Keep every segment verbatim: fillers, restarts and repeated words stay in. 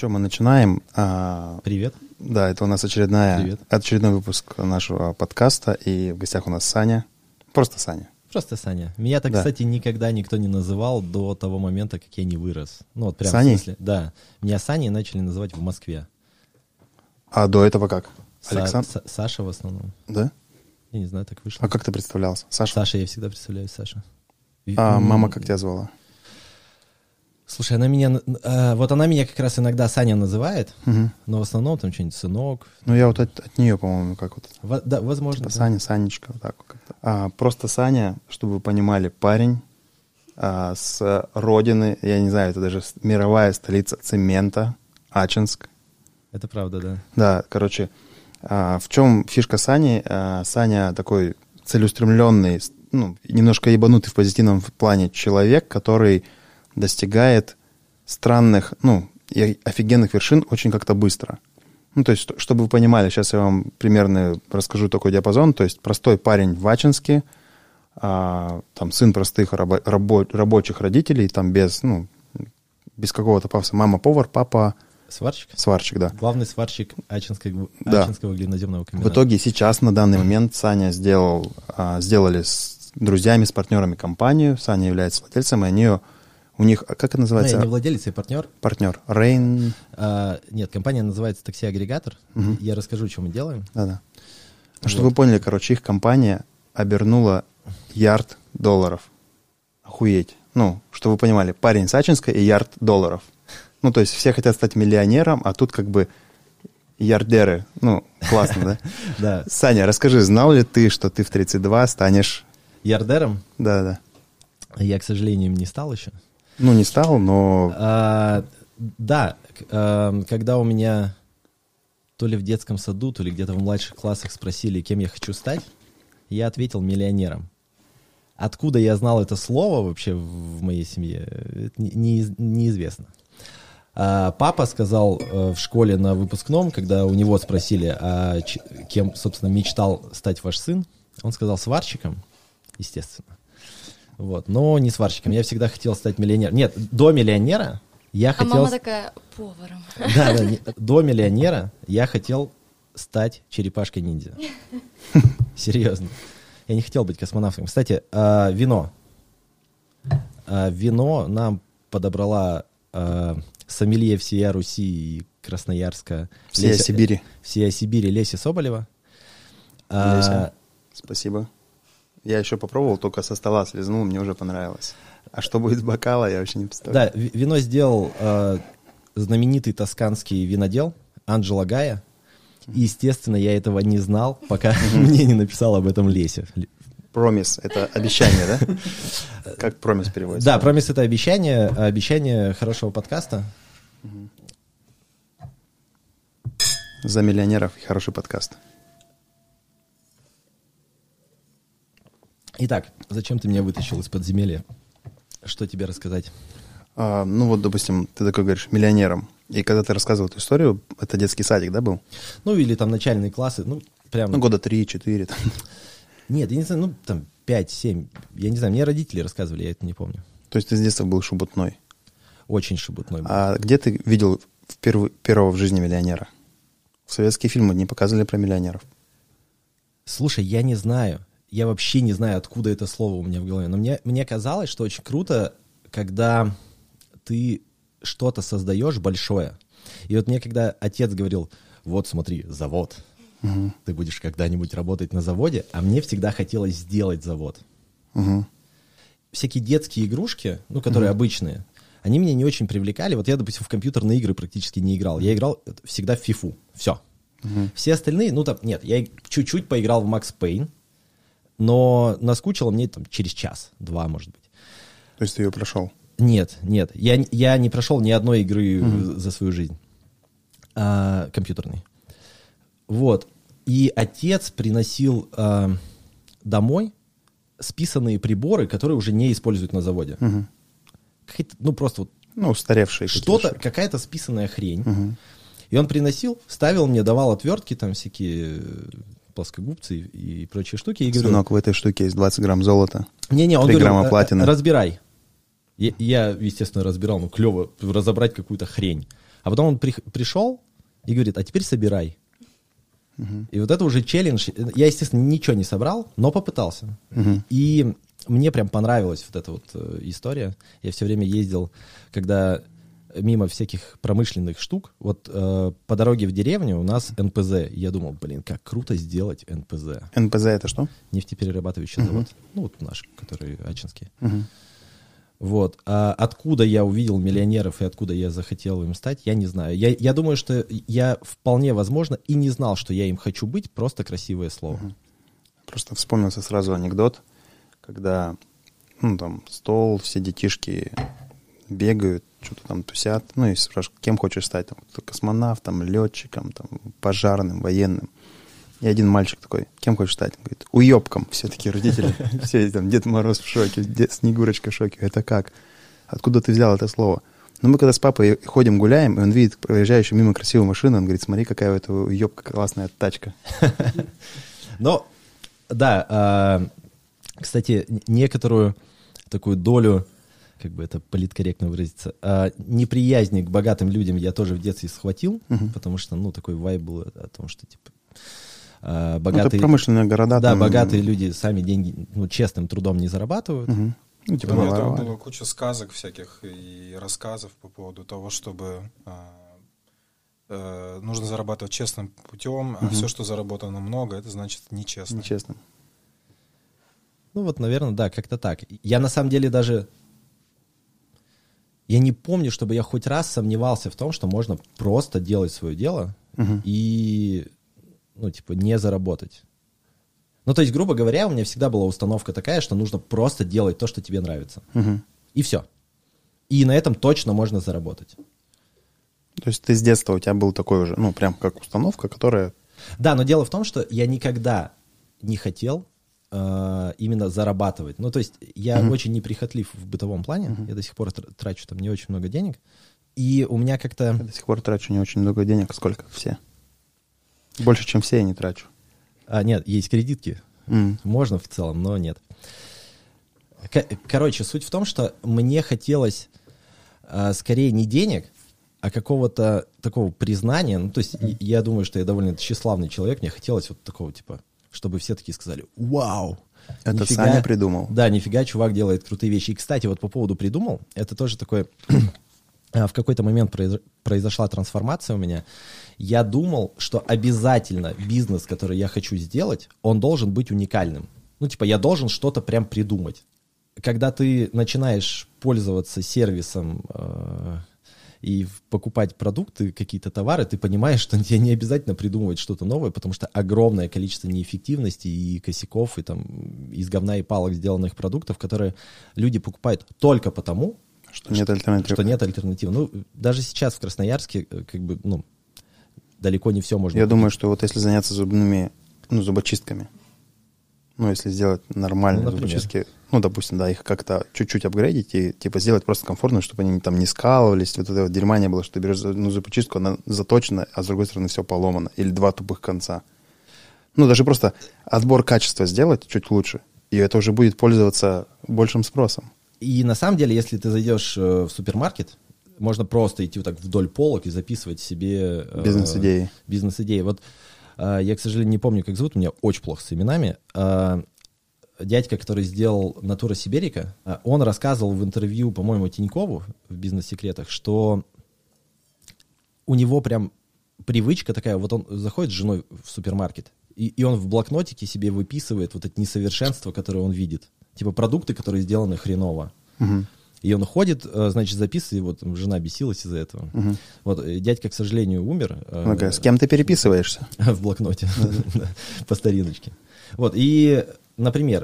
что, мы начинаем. А, Привет. Да, это у нас очередная, Привет. очередной выпуск нашего подкаста, и в гостях у нас Саня. Просто Саня. Просто Саня. Меня так, Да. кстати, никогда никто не называл до того момента, как я не вырос. Ну, вот прям Саней? в смысле. Да. Меня Саней начали называть в Москве. А до этого как? Са- Александр? Са- Саша в основном. Да? Я не знаю, так вышло. А как ты представлялся? Саша? Саша, я всегда представляюсь Саша. И- А м, мама как тебя звала? Слушай, она меня... н- а, вот она меня как раз иногда Саня называет, Мгм. но в основном там что-нибудь сынок. Ну, я вот от, от нее, по-моему, как вот. Во- да, возможно. Типа да. Саня, Санечка, вот так вот как-то. А, просто Саня, чтобы вы понимали, парень а, с родины, я не знаю, это даже с- мировая столица цемента, Ачинск. Это правда, да. Да, короче, а, в чем фишка Сани? А, Саня такой целеустремленный, с- ну, немножко ебанутый в позитивном плане человек, который достигает странных, ну, и офигенных вершин очень как-то быстро. Ну, то есть, ш- чтобы вы понимали, сейчас я вам примерно расскажу такой диапазон. То есть, простой парень в Ачинске, а, там, сын простых рабо- рабо- рабочих родителей, там, без, ну, без какого-то пафоса. Мама повар, папа Сварщик? сварщик, да. Главный сварщик Ачинского, Да. Ачинского глиноземного В комбината. итоге сейчас, на данный момент, Саня сделал, а, сделали с друзьями, с партнерами компанию. Саня является владельцем, и они, ее- у них, а как это Ну, называется? я не владелец, я партнер. Партнер. Рейн. А, нет, компания называется «Такси-агрегатор». Мгм. Я расскажу, что мы делаем. Да-да. Вот. Чтобы вы поняли, короче, их компания обернула ярд долларов. Охуеть. Ну, чтобы вы понимали, парень с Ачинска и ярд долларов. Ну, то есть все хотят стать миллионером, а тут как бы ярдеры. Ну, классно, да? Да, Саня, расскажи, знал ли ты, что ты в тридцать два станешь... ярдером Да-да. я, к сожалению, им не стал еще. Ну, не стал, но... А, да, к- а, когда у меня то ли в детском саду, то ли где-то в младших классах спросили, кем я хочу стать, я ответил миллионером. Откуда я знал это слово вообще в в моей семье, это не- не- неизвестно. А папа сказал э, в школе на выпускном, когда у него спросили, а ч- кем, собственно, мечтал стать ваш сын, он сказал сварщиком, естественно. Вот, но не сварщиком. Я всегда хотел стать миллионером. Нет, до миллионера я А хотел... мама такая, поваром. Да, да, не- до миллионера я хотел стать черепашкой-ниндзя. Серьезно. Я не хотел быть космонавтом. Кстати, а, вино. А, вино нам подобрала а, сомелье всея Руси и Красноярска. Всея Леся- Сибири. Всея Сибири Леся Соболева. А, Леся, спасибо. Я еще попробовал, только со стола слезнул, мне уже понравилось. А что будет с бокала, я вообще не представляю. Да, ви- вино сделал а, знаменитый тосканский винодел Анджело Гая. И, естественно, я этого не знал, пока мне не написал об этом Леся. Промис — это обещание, да? Как промис переводится? Да, промис — это обещание, а обещание хорошего подкаста. За миллионеров и хороший подкаст. Итак, зачем ты меня вытащил из подземелья? Что тебе рассказать? А, ну вот, допустим, ты такой говоришь, миллионером. И когда ты рассказывал эту историю, это детский садик, да, был? Ну, или там начальные классы, ну, прям... Ну, года три-четыре. Нет, я не знаю, ну, там, пять-семь. Я не знаю, мне родители рассказывали, я это не помню. То есть ты с детства был шебутной. Очень шебутной был. А где ты видел впервые, первого в жизни миллионера? Советские фильмы не показывали про миллионеров. Слушай, я не знаю. Я вообще не знаю, откуда это слово у меня в голове. Но мне, мне казалось, что очень круто, когда ты что-то создаешь большое. И вот мне когда отец говорил, вот смотри, завод, Угу. ты будешь когда-нибудь работать на заводе, а мне всегда хотелось сделать завод. Угу. Всякие детские игрушки, ну, которые Мгм. обычные, они меня не очень привлекали. Вот я, допустим, в компьютерные игры практически не играл. Я играл всегда в фифу. Все. Угу. Все остальные, ну, там, нет, я чуть-чуть поиграл в Макс Пейн, но наскучило мне там через час, два, может быть. То есть ты ее прошел? Нет, нет, я, я не прошел ни одной игры Мгм. за свою жизнь, а, компьютерной. Вот. И отец приносил а, домой списанные приборы, которые уже не используют на заводе. Угу. Какие-то, ну, просто вот Ну, устаревшие. что-то, какие-то. какая-то списанная хрень. Мгм. И он приносил, ставил мне, давал отвертки, там всякие э, плоскогубцы и, и прочие штуки. И говорил, Сынок, в этой штуке есть двадцать грамм золота. не-не, он три говорил, грамма «Э, платины». разбирай. Я, я, естественно, разбирал, ну, клево, разобрать какую-то хрень. А потом он при, пришел и говорит, а теперь собирай. Uh-huh. И вот это уже челлендж. Я, естественно, ничего не собрал, но попытался. Uh-huh. И мне прям понравилась вот эта вот э, история. Я все время ездил, когда мимо всяких промышленных штук. Вот э, по дороге в деревню у нас эн пэ зэ. Я думал, блин, как круто сделать эн пэ зэ. эн пэ зэ это что? Нефтеперерабатывающий uh-huh. завод. Ну, вот наш, который ачинский. Uh-huh. Вот. А откуда я увидел миллионеров и откуда я захотел им стать, я не знаю. Я, я думаю, что я вполне возможно и не знал, что я им хочу быть, просто красивое слово. Uh-huh. Просто вспомнился сразу анекдот, когда ну, там стол, все детишки бегают, что-то там тусят, ну и спрашивают, кем хочешь стать, там, космонавтом, летчиком, там, пожарным, военным. И один мальчик такой, кем хочешь стать? Он говорит, уебком. Все такие родители, все там, Дед Мороз в шоке, Снегурочка в шоке. Это как? Откуда ты взял это слово? Но мы когда с папой ходим, гуляем, и он видит проезжающую мимо красивую машину, он говорит, смотри, какая у этого уебка классная тачка. Ну, да, кстати, некоторую такую долю, как бы это политкорректно выразиться, неприязни к богатым людям я тоже в детстве схватил, потому что, ну, такой вайб был о том, что, типа, богатые, это промышленные города. Да, там... богатые люди сами деньги ну, честным трудом не зарабатывают. Угу. Ну, типа, у меня было куча сказок всяких и рассказов по поводу того, чтобы а, а, нужно зарабатывать честным путем, а угу. все, что заработано много, это значит нечестно. Нечестно. Ну вот, наверное, да, как-то так. Я на самом деле даже... Я не помню, чтобы я хоть раз сомневался в том, что можно просто делать свое дело угу. и... ну, типа, не заработать. Ну, то есть, грубо говоря, у меня всегда была установка такая, что нужно просто делать то, что тебе нравится. Угу. И все. И на этом точно можно заработать. То есть ты с детства, у тебя был такой уже, ну, прям как установка, которая... Да, но дело в том, что я никогда не хотел э, именно зарабатывать. Ну, то есть, я угу. очень неприхотлив в бытовом плане. Угу. Я до сих пор трачу там не очень много денег. И у меня как-то... Я до сих пор трачу не очень много денег. Сколько? Все. Больше, чем все, я не трачу. А, нет, есть кредитки. Mm. Можно в целом, но нет. К- короче, суть в том, что мне хотелось а, скорее не денег, а какого-то такого признания. Ну, то есть mm. я думаю, что я довольно тщеславный человек. Мне хотелось вот такого типа, чтобы все такие сказали «Вау!» Это нифига, Саня придумал. Да, нифига, чувак делает крутые вещи. И, кстати, вот по поводу «придумал», это тоже такое... В какой-то момент произошла трансформация у меня. Я думал, что обязательно бизнес, который я хочу сделать, он должен быть уникальным. Ну, типа, я должен что-то прям придумать. Когда ты начинаешь пользоваться сервисом э, и покупать продукты, какие-то товары, ты понимаешь, что тебе не обязательно придумывать что-то новое, потому что огромное количество неэффективности и косяков, и там из говна и палок сделанных продуктов, которые люди покупают только потому, Что нет альтернативы. Что нет альтернативы. Ну, даже сейчас в Красноярске, как бы, ну, далеко не все можно Я купить. думаю, что вот если заняться зубными, ну, зубочистками, ну, если сделать нормальные ну, зубочистки, ну, допустим, да, их как-то чуть-чуть апгрейдить и, типа, сделать просто комфортно, чтобы они там не скалывались, вот этого дерьма не было, что ты берешь ну, зубочистку, она заточена, а с другой стороны все поломано, или два тупых конца. Ну, даже просто отбор качества сделать чуть лучше, и это уже будет пользоваться большим спросом. И на самом деле, если ты зайдешь в супермаркет, можно просто идти вот так вдоль полок и записывать себе... Бизнес-идеи. Э, бизнес-идеи. Вот э, я, к сожалению, не помню, как зовут, у меня очень плохо с именами. Э, дядька, который сделал «Натура Сиберика», э, он рассказывал в интервью, по-моему, Тинькову в «Бизнес-секретах», что у него прям привычка такая, вот он заходит с женой в супермаркет, и, и он в блокнотике себе выписывает вот эти несовершенства, которые он видит. Типа продукты, которые сделаны хреново. Угу. И он ходит, значит, записывает, вот там, жена бесилась из-за этого. Угу. Вот, дядька, к сожалению, умер. Ну-ка, с кем ты переписываешься? В блокноте, по стариночке. Вот, и, например,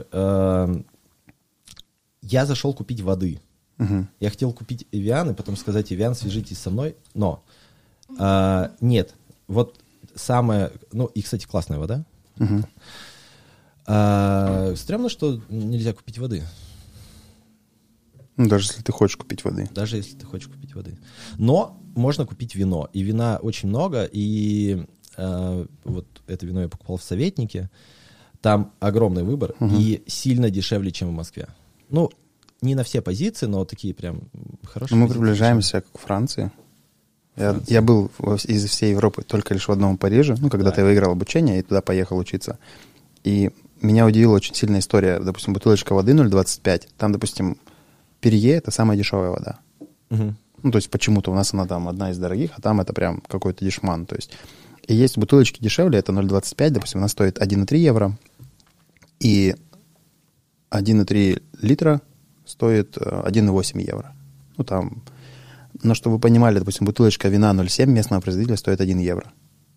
я зашел купить воды. Я хотел купить Эвиан, и потом сказать: Эвиан, свяжитесь со мной. Но нет, вот самое... Ну, и, кстати, классная вода. А, стрёмно, что нельзя купить воды. Ну, даже если ты хочешь купить воды. Даже если ты хочешь купить воды. Но можно купить вино. И вина очень много. И э, вот это вино я покупал в Советнике. Там огромный выбор. Угу. И сильно дешевле, чем в Москве. Ну, не на все позиции, но такие прям хорошие. Но мы позиции. приближаемся к Франции. Я, я был из всей Европы только лишь в одном Париже, ну, когда Так. ты выиграл обучение и туда поехал учиться. И меня удивила очень сильная история. Допустим, бутылочка воды ноль двадцать пять, там, допустим, Перье — это самая дешевая вода. Угу. Ну, то есть почему-то у нас она там одна из дорогих, а там это прям какой-то дешман. То есть и есть бутылочки дешевле, это ноль двадцать пять, допустим, она стоит один и три евро, и один и три литра стоит один и восемь евро. Ну, там... Но чтобы вы понимали, допустим, бутылочка вина ноль семь местного производителя стоит один евро.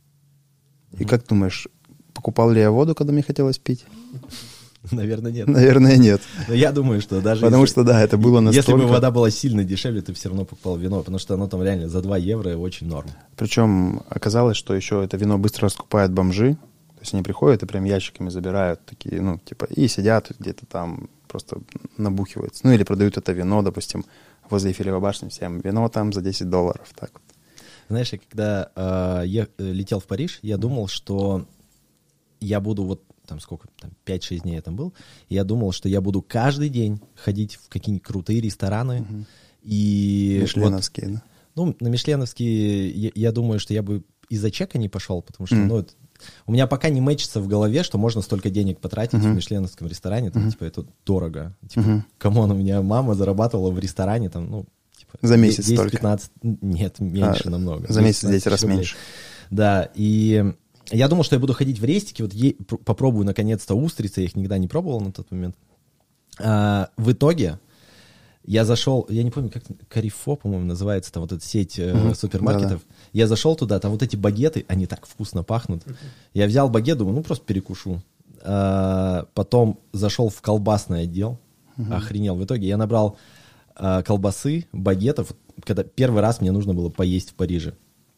И как думаешь, покупал ли я воду, когда мне хотелось пить? Наверное, нет. Наверное, нет. Но я думаю, что даже Потому если, что, да, это было настолько... если бы вода была сильно дешевле, ты все равно покупал вино, потому что оно там реально за два евро очень норм. Причем оказалось, что еще это вино быстро раскупают бомжи. То есть они приходят и прям ящиками забирают такие, ну, типа, и сидят где-то там, просто набухиваются. Ну, или продают это вино, допустим, возле Эйфелевой башни всем. Вино там за десять долларов. Так вот. Знаешь, я когда э, я летел в Париж, я думал, что я буду вот там сколько, там пять-шесть дней я там был, и я думал, что я буду каждый день ходить в какие-нибудь крутые рестораны. Угу. И Мишленовские, вот, да? ну, на Мишленовские я, я думаю, что я бы из-за чека не пошел, потому что, mm. ну, это, у меня пока не мэчится в голове, что можно столько денег потратить mm-hmm. в мишленовском ресторане, там, mm-hmm. типа, это дорого. Типа, mm-hmm. камон, у меня мама зарабатывала в ресторане, там, ну, типа... За месяц только? десять-пятнадцать, нет, меньше а, намного. За месяц в десять раз рублей. меньше. Да, и я думал, что я буду ходить в рестики, вот е- попробую, наконец-то, устрицы, я их никогда не пробовал на тот момент. А, в итоге... Я зашел, я не помню, как Карифо, по-моему, называется, там вот эта сеть э, mm-hmm. супермаркетов. Да-да. Я зашел туда, там вот эти багеты, они так вкусно пахнут. Mm-hmm. Я взял багет, думаю, ну просто перекушу. А, потом зашел в колбасный отдел, mm-hmm. охренел. В итоге я набрал а, колбасы, багетов, когда первый раз мне нужно было поесть в Париже.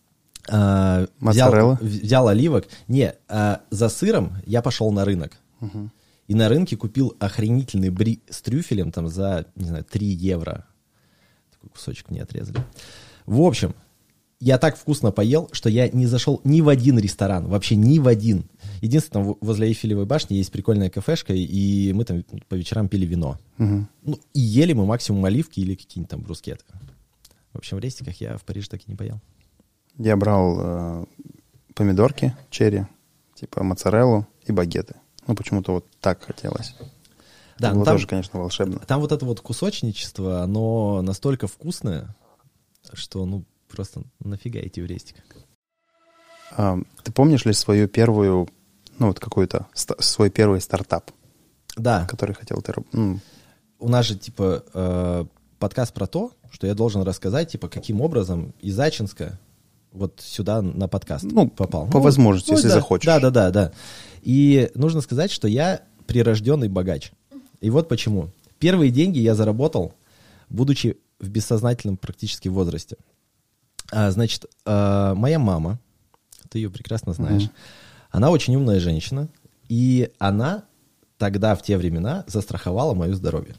А, взял, взял оливок. Не, а, за сыром я пошел на рынок. Mm-hmm. И на рынке купил охренительный бри с трюфелем там за, не знаю, три евро. Такой кусочек мне отрезали. В общем, я так вкусно поел, что я не зашел ни в один ресторан. Вообще ни в один. Единственное, там возле Эйфелевой башни есть прикольная кафешка, и мы там по вечерам пили вино. Угу. Ну, и ели мы максимум оливки или какие-нибудь там брускеты. В общем, в рестиках я в Париже так и не поел. Я брал э, помидорки, черри, типа моцареллу и багеты. Ну, почему-то вот так хотелось. Да, это было там, тоже, конечно, волшебно. Там вот это вот кусочничество, оно настолько вкусное, что, ну, просто нафига идти в рестик. А, ты помнишь ли свою первую, ну, вот какой-то, ст- свой первый стартап? Да. Который хотел ты... Ну. У нас же, типа, э, подкаст про то, что я должен рассказать, типа, каким образом из Ачинска вот сюда на подкаст ну, попал. По ну, возможности, ну, если да, захочешь. Да, да, да, да. И нужно сказать, что я прирожденный богач. И вот почему. Первые деньги я заработал, будучи в бессознательном практически возрасте. А, значит, а, моя мама, ты ее прекрасно знаешь, mm-hmm. она очень умная женщина, и она тогда, в те времена, застраховала мое здоровье.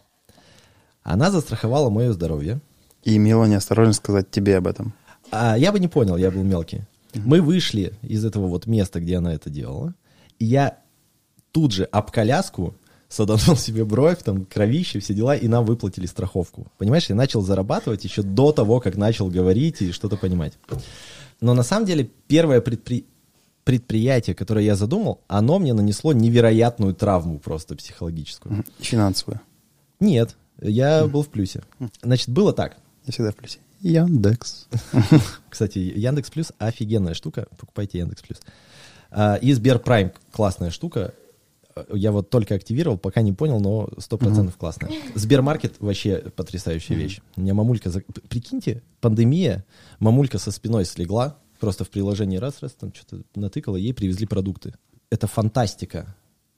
Она застраховала мое здоровье. И имела неосторожность сказать тебе об этом. А я бы не понял, я был мелкий. Mm-hmm. Мы вышли из этого вот места, где она это делала, и я тут же об коляску саданул себе бровь, там, кровище, все дела, и нам выплатили страховку. Понимаешь, я начал зарабатывать еще до того, как начал говорить и что-то понимать. Но на самом деле первое предпри... предприятие, которое я задумал, оно мне нанесло невероятную травму просто психологическую. И финансовую? Нет, я mm. был в плюсе. Значит, было так. Я всегда в плюсе. Яндекс. Кстати, Яндекс Плюс офигенная штука. Покупайте Яндекс Плюс. И Сберпрайм классная штука. Я вот только активировал, пока не понял, но сто процентов mm-hmm. классная. Сбермаркет вообще потрясающая mm-hmm. вещь. У меня мамулька... Прикиньте, пандемия, мамулька со спиной слегла, просто в приложении раз-раз, там что-то натыкала, ей привезли продукты. Это фантастика.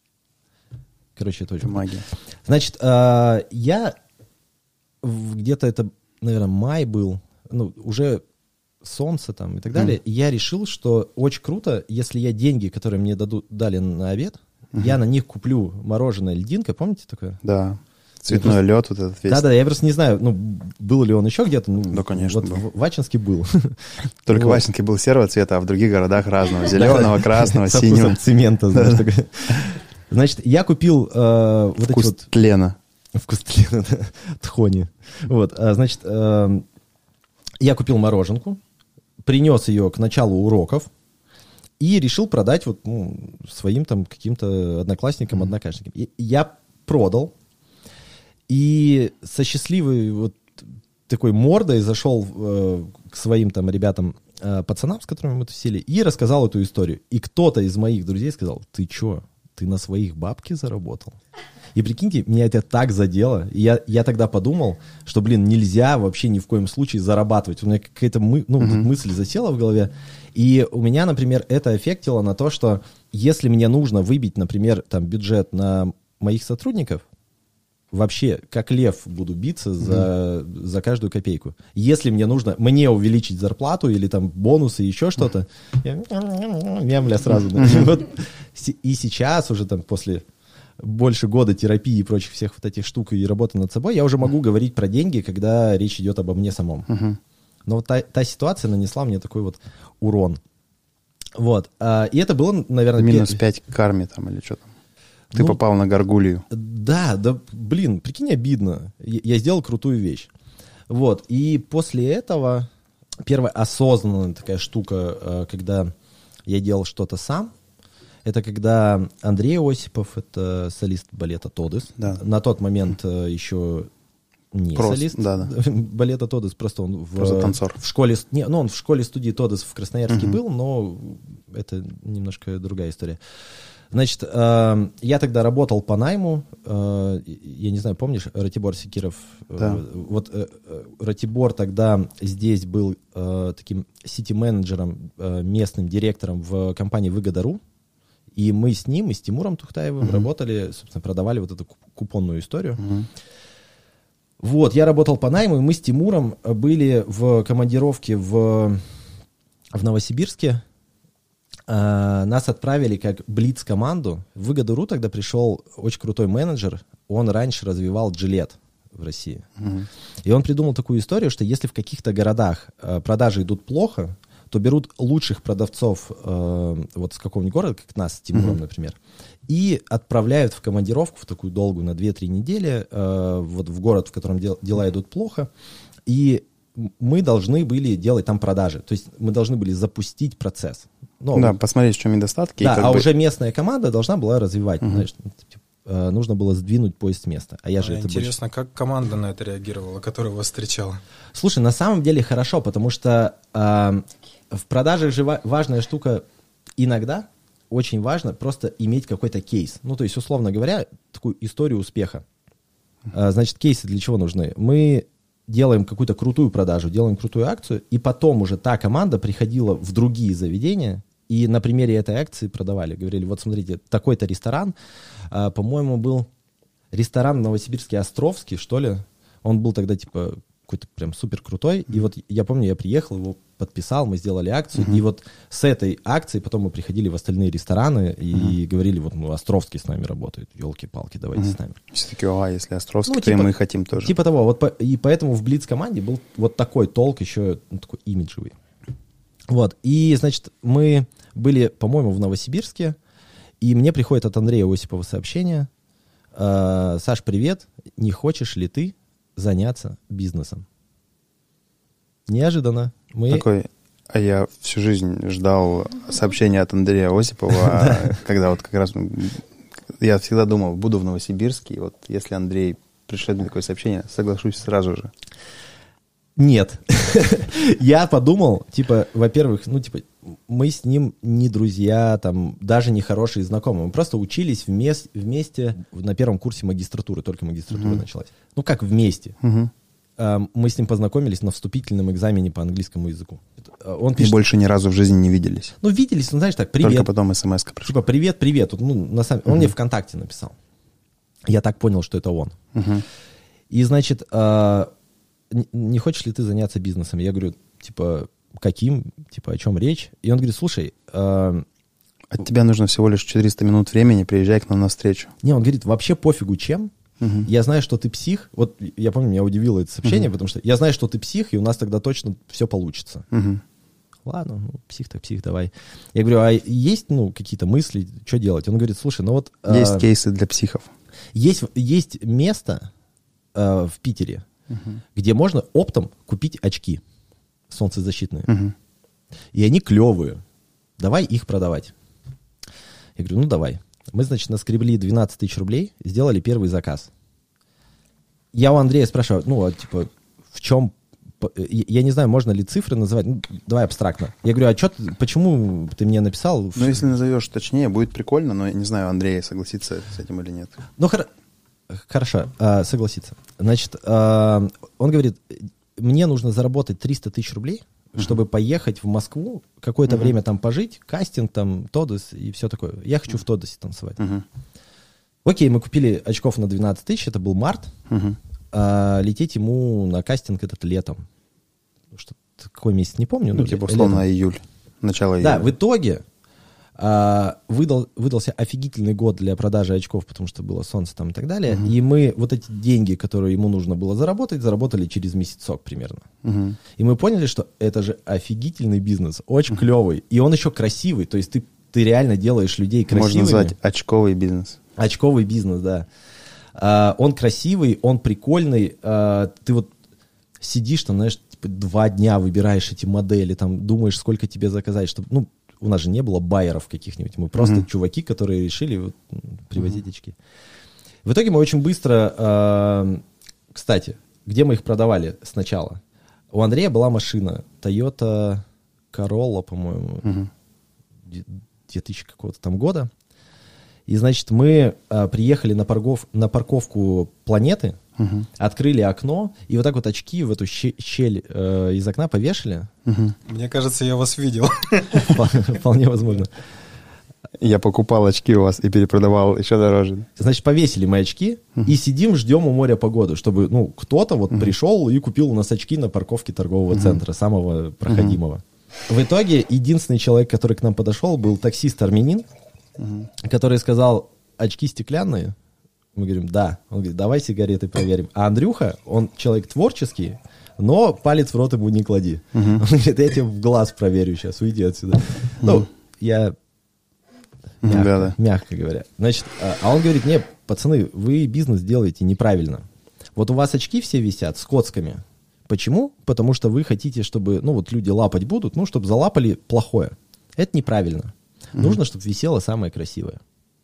Короче, это очень... Магия. Значит, я где-то это, наверное, май был, ну, уже... солнце там и так далее, mm. и я решил, что очень круто, если я деньги, которые мне дадут, дали на обед, mm-hmm. я на них куплю мороженое льдинка, помните такое? Да, цветной просто... лед вот этот весь. Да-да, я просто не знаю, ну, был ли он еще где-то. Ну, да, конечно, вот был. В Ачинске был. Только в Ачинске был серого цвета, а в других городах разного. Зеленого, красного, синего. Со вкусом цемента, знаешь, такое. Значит, я купил вот эти вот... Вкус тлена. Вкус тлена, да, тхони. Вот, значит, я купил мороженку. принес ее к началу уроков и решил продать вот, ну, своим там каким-то одноклассникам, однокашникам. И я продал, и со счастливой вот такой мордой зашел э, к своим там ребятам, э, пацанам, с которыми мы тусили, и рассказал эту историю. И кто-то из моих друзей сказал: ты чё, ты на своих бабки заработал? И прикиньте, меня это так задело. И я, я тогда подумал, что, блин, нельзя вообще ни в коем случае зарабатывать. У меня какая-то мы, ну, mm-hmm. мысль засела в голове. И у меня, например, это аффектило на то, что если мне нужно выбить, например, там, бюджет на моих сотрудников, вообще, как лев буду биться за, mm-hmm. за каждую копейку. Если мне нужно мне увеличить зарплату или там бонусы, еще что-то, mm-hmm. я мямля сразу. Mm-hmm. Вот. И сейчас уже там после больше года терапии и прочих всех вот этих штук и работы над собой, я уже могу говорить про деньги, когда речь идет обо мне самом. Uh-huh. Но вот та, та ситуация нанесла мне такой вот урон. Вот. А, и это было, наверное... Минус пять к карме там или что там? Ты ну, попал на горгулью. Да, да, блин, прикинь, обидно. Я, я сделал крутую вещь. Вот. И после этого первая осознанная такая штука, когда я делал что-то сам, это когда Андрей Осипов, это солист балета «Тодес», да. На тот момент еще не просто, солист да, да. балета «Тодес», просто он в, просто танцор. в школе, не, ну, он в школе-студии «Тодес» в Красноярске uh-huh. был, но это немножко другая история. Значит, э, я тогда работал по найму, э, я не знаю, помнишь, Ратибор Секиров? Да. Э, вот э, Ратибор тогда здесь был э, таким сити-менеджером, э, местным директором в компании «Выгода.ру». И мы с ним, и с Тимуром Тухтаевым uh-huh. работали, собственно, продавали вот эту купонную историю. Uh-huh. Вот, я работал по найму, и мы с Тимуром были в командировке в, в Новосибирске. А, нас отправили как блиц-команду. В Выгоду.ру тогда пришел очень крутой менеджер. Он раньше развивал Джилет в России. Uh-huh. И он придумал такую историю, что если в каких-то городах продажи идут плохо, то берут лучших продавцов э, вот с какого-нибудь города, как нас, с Тимуром, mm-hmm. например, и отправляют в командировку в такую долгую, на две-три недели, э, вот в город, в котором дел, дела идут плохо, и мы должны были делать там продажи. То есть мы должны были запустить процесс. Ну, да, посмотреть, в чем недостатки. Да, а бы... уже местная команда должна была развивать. Mm-hmm. Знаешь, э, нужно было сдвинуть поезд с места. А я же а это интересно, больше... как команда на это реагировала, которая вас встречала? Слушай, на самом деле хорошо, потому что... Э, в продажах же важная штука иногда, очень важно просто иметь какой-то кейс. Ну, то есть, условно говоря, такую историю успеха. А, значит, кейсы для чего нужны? Мы делаем какую-то крутую продажу, делаем крутую акцию, и потом уже та команда приходила в другие заведения и на примере этой акции продавали. Говорили, вот смотрите, такой-то ресторан, а, по-моему, был ресторан в Новосибирске Островский, что ли. Он был тогда типа какой-то прям супер крутой. Mm-hmm. И вот я помню, я приехал, его подписал, мы сделали акцию. Mm-hmm. И вот с этой акцией потом мы приходили в остальные рестораны и mm-hmm. говорили, вот ну, Островский с нами работает, елки-палки, давайте mm-hmm. с нами. Все-таки, а если Островский, ну, то типа, и мы хотим тоже. Типа того. Вот по, и поэтому в Блиц-команде был вот такой толк еще, ну, такой имиджевый. Вот. И, значит, мы были, по-моему, в Новосибирске, и мне приходит от Андрея Осипова сообщение. Саш, привет, не хочешь ли ты заняться бизнесом? Неожиданно. Мы... Такой, а я всю жизнь ждал сообщения от Андрея Осипова, когда вот как раз я всегда думал, буду в Новосибирске, и вот если Андрей пришлет мне такое сообщение, соглашусь сразу же. Нет. Я подумал, типа, во-первых, ну, типа, мы с ним не друзья, там, даже не хорошие знакомые. Мы просто учились вместе, вместе на первом курсе магистратуры, только магистратура uh-huh. началась. Ну, как вместе. Uh-huh. Мы с ним познакомились на вступительном экзамене по английскому языку. Он пишет, и больше ни разу в жизни не виделись. Ну, виделись, ну, знаешь, так, привет. Только потом смс-ка пришла. Типа, привет, привет. Вот, ну, на самом... uh-huh. Он мне ВКонтакте написал. Я так понял, что это он. Uh-huh. И, значит, не хочешь ли ты заняться бизнесом? Я говорю, типа, каким? Типа, о чем речь? И он говорит, слушай... От тебя нужно всего лишь четыреста минут времени, приезжай к нам на встречу. Не, он говорит, вообще пофигу чем. Uh-huh. Я знаю, что ты псих. Вот я помню, меня удивило это сообщение, uh-huh. потому что я знаю, что ты псих, и у нас тогда точно все получится. Uh-huh. Ладно, ну, псих так псих, давай. Я говорю, а есть, ну, какие-то мысли, что делать? Он говорит, слушай, ну вот... Есть а, кейсы для психов. Есть, есть место а, в Питере, uh-huh. где можно оптом купить очки солнцезащитные. Uh-huh. и они клевые. Давай их продавать. Я говорю, ну давай. Мы, значит, наскребли двенадцать тысяч рублей, сделали первый заказ. Я у Андрея спрашиваю, ну, а, типа, в чем... Я не знаю, можно ли цифры называть. Ну, давай абстрактно. Я говорю, а чё, почему ты мне написал? Ну, если назовешь точнее, будет прикольно, но я не знаю, Андрей согласится с этим или нет. Ну, хор... хорошо, а, согласится. Значит, а, он говорит, мне нужно заработать триста тысяч рублей, uh-huh. чтобы поехать в Москву, какое-то uh-huh. время там пожить, кастинг там, Тодос и все такое. Я хочу uh-huh. в Тодосе танцевать. Uh-huh. Окей, мы купили очков на двенадцать тысяч, это был март. Uh-huh. А лететь ему на кастинг этот летом. Что, какой месяц, не помню. Ну, но типа, условно, летом. Июль. Начало июля. Да, в итоге а, выдал, выдался офигительный год для продажи очков, потому что было солнце там и так далее. Uh-huh. И мы вот эти деньги, которые ему нужно было заработать, заработали через месяцок примерно. Uh-huh. И мы поняли, что это же офигительный бизнес, очень uh-huh. клевый. И он еще красивый, то есть ты, ты реально делаешь людей красивыми. Можно назвать очковый бизнес. Очковый бизнес, да. Uh, он красивый, он прикольный. Uh, ты вот сидишь там, знаешь, типа, два дня выбираешь эти модели, там думаешь, сколько тебе заказать, чтобы, ну, у нас же не было байеров каких-нибудь, мы просто mm-hmm. чуваки, которые решили вот, привозить mm-hmm. очки. В итоге мы очень быстро, uh, кстати, где мы их продавали сначала? У Андрея была машина Toyota Corolla, по-моему, mm-hmm. две тысячи какого-то там года. И, значит, мы а, приехали на, парков, на парковку Планеты, uh-huh. открыли окно, и вот так вот очки в эту щель, щель э, из окна повешали. Uh-huh. Мне кажется, я вас видел. Вполне возможно. Я покупал очки у вас и перепродавал еще дороже. Значит, повесили мы очки uh-huh. и сидим, ждем у моря погоду, чтобы, ну, кто-то вот uh-huh. пришел и купил у нас очки на парковке торгового uh-huh. центра, самого проходимого. Uh-huh. В итоге единственный человек, который к нам подошел, был таксист-армянин, Uh-huh. который сказал, очки стеклянные? Мы говорим, да. Он говорит, давай сигареты проверим. А Андрюха, он человек творческий, но палец в рот ему не клади. Uh-huh. Он говорит, я тебе в глаз проверю сейчас, уйди отсюда. Uh-huh. Ну, я мягко, uh-huh. мягко говоря. Значит, а, а он говорит, не, пацаны, вы бизнес делаете неправильно. Вот у вас очки все висят с коцками. Почему? Потому что вы хотите, чтобы, ну, вот люди лапать будут, ну, чтобы залапали плохое. Это неправильно. Нужно, чтобы висело самое красивое.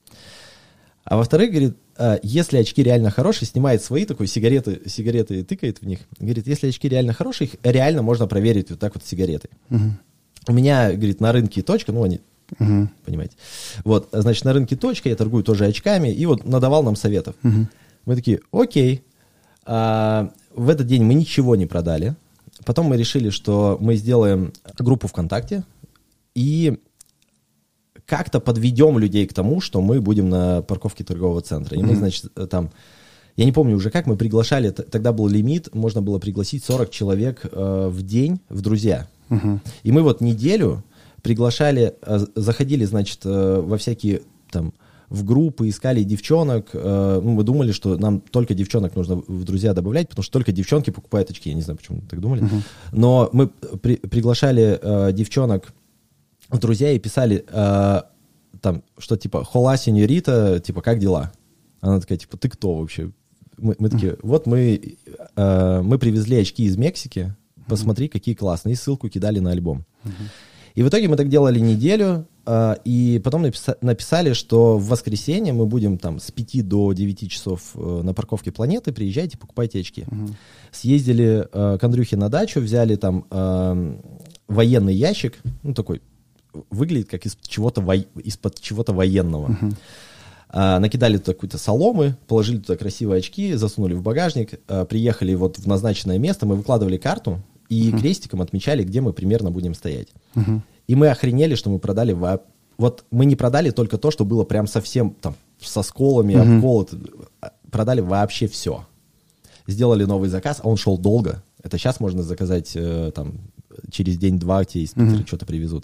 А во-вторых, говорит, если очки реально хорошие, снимает свои такой сигареты, сигареты тыкает в них. Говорит, если очки реально хорошие, их реально можно проверить вот так вот сигаретой. Uh-huh. У меня, говорит, на рынке точка, ну они, uh-huh. понимаете. Вот, значит, на рынке точка, я торгую тоже очками, и вот надавал нам советов. Uh-huh. Мы такие, окей. А, в этот день мы ничего не продали. Потом мы решили, что мы сделаем группу ВКонтакте, и как-то подведем людей к тому, что мы будем на парковке торгового центра. И мы, значит, там, я не помню уже как, мы приглашали, тогда был лимит, можно было пригласить сорок человек э, в день в друзья. Uh-huh. И мы вот неделю приглашали, э, заходили, значит, э, во всякие там, в группы, искали девчонок. Э, ну, мы думали, что нам только девчонок нужно в друзья добавлять, потому что только девчонки покупают очки. Я не знаю, почему мы так думали. Uh-huh. Но мы при, приглашали э, девчонок друзья и писали э, там, что типа «Хола, сеньорита», типа «Как дела?» Она такая, типа «Ты кто вообще?» Мы, мы такие, вот мы, э, мы привезли очки из Мексики, посмотри, какие классные, и ссылку кидали на альбом. И в итоге мы так делали неделю, э, и потом написа- написали, что в воскресенье мы будем там с пяти до девяти часов э, на парковке Планеты, приезжайте, покупайте очки. Uh-huh. Съездили э, к Андрюхе на дачу, взяли там э, военный ящик, ну такой, выглядит как из чего-то во... из-под чего-то военного. Uh-huh. А, накидали туда какую-то соломы, положили туда красивые очки, засунули в багажник, а, приехали вот в назначенное место, мы выкладывали карту и uh-huh. крестиком отмечали, где мы примерно будем стоять. Uh-huh. И мы охренели, что мы продали... Во... Вот мы не продали только то, что было прям совсем там со сколами, uh-huh. обколото. Продали вообще все. Сделали новый заказ, а он шел долго. Это сейчас можно заказать э, там через день-два тебе из Питера uh-huh. что-то привезут.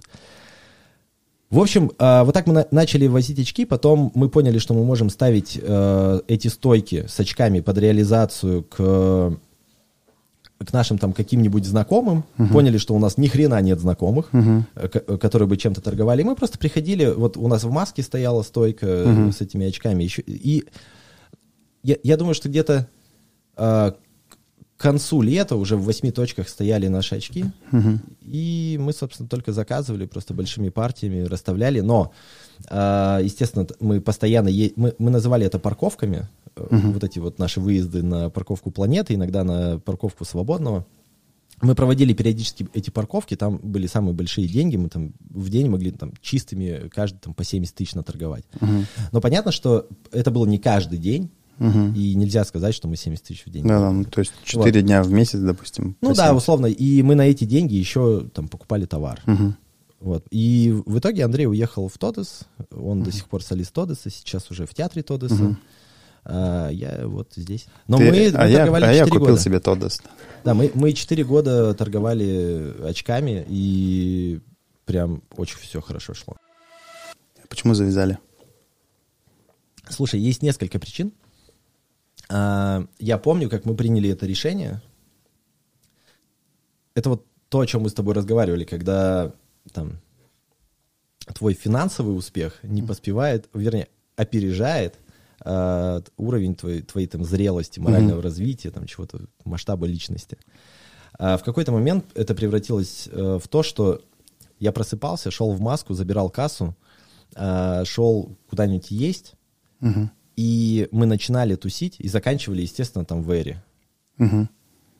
В общем, э, вот так мы на- начали возить очки, потом мы поняли, что мы можем ставить э, эти стойки с очками под реализацию к, к нашим там каким-нибудь знакомым, uh-huh. поняли, что у нас ни хрена нет знакомых, uh-huh. к- которые бы чем-то торговали, и мы просто приходили, вот у нас в Маске стояла стойка uh-huh. с этими очками, еще, и я, я думаю, что где-то э, концу лета уже в восьми точках стояли наши очки, Мгм. и мы, собственно, только заказывали, просто большими партиями расставляли. Но, э, естественно, мы постоянно... Е- мы, мы называли это парковками, э, Мгм. вот эти вот наши выезды на парковку Планеты, иногда на парковку Свободного. Мы проводили периодически эти парковки, там были самые большие деньги, мы там в день могли там чистыми каждый там по семьдесят тысяч наторговать. Мгм. Но понятно, что это было не каждый день, Мгм. и нельзя сказать, что мы семьдесят тысяч в день. Да, да, ну, то есть четыре дня в месяц, допустим. Ну по да, семь. условно. И мы на эти деньги еще там покупали товар. Мгм. Вот. И в итоге Андрей уехал в Тодес. Он до сих пор солист Тодеса, сейчас уже в театре Тодеса. Мгм. А я вот здесь. Но Ты- мы, мы а я, торговали а я четыре купил года. себе Тодес. Да, мы, мы четыре года торговали очками, и прям очень все хорошо шло. Почему завязали? Слушай, есть несколько причин. А, я помню, как мы приняли это решение. Это вот то, о чем мы с тобой разговаривали, когда там твой финансовый успех не поспевает, вернее, опережает а, уровень твоей, твоей там зрелости, морального развития, там чего-то, масштаба личности. А в какой-то момент это превратилось э, в то, что я просыпался, шел в маску, забирал кассу, а, шел куда-нибудь есть, Мгм. и мы начинали тусить и заканчивали, естественно, там в Эре. Мгм.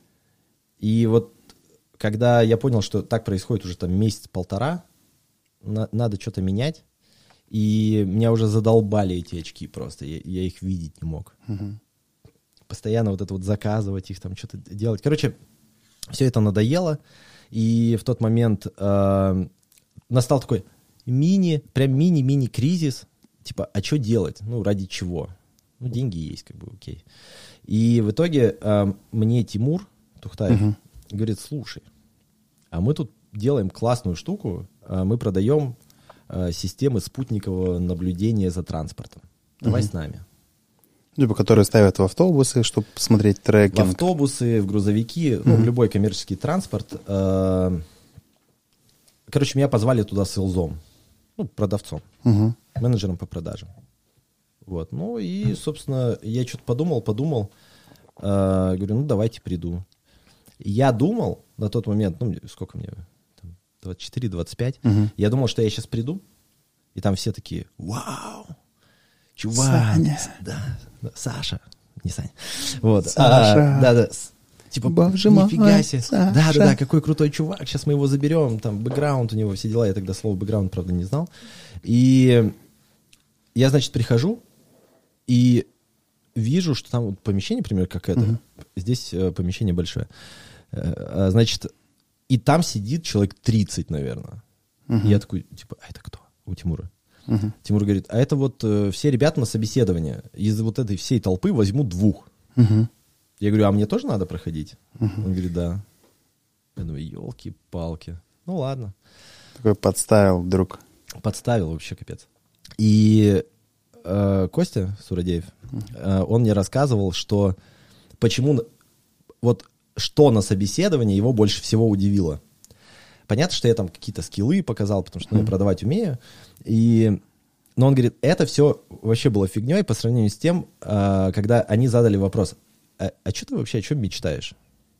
И вот когда я понял, что так происходит уже там месяц-полтора, на- надо что-то менять, и меня уже задолбали эти очки просто, я, я их видеть не мог. Мгм. Постоянно вот это вот заказывать их, там что-то делать. Короче, все это надоело, и в тот момент э, настал такой мини, прям мини-мини кризис, типа, а что делать? Ну, ради чего? Ну, деньги есть, как бы, окей. И в итоге э, мне Тимур Тухтаев Мгм. говорит, слушай, а мы тут делаем классную штуку, э, мы продаем э, системы спутникового наблюдения за транспортом. Давай Мгм. с нами. Типа, которые ставят в автобусы, чтобы посмотреть В трекинг. автобусы, в грузовики, ну, в Мгм. любой коммерческий транспорт. Э, Короче, меня позвали туда селзом, ну, продавцом, Мгм. менеджером по продажам. Вот. Ну и, собственно, я что-то подумал, подумал. э, говорю, ну, давайте приду. Я думал на тот момент, ну, сколько мне, там, двадцать четыре двадцать пять, Мгм. я думал, что я сейчас приду, и там все такие, вау, чувак, Саня. да, да, Саша, не Саня. Вот. Саша. А, да, да. с- Типа, Боже мой, нифига себе. Саша. Да, да, да, какой крутой чувак. Сейчас мы его заберем. Там бэкграунд у него, все дела. Я тогда слово бэкграунд, правда, не знал. И я, значит, прихожу и вижу, что там вот помещение, например, как это. Мгм. Здесь э, помещение большое. Э, а, значит, и там сидит человек тридцать, наверное. Мгм. И я такой, типа, а это кто? У Тимура. Мгм. Тимур говорит, а это вот э, все ребята на собеседование. Из вот этой всей толпы возьмут двух. Мгм. Я говорю, а мне тоже надо проходить? Мгм. Он говорит, да. Я думаю, елки-палки. Ну ладно. Такой подставил вдруг. Подставил вообще капец. И э, Костя Сурадеев, э, он мне рассказывал, что почему, на- вот что на собеседовании его больше всего удивило. Понятно, что я там какие-то скиллы показал, потому что ну, я продавать умею. И, но он говорит, это все вообще было фигней по сравнению с тем, э, когда они задали вопрос, а, а что ты вообще, о чем мечтаешь?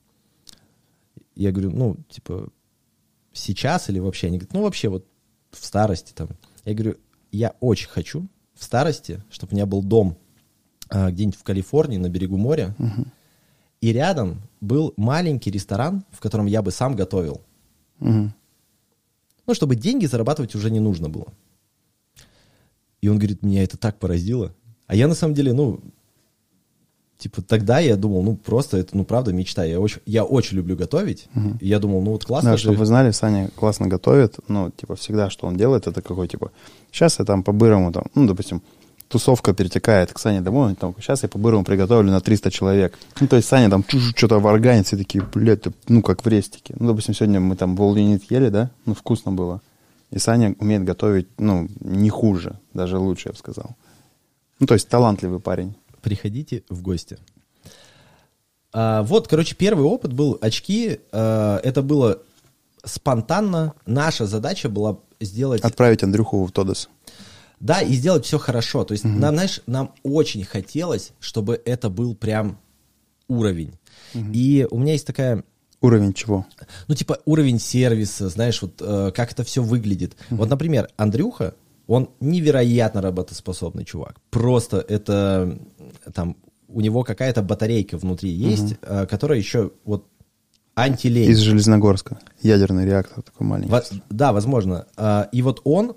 Я говорю, ну, типа, сейчас или вообще? Они говорят, ну, вообще вот в старости там. Я говорю, я очень хочу в старости, чтобы у меня был дом а, где-нибудь в Калифорнии на берегу моря, Мгм. и рядом был маленький ресторан, в котором я бы сам готовил. Мгм. Ну, чтобы деньги зарабатывать уже не нужно было. И он говорит, меня это так поразило. А я на самом деле, ну, типа тогда я думал, ну, просто это, ну, правда, мечта. Я очень, я очень люблю готовить. Мгм. И я думал, ну, вот классно Да, же. чтобы вы знали, Саня классно готовит. Ну, типа, всегда, что он делает, это какой, типа, сейчас я там по-бырому, там, ну, допустим, тусовка перетекает к Сане домой, там, сейчас я по-бырому приготовлю на триста человек. Ну, то есть Саня там что-то варганит, все такие, блядь, ты, ну, как в рестике. Ну, допустим, сегодня мы там волюнит ели, да, ну, вкусно было. И Саня умеет готовить, ну, не хуже, даже лучше, я бы сказал. Ну, то есть талантливый парень. Приходите в гости. А, вот, короче, первый опыт был очки. А, это было спонтанно. Наша задача была сделать... Отправить Андрюху в Тодес. Да, и сделать все хорошо. То есть, нам, знаешь, нам очень хотелось, чтобы это был прям уровень. Угу. И у меня есть такая... Уровень чего? Ну, типа уровень сервиса, знаешь, вот э, как это все выглядит. Uh-huh. Вот, например, Андрюха, он невероятно работоспособный чувак. Просто это там у него какая-то батарейка внутри есть, uh-huh. э, которая еще вот антилень. Из Железногорска. Ядерный реактор такой маленький. Во- да, возможно. Э, и вот он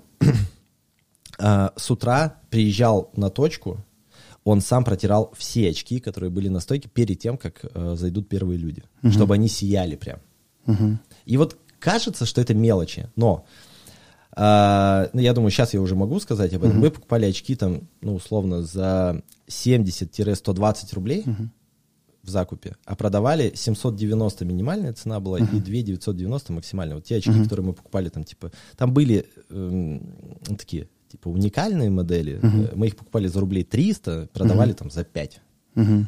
э, с утра приезжал на точку, он сам протирал все очки, которые были на стойке, перед тем, как э, зайдут первые люди, uh-huh. чтобы они сияли прям. Uh-huh. И вот кажется, что это мелочи, но э, ну, я думаю, сейчас я уже могу сказать об этом. Uh-huh. Мы покупали очки там, ну, условно, за семьдесят-сто двадцать рублей uh-huh. в закупе, а продавали семьсот девяносто минимальная цена была uh-huh. и две тысячи девятьсот девяносто максимальная. Вот те очки, uh-huh. которые мы покупали, там, типа, там были э, такие... типа уникальные модели, uh-huh. мы их покупали за рублей триста, продавали uh-huh. там за пять. Uh-huh.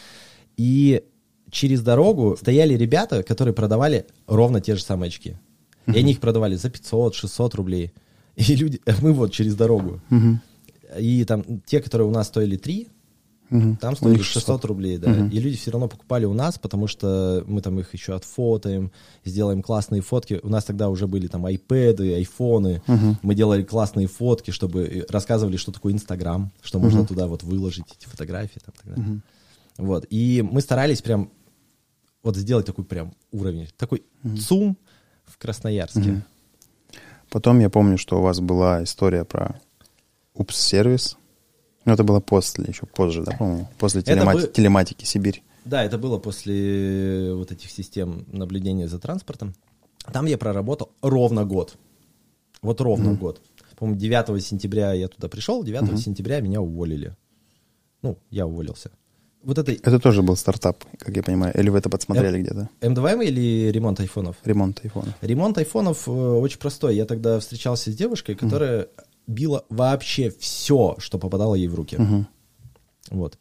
И через дорогу стояли ребята, которые продавали ровно те же самые очки. Uh-huh. И они их продавали за пятьсот-шестьсот рублей. И люди, мы вот через дорогу. Uh-huh. И там те, которые у нас стоили три, uh-huh. там стоили шестьсот рублей, да. Uh-huh. И люди все равно покупали у нас, потому что мы там их еще отфотаем, сделаем классные фотки. У нас тогда уже были там айпэды, айфоны. Uh-huh. Мы делали классные фотки, чтобы рассказывали, что такое Инстаграм, что uh-huh. можно туда вот выложить эти фотографии. Там, так далее. Uh-huh. Вот. И мы старались прям вот сделать такой прям уровень, такой uh-huh. ЦУМ в Красноярске. Uh-huh. Потом я помню, что у вас была история про упс-сервис. Ну, это было после, еще позже, да, по-моему? После телемати- бы... телематики Сибирь. Да, это было после вот этих систем наблюдения за транспортом. Там я проработал ровно год. Вот ровно mm-hmm. год. По-моему, девятого сентября я туда пришел, девятого mm-hmm. сентября меня уволили. Ну, я уволился. Вот это... это тоже был стартап, как я понимаю. Или вы это подсмотрели М- где-то? эм два эм или ремонт айфонов? Ремонт айфонов. Ремонт айфонов э, очень простой. Я тогда встречался с девушкой, которая... Mm-hmm. била вообще все, что попадало ей в руки. Uh-huh. Вот.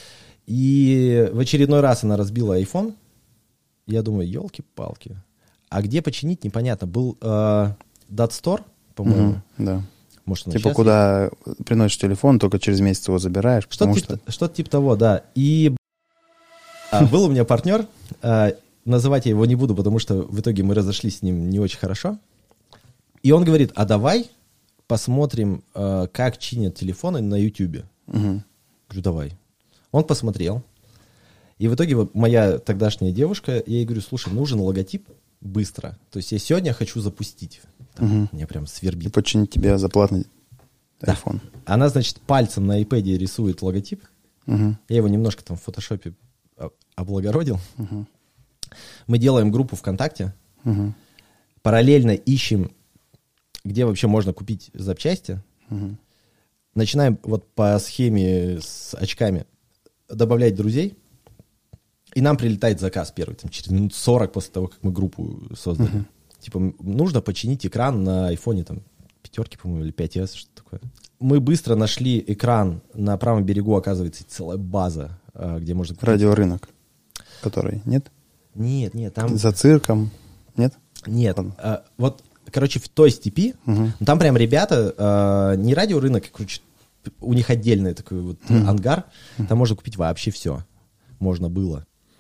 И в очередной раз она разбила iPhone. Я думаю, елки-палки. А где починить, непонятно. Был э, Датстор, по-моему. Uh-huh. Да. Может, типа куда есть? Приносишь телефон, только через месяц его забираешь. Что-то, что... типа, что-то типа того, да. И а, был у меня партнер. А, называть я его не буду, потому что в итоге мы разошлись с ним не очень хорошо. И он говорит, а давай посмотрим, э, как чинят телефоны на Ютубе. Угу. Говорю, давай. Он посмотрел. И в итоге вот моя тогдашняя девушка, я ей говорю, слушай, нужен логотип быстро. То есть я сегодня хочу запустить. Там, угу. Меня прям свербит. И починить тебе за платный iPhone. Да. Она, значит, пальцем на iPad рисует логотип. Угу. Я его немножко там в фотошопе облагородил. Угу. Мы делаем группу ВКонтакте. Угу. Параллельно ищем, где вообще можно купить запчасти. Угу. Начинаем вот по схеме с очками добавлять друзей. И нам прилетает заказ первый, там, через минут сорок после того, как мы группу создали. Uh-huh. Типа, нужно починить экран на айфоне, там, пятерки, по-моему, или пять эс, что такое. Мы быстро нашли экран на правом берегу, оказывается, целая база, где можно купить. Радиорынок, который, нет? Нет, нет, там... За цирком, нет? Нет, а, вот, короче, в той степи, uh-huh. там прям ребята, а, не радиорынок, короче, у них отдельный такой вот uh-huh. ангар, uh-huh. там можно купить вообще все, можно было.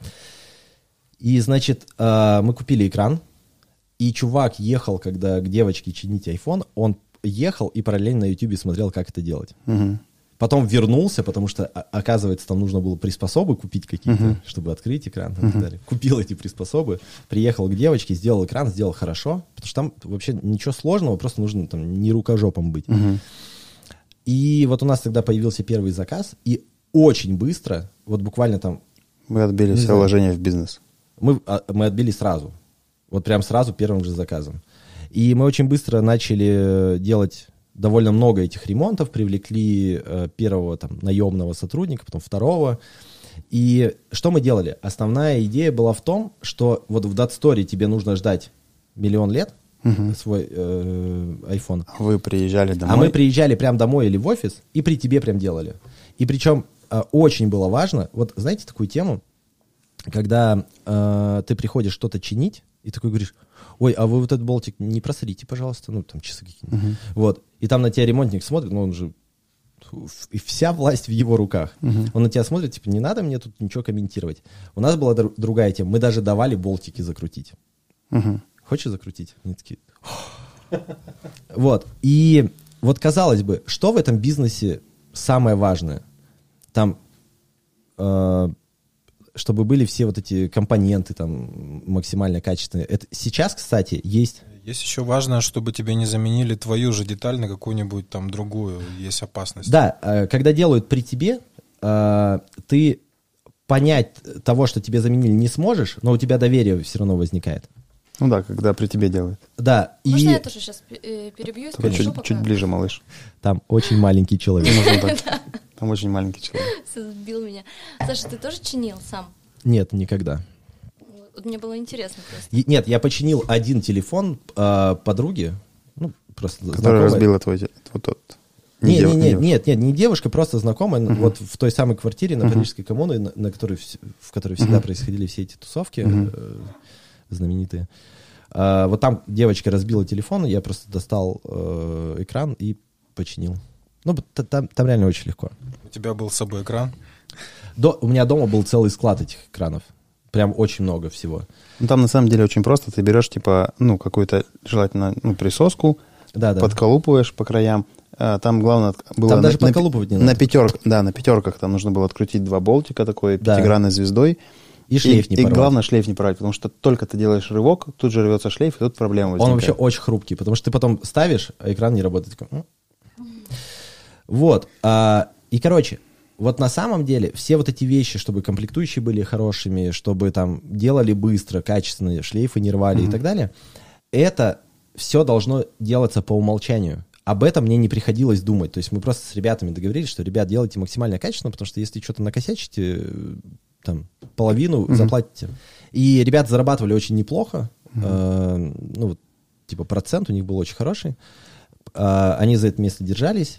И, значит, а, мы купили экран, и чувак ехал, когда к девочке чинить iPhone, он ехал и параллельно на YouTube смотрел, как это делать. Uh-huh. Потом вернулся, потому что, оказывается, там нужно было приспособы купить какие-то, uh-huh. чтобы открыть экран и uh-huh. так далее. Купил эти приспособы, приехал к девочке, сделал экран, сделал хорошо, потому что там вообще ничего сложного, просто нужно там не рукожопом быть. Uh-huh. И вот у нас тогда появился первый заказ, и очень быстро, вот буквально там... Вы отбили все знаю, вложения в бизнес. Мы, мы отбили сразу. Вот прям сразу первым же заказом. И мы очень быстро начали делать довольно много этих ремонтов, привлекли э, первого там наемного сотрудника, потом второго. И что мы делали? Основная идея была в том, что вот в Датсторе тебе нужно ждать миллион лет, угу. свой э, iPhone. А вы приезжали домой? А мы приезжали прям домой или в офис, и при тебе прям делали. И причем э, очень было важно, вот знаете такую тему, когда э, ты приходишь что-то чинить, и такой говоришь, ой, а вы вот этот болтик не просрите, пожалуйста, ну, там часы какие-нибудь. Uh-huh. Вот. И там на тебя ремонтник смотрит, ну, он же и вся власть в его руках. Мгм. Он на тебя смотрит, типа, не надо мне тут ничего комментировать. У нас была дру- другая тема. Мы даже давали болтики закрутить. Мгм. Хочешь закрутить? Они такие... Вот. И вот, казалось бы, что в этом бизнесе самое важное? Там, э, чтобы были все вот эти компоненты там максимально качественные. Это сейчас, кстати, есть... Есть еще важно, чтобы тебе не заменили твою же деталь на какую-нибудь там другую. Есть опасность. Да, э, когда делают при тебе, э, ты понять того, что тебе заменили, не сможешь, но у тебя доверие все равно возникает. Ну да, когда при тебе делают. Да, Можно и я тоже сейчас э, перебью и Только скажу, чуть, пока чуть ближе, малыш. там очень маленький человек. Можно так. Там очень маленький человек. сбил меня. Саша, ты тоже чинил сам? Нет, никогда. Вот мне было интересно просто. И- Нет, я починил один телефон э, подруги, ну, просто Который знакомой. разбила твой... те- Вот тот. Не, дев- не, не, девушка. нет, нет, не девушка, просто знакомая, Мгм. вот в той самой квартире на Мгм. Парижской коммуне, на, на которой, вс- в которой всегда Мгм. происходили все эти тусовки Мгм. э, знаменитые. А, вот там девочка разбила телефон, я просто достал э, экран и починил. Ну, т- там, там реально очень легко. У тебя был с собой экран. До, у меня дома был целый склад этих экранов. Прям очень много всего. Ну, там на самом деле очень просто. Ты берешь, типа, ну, какую-то, желательно, ну, присоску, Да, да. подколупываешь по краям. А, там главное от- было... Там на- даже на, подколупывать не на надо. пятерках, да, на пятерках там нужно было открутить два болтика такой, Да. пятигранной звездой. И шлейф не и порвать. главное шлейф не порвать, потому что только ты делаешь рывок, тут же рвется шлейф, и тут проблема Он возникает. вообще очень хрупкий, потому что ты потом ставишь, а экран не работает. Такой, «М». Вот. а, и, короче, вот на самом деле все вот эти вещи, чтобы комплектующие были хорошими, чтобы там делали быстро, качественно, шлейфы не рвали и так далее, это все должно делаться по умолчанию. Об этом мне не приходилось думать. То есть мы просто с ребятами договорились, что, ребят, делайте максимально качественно, потому что если что-то накосячите, э, там, половину Мгм. заплатите. И ребята зарабатывали очень неплохо. Э, ну, вот, типа процент у них был очень хороший. Э, они за это место держались.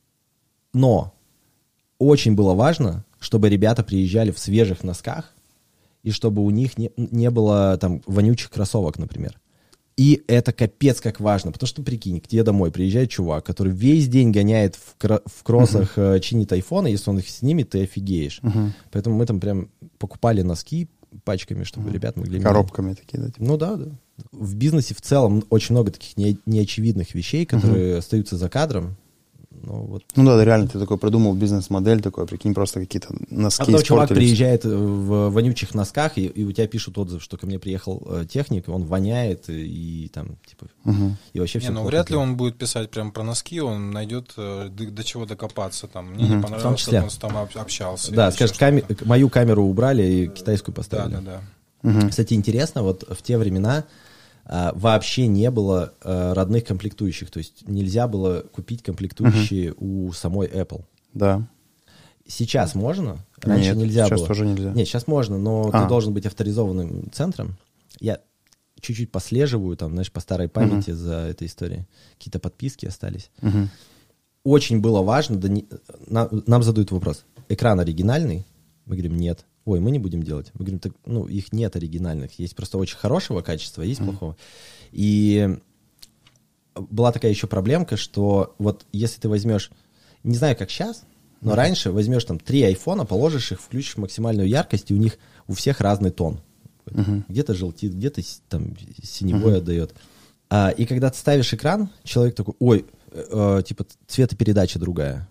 Но очень было важно, чтобы ребята приезжали в свежих носках, и чтобы у них не, не было там вонючих кроссовок, например. И это капец как важно, потому что, прикинь, к тебе домой приезжает чувак, который весь день гоняет в, кро- в кроссах, э, чинит айфоны, если он их снимет, ты офигеешь. Мгм. Поэтому мы там прям покупали носки пачками, чтобы ребят могли... менять. Коробками такие, да, типа. Ну да, да. В бизнесе в целом очень много таких не- неочевидных вещей, которые остаются за кадром. Ну, вот. Ну да, да, реально, ты такой придумал бизнес-модель, такой, прикинь, просто какие-то носки А потом чувак испортились. приезжает в вонючих носках, и, и у тебя пишут отзыв, что ко мне приехал э, техник, он воняет, и, и там, типа, Мгм. и вообще Не, все ну плохо вряд ли делает. он будет писать прям про носки, он найдет э, до, до чего докопаться. Там. Мне Мгм. не В том понравилось, числе. как он там об- общался. Да, или скажешь, еще что-то. каме- мою камеру убрали и китайскую Да, поставили. да, да. Мгм. Кстати, интересно, вот в те времена а, вообще не было а, родных комплектующих, то есть нельзя было купить комплектующие у самой Apple. Да. Сейчас можно, раньше Нет, нельзя сейчас было. тоже нельзя. Нет, сейчас можно, но А. ты должен быть авторизованным центром. Я чуть-чуть послеживаю, там, знаешь, по старой памяти за этой историей. Какие-то подписки остались. Мгм. Очень было важно, да не- на- нам задают вопрос, экран оригинальный? Мы говорим, нет. Ой, мы не будем делать. Мы говорим, так, ну, их нет оригинальных. Есть просто очень хорошего качества, а есть плохого. И была такая еще проблемка, что вот если ты возьмешь, не знаю, как сейчас, но раньше возьмешь там три айфона, положишь их, включишь максимальную яркость, и у них у всех разный тон. Мгм. Где-то желтит, где-то с- там синевой отдает. А, и когда ты ставишь экран, человек такой, ой, э, э, типа цветопередача другая.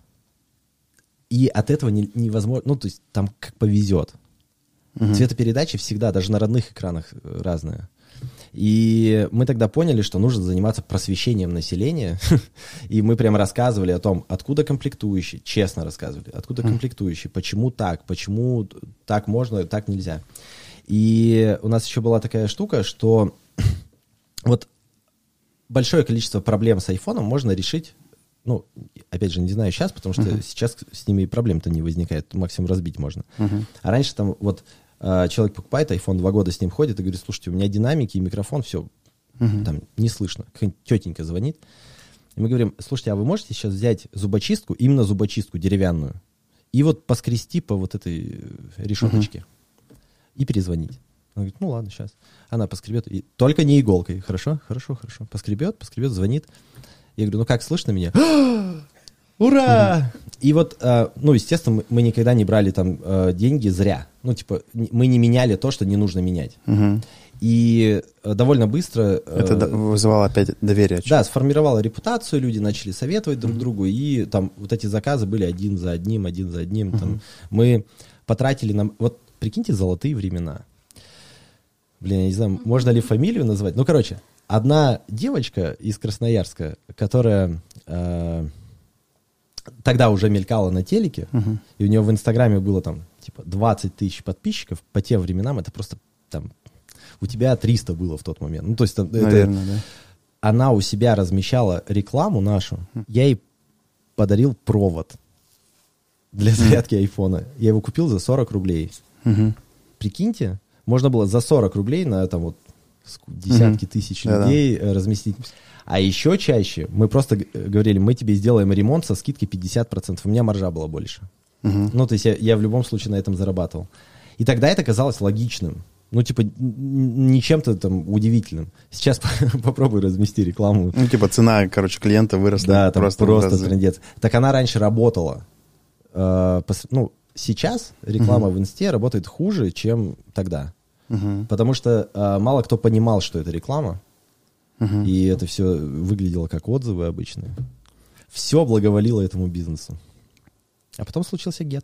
И от этого не- невозможно, ну, то есть там как повезет. Мгм. Цветопередача всегда, даже на родных экранах э, разная. И мы тогда поняли, что нужно заниматься просвещением населения. И мы прям рассказывали о том, откуда комплектующие, честно рассказывали, откуда комплектующие, почему так, почему так можно, так нельзя. И у нас еще была такая штука, что вот большое количество проблем с айфоном можно решить, ну, опять же, не знаю сейчас, потому что сейчас с ними и проблем-то не возникает, максимум разбить можно. Мгм. А раньше там вот э, человек покупает iPhone, два года с ним ходит и говорит, слушайте, у меня динамики и микрофон, все, Мгм. там не слышно. Какая-нибудь тетенька звонит, и мы говорим, слушайте, а вы можете сейчас взять зубочистку, именно зубочистку деревянную, и вот поскрести по вот этой э, решеточке и перезвонить. Она говорит, ну ладно, сейчас. Она поскребет, и только не иголкой. Хорошо, хорошо, хорошо. Поскребет, поскребет, звонит. Я говорю, ну как, слышно меня? Ура! И вот, э, ну, естественно, мы, мы никогда не брали там э, деньги зря. Ну, типа, н- мы не меняли то, что не нужно менять. Мгм. И э, довольно быстро... э, Это до- вызывало опять доверие. да, сформировала репутацию, люди начали советовать друг другу, и там вот эти заказы были один за одним, один за одним. Там, мы потратили на... Вот прикиньте, золотые времена. Блин, я не знаю, можно ли фамилию назвать. Ну, короче, одна девочка из Красноярска, которая э, тогда уже мелькала на телеке, Мгм. и у нее в Инстаграме было там типа двадцать тысяч подписчиков, по тем временам это просто там... У тебя триста было в тот момент. Ну, то есть там, это- Наверное, да. она у себя размещала рекламу нашу, я ей подарил провод для зарядки айфона. Я его купил за сорок рублей. Мгм. Прикиньте, можно было за сорок рублей на там вот ск- десятки Мгм. тысяч Да-да. людей э, разместить. А еще чаще мы просто г- говорили, мы тебе сделаем ремонт со скидкой пятьдесят процентов. У меня маржа была больше. Мгм. Ну, то есть я, я в любом случае на этом зарабатывал. И тогда это казалось логичным. Ну, типа, н- н- не чем-то там удивительным. Сейчас попробуй размести рекламу. Ну, типа цена, короче, клиента выросла. Да, там просто, в разы. трындец. Так она раньше работала. Э, пос- ну, сейчас реклама в инсте работает хуже, чем тогда. Мгм. Потому что э, мало кто понимал, что это реклама. Мгм. И это все выглядело как отзывы обычные. Все благоволило этому бизнесу. А потом случился гет.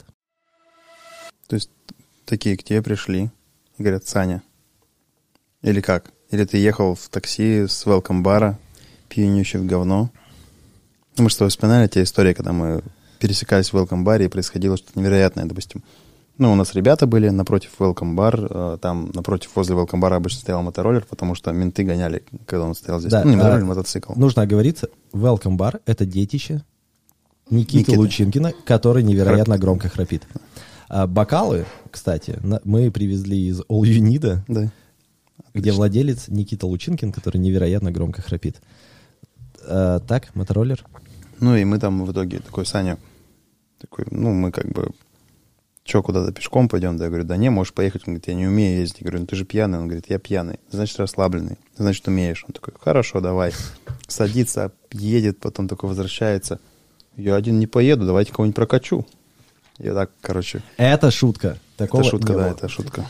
То есть такие к тебе пришли и говорят: Саня, или как? Или ты ехал в такси с велком-бара, пьянющий в говно? Ну, мы что, вспоминали те истории, когда мы пересекались в велком-баре, и происходило что-то невероятное, допустим. Ну, у нас ребята были напротив велком-бар, э, там напротив, возле велком-бара обычно стоял мотороллер, потому что менты гоняли, когда он стоял здесь. Да, Ну, не мотороллер, а, мотоцикл. Нужно оговориться, Welcome Bar — это детище Никиты Никиты. Лучинкина, который невероятно громко храпит. А бокалы, кстати, на- мы привезли из All You Need, Да. где владелец Никита Лучинкин, который невероятно громко храпит. А, так, мотороллер. Ну, и мы там в итоге такой, Саня, такой, ну, мы как бы, что, куда-то пешком пойдем? Да, я говорю, да не, можешь поехать. Он говорит, я не умею ездить. Я говорю, ну ты же пьяный. Он говорит, я пьяный. Значит, расслабленный. Значит, умеешь. Он такой, хорошо, давай. Садится, едет, потом такой возвращается. Я один не поеду, давайте кого-нибудь прокачу. И так, короче, Это шутка. Такого это шутка, не да, было. это шутка.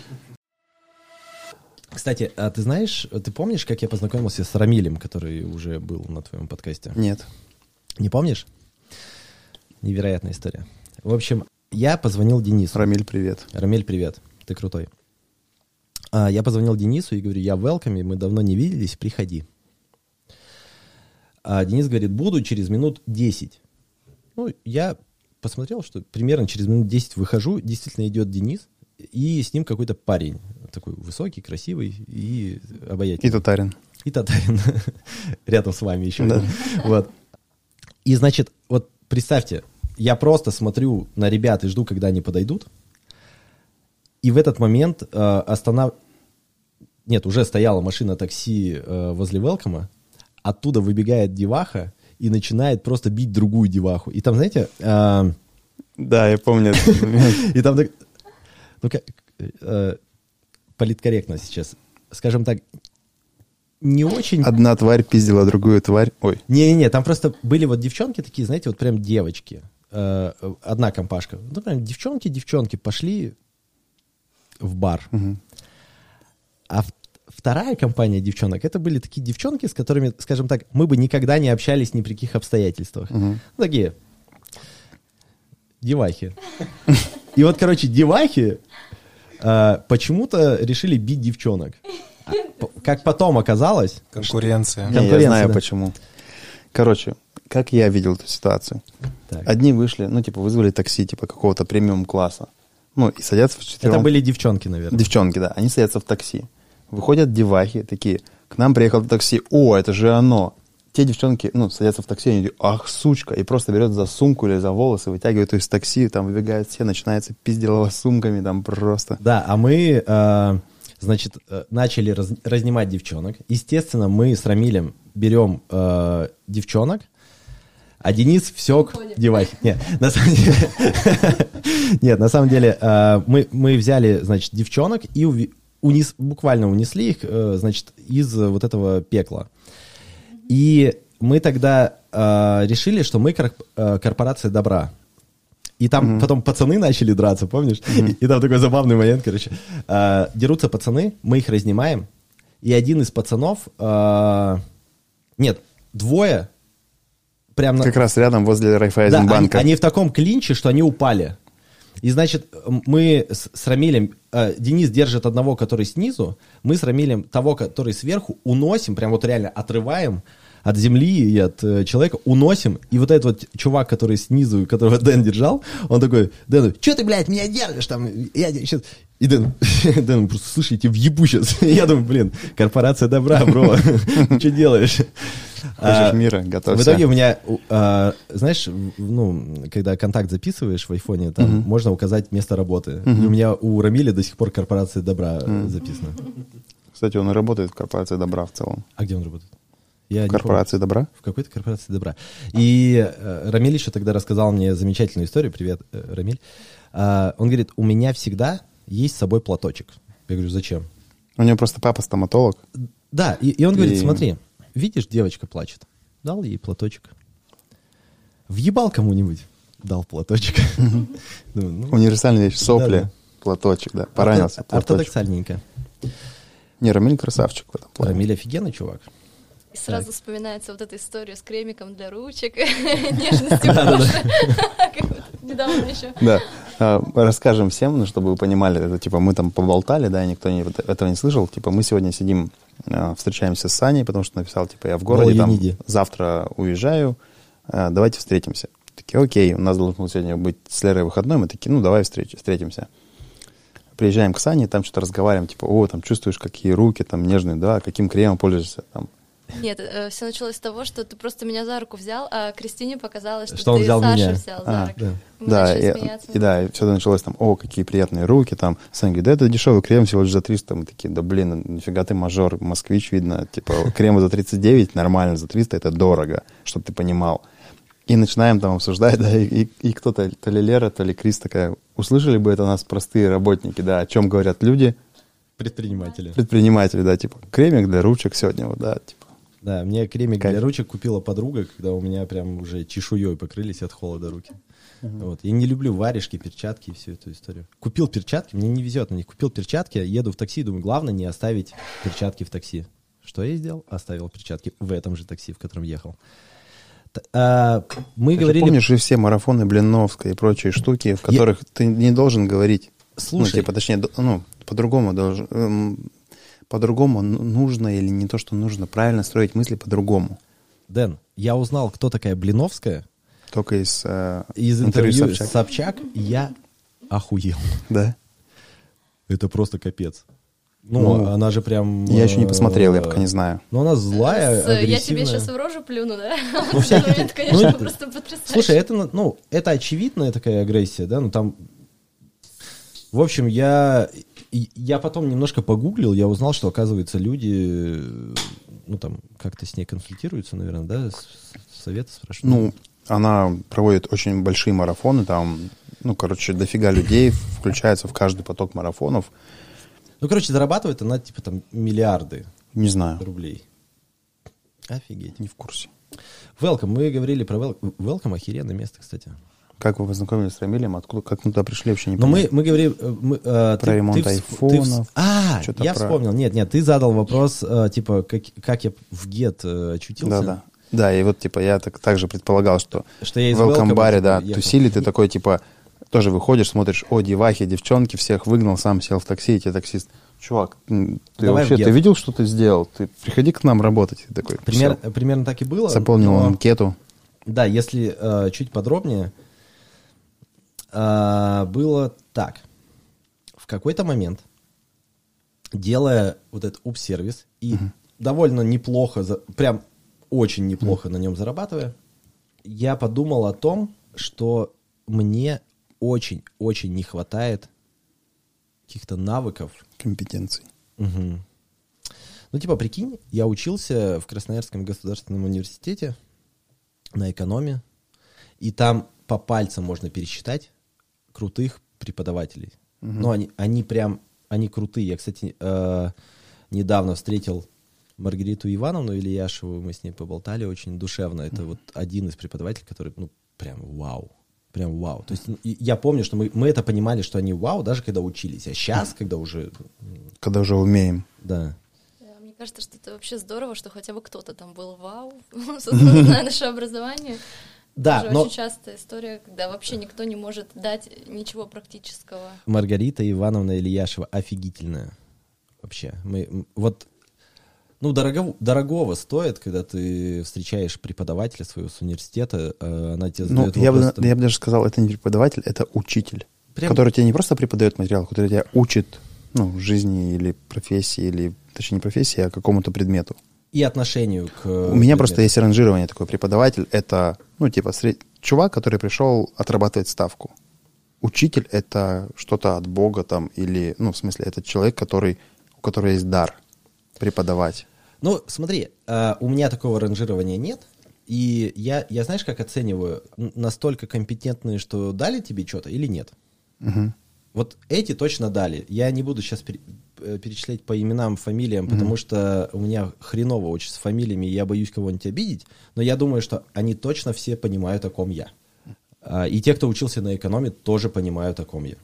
Кстати, а ты знаешь, ты помнишь, как я познакомился с Рамилем, который уже был на твоем подкасте? Нет. Не помнишь? Невероятная история. В общем, я позвонил Денису. Рамиль, привет. Рамиль, привет. Ты крутой. А, я позвонил Денису и говорю, я в welcome, мы давно не виделись, приходи. А Денис говорит, буду через минут десять. Ну, я посмотрел, что примерно через минут десять выхожу, действительно идет Денис, и с ним какой-то парень, такой высокий, красивый и обаятельный. И татарин. И татарин рядом с вами еще. Да. Вот. И, значит, вот представьте, я просто смотрю на ребят и жду, когда они подойдут, и в этот момент э, останов... Нет, уже стояла машина такси э, возле Велкома, оттуда выбегает деваха и начинает просто бить другую деваху. И там, знаете... э, Да, я помню этот момент. и там... так- Ну, как... э, политкорректно сейчас. Скажем так, не очень... Одна тварь пиздила другую тварь. Ой. Не-не-не, там просто были вот девчонки такие, знаете, вот прям девочки. Э, одна компашка. Ну, прям девчонки-девчонки пошли в бар. Мгм. А в- вторая компания девчонок, это были такие девчонки, с которыми, скажем так, мы бы никогда не общались ни при каких обстоятельствах. Мгм. Ну, такие девахи. И вот, короче, девахи э, почему-то решили бить девчонок. А п- Как потом оказалось, Конкуренция. Не, я Конкуренция, знаю да. почему. Короче, как я видел эту ситуацию. так, Одни вышли, ну, типа, вызвали такси, типа, какого-то премиум-класса. Ну, и садятся в четвером. это были девчонки, наверное. Девчонки, да. Они садятся в такси. Выходят девахи такие, к нам приехал такси, о, это же оно. Те девчонки, ну, садятся в такси, они говорят, ах, сучка, и просто берет за сумку или за волосы, вытягивает ее из такси, там выбегают все, начинается пизделово с сумками, там просто. Да, а мы, э, значит, э, начали раз- разнимать девчонок. Естественно, мы с Рамилем берем э, девчонок, а Денис всек девахи. Нет, на самом деле, нет, на самом деле э, мы, мы взяли, значит, девчонок и уви- унес, буквально унесли их, э, значит, из вот этого пекла. И мы тогда э, решили, что мы кор- э, корпорация добра. И там mm-hmm. потом пацаны начали драться, помнишь? Mm-hmm. И, и там такой забавный момент, короче. Э, дерутся пацаны, мы их разнимаем, и один из пацанов... Э, нет, двое... Прям как на... раз рядом возле Райфайзенбанка. Да, они, они в таком клинче, что они упали. И, значит, мы с, с Рамилем... Э, Денис держит одного, который снизу, мы с Рамилем того, который сверху, уносим, прям вот реально отрываем от земли и от э, человека, уносим, и вот этот вот чувак, который снизу, которого Дэн держал, он такой: Дэн, что ты, блядь, меня держишь там? Я сейчас... И Дэн, Дэн, просто, слушай, я тебе въебу сейчас. Я думаю, блин, корпорация добра, бро, что делаешь? Хочешь мира, готовься. В итоге у меня, а, знаешь, ну, когда контакт записываешь в айфоне, там uh-huh. можно указать место работы. Uh-huh. И у меня у Рамиля до сих пор корпорация добра uh-huh. записана. Кстати, он и работает в корпорации добра в целом. А где он работает? Я в корпорации добра? В какой-то корпорации добра. И э, Рамиль еще тогда рассказал мне замечательную историю. Привет, э, Рамиль. А, он говорит, у меня всегда есть с собой платочек. Я говорю, зачем? У него просто папа стоматолог. Да, и, и он говорит, и... смотри, видишь, девочка плачет. Дал ей платочек. Въебал кому-нибудь, дал платочек. Универсальная вещь, сопли, платочек, да, поранился. Ортодоксальненько. Не, Рамиль красавчик в этом плане. Рамиль офигенный чувак. И сразу так. Вспоминается вот эта история с кремиком для ручек, нежностью кожи. Недавно еще. Да. Расскажем всем, ну, чтобы вы понимали, это типа мы там поболтали, да, никто не, этого не слышал. Типа мы сегодня сидим, встречаемся с Саней, потому что написал, типа, я в городе, там завтра уезжаю, давайте встретимся. Такие, окей, у нас должен был сегодня быть с Лерой выходной, мы такие, ну, давай встреч, встретимся. Приезжаем к Сане, там что-то разговариваем, типа, о, там чувствуешь, какие руки там нежные, да, каким кремом пользуешься, там. Нет, э, все началось с того, что ты просто меня за руку взял, а Кристине показалось, что, что ты взял Сашу меня. взял а, за руку. Да, Мы да, и, и да, и все началось там, о, какие приятные руки, там. Саня говорит, да это дешевый крем, всего лишь за триста. Мы такие, да блин, нифига ты мажор, москвич, видно, типа, крема за тридцать девять, нормально, за триста это дорого, чтобы ты понимал. И начинаем там обсуждать, да, и, и, и кто-то, то ли Лера, то ли Крис такая, услышали бы это нас простые работники, да, о чем говорят люди. Предприниматели. Предприниматели, да, типа, кремик для ручек сегодня, вот, да, типа. Да, мне кремик Кайф. Для ручек купила подруга, когда у меня прям уже чешуей покрылись от холода руки. Uh-huh. Вот. Я не люблю варежки, перчатки и всю эту историю. Купил перчатки, мне не везет на них. Купил перчатки, еду в такси, думаю, главное не оставить перчатки в такси. Что я сделал? Оставил перчатки в этом же такси, в котором ехал. А, мы Ты говорили... помнишь же все марафоны Блиновской и прочие штуки, в которых я... ты не должен говорить. Слушай. Ну, типа, точнее, ну, по-другому должен... Эм, по-другому нужно или не то, что нужно, правильно строить мысли по-другому. Дэн, я узнал, кто такая Блиновская. Только из, э, из интервью, интервью Собчак. Собчак. Я охуел. Да? Это просто капец. Ну, ну, она же прям... Я еще не посмотрел, я пока не знаю. Ну, она злая, С, агрессивная. Я тебе сейчас в рожу плюну, да? Ну, всякие... момент, конечно, ну, просто потрясающе. Слушай, это, ну, это очевидная такая агрессия, да? Ну, там... В общем, я... Я потом немножко погуглил, я узнал, что, оказывается, люди, ну, там, как-то с ней консультируются, наверное, да? Советы спрашивают. Ну, она проводит очень большие марафоны, там, ну, короче, дофига людей включается в каждый поток марафонов. Ну, короче, зарабатывает она, типа, там, миллиарды не знаю. Рублей. Офигеть. Не в курсе. Welcome. Мы говорили про Welcome. Welcome — охеренное место, кстати. Как вы познакомились с Рамилем? Откуда, как мы туда пришли, вообще не Но понимаю. мы, мы говорим... Мы, э, про ты, ремонт ты, айфонов. Ты, а, я про... вспомнил. Нет, нет, ты задал вопрос, э, типа, как, как я в Get э, очутился. Да, да. Да, и вот, типа, я так, так же предполагал, что, что я из в Welcome баре, типа, да, ехал. Тусили, ты такой, типа, тоже выходишь, смотришь, о, девахи, девчонки, всех выгнал, сам сел в такси, и тебе таксист, чувак, ты Давай вообще, ты видел, что ты сделал? Ты приходи к нам работать. И такой, Пример, примерно так и было. Заполнил но... анкету. Да, если э, чуть подробнее, э, было так. В какой-то момент, делая вот этот уп-сервис, и угу. довольно неплохо, за, прям очень неплохо угу. на нем зарабатывая, я подумал о том, что мне очень-очень не хватает каких-то навыков. Компетенций. Угу. Ну, типа, прикинь, я учился в Красноярском государственном университете на экономе, и там по пальцам можно пересчитать крутых преподавателей. Угу. Ну, они, они прям, они крутые. Я, кстати, э, недавно встретил Маргариту Ивановну Ильяшеву, мы с ней поболтали очень душевно. Это вот один из преподавателей, который, ну, прям вау. Прям вау. То есть я помню, что мы, мы это понимали, что они вау, даже когда учились. А сейчас, когда уже... Когда уже умеем. Да. Мне кажется, что это вообще здорово, что хотя бы кто-то там был вау, зная наше образование. Да, это но... очень частая история, когда вообще никто не может дать ничего практического. Маргарита Ивановна Ильяшева офигительная. Вообще. Мы, вот, ну, дорого, дорогого стоит, когда ты встречаешь преподавателя своего с университета, она тебе задает ну, я вопрос... бы, Там... я бы даже сказал, это не преподаватель, это учитель, Прям... который тебе не просто преподает материал, который тебя учит, ну, жизни или профессии, или, точнее, не профессии, а какому-то предмету. И отношению к... У меня предмету. просто есть ранжирование такое. Преподаватель — это, ну, типа, сред... чувак, который пришел отрабатывать ставку. Учитель — это что-то от Бога там, или, ну, в смысле, это человек, который, у которого есть дар преподавать. Ну, смотри, uh, у меня такого ранжирования нет, и я, я знаешь, как оцениваю, настолько компетентные, что дали тебе что-то или нет? Угу. Вот эти точно дали. Я не буду сейчас перечислять по именам, фамилиям, mm-hmm. потому что у меня хреново очень с фамилиями, и я боюсь кого-нибудь обидеть, но я думаю, что они точно все понимают, о ком я. И те, кто учился на экономе, тоже понимают, о ком я.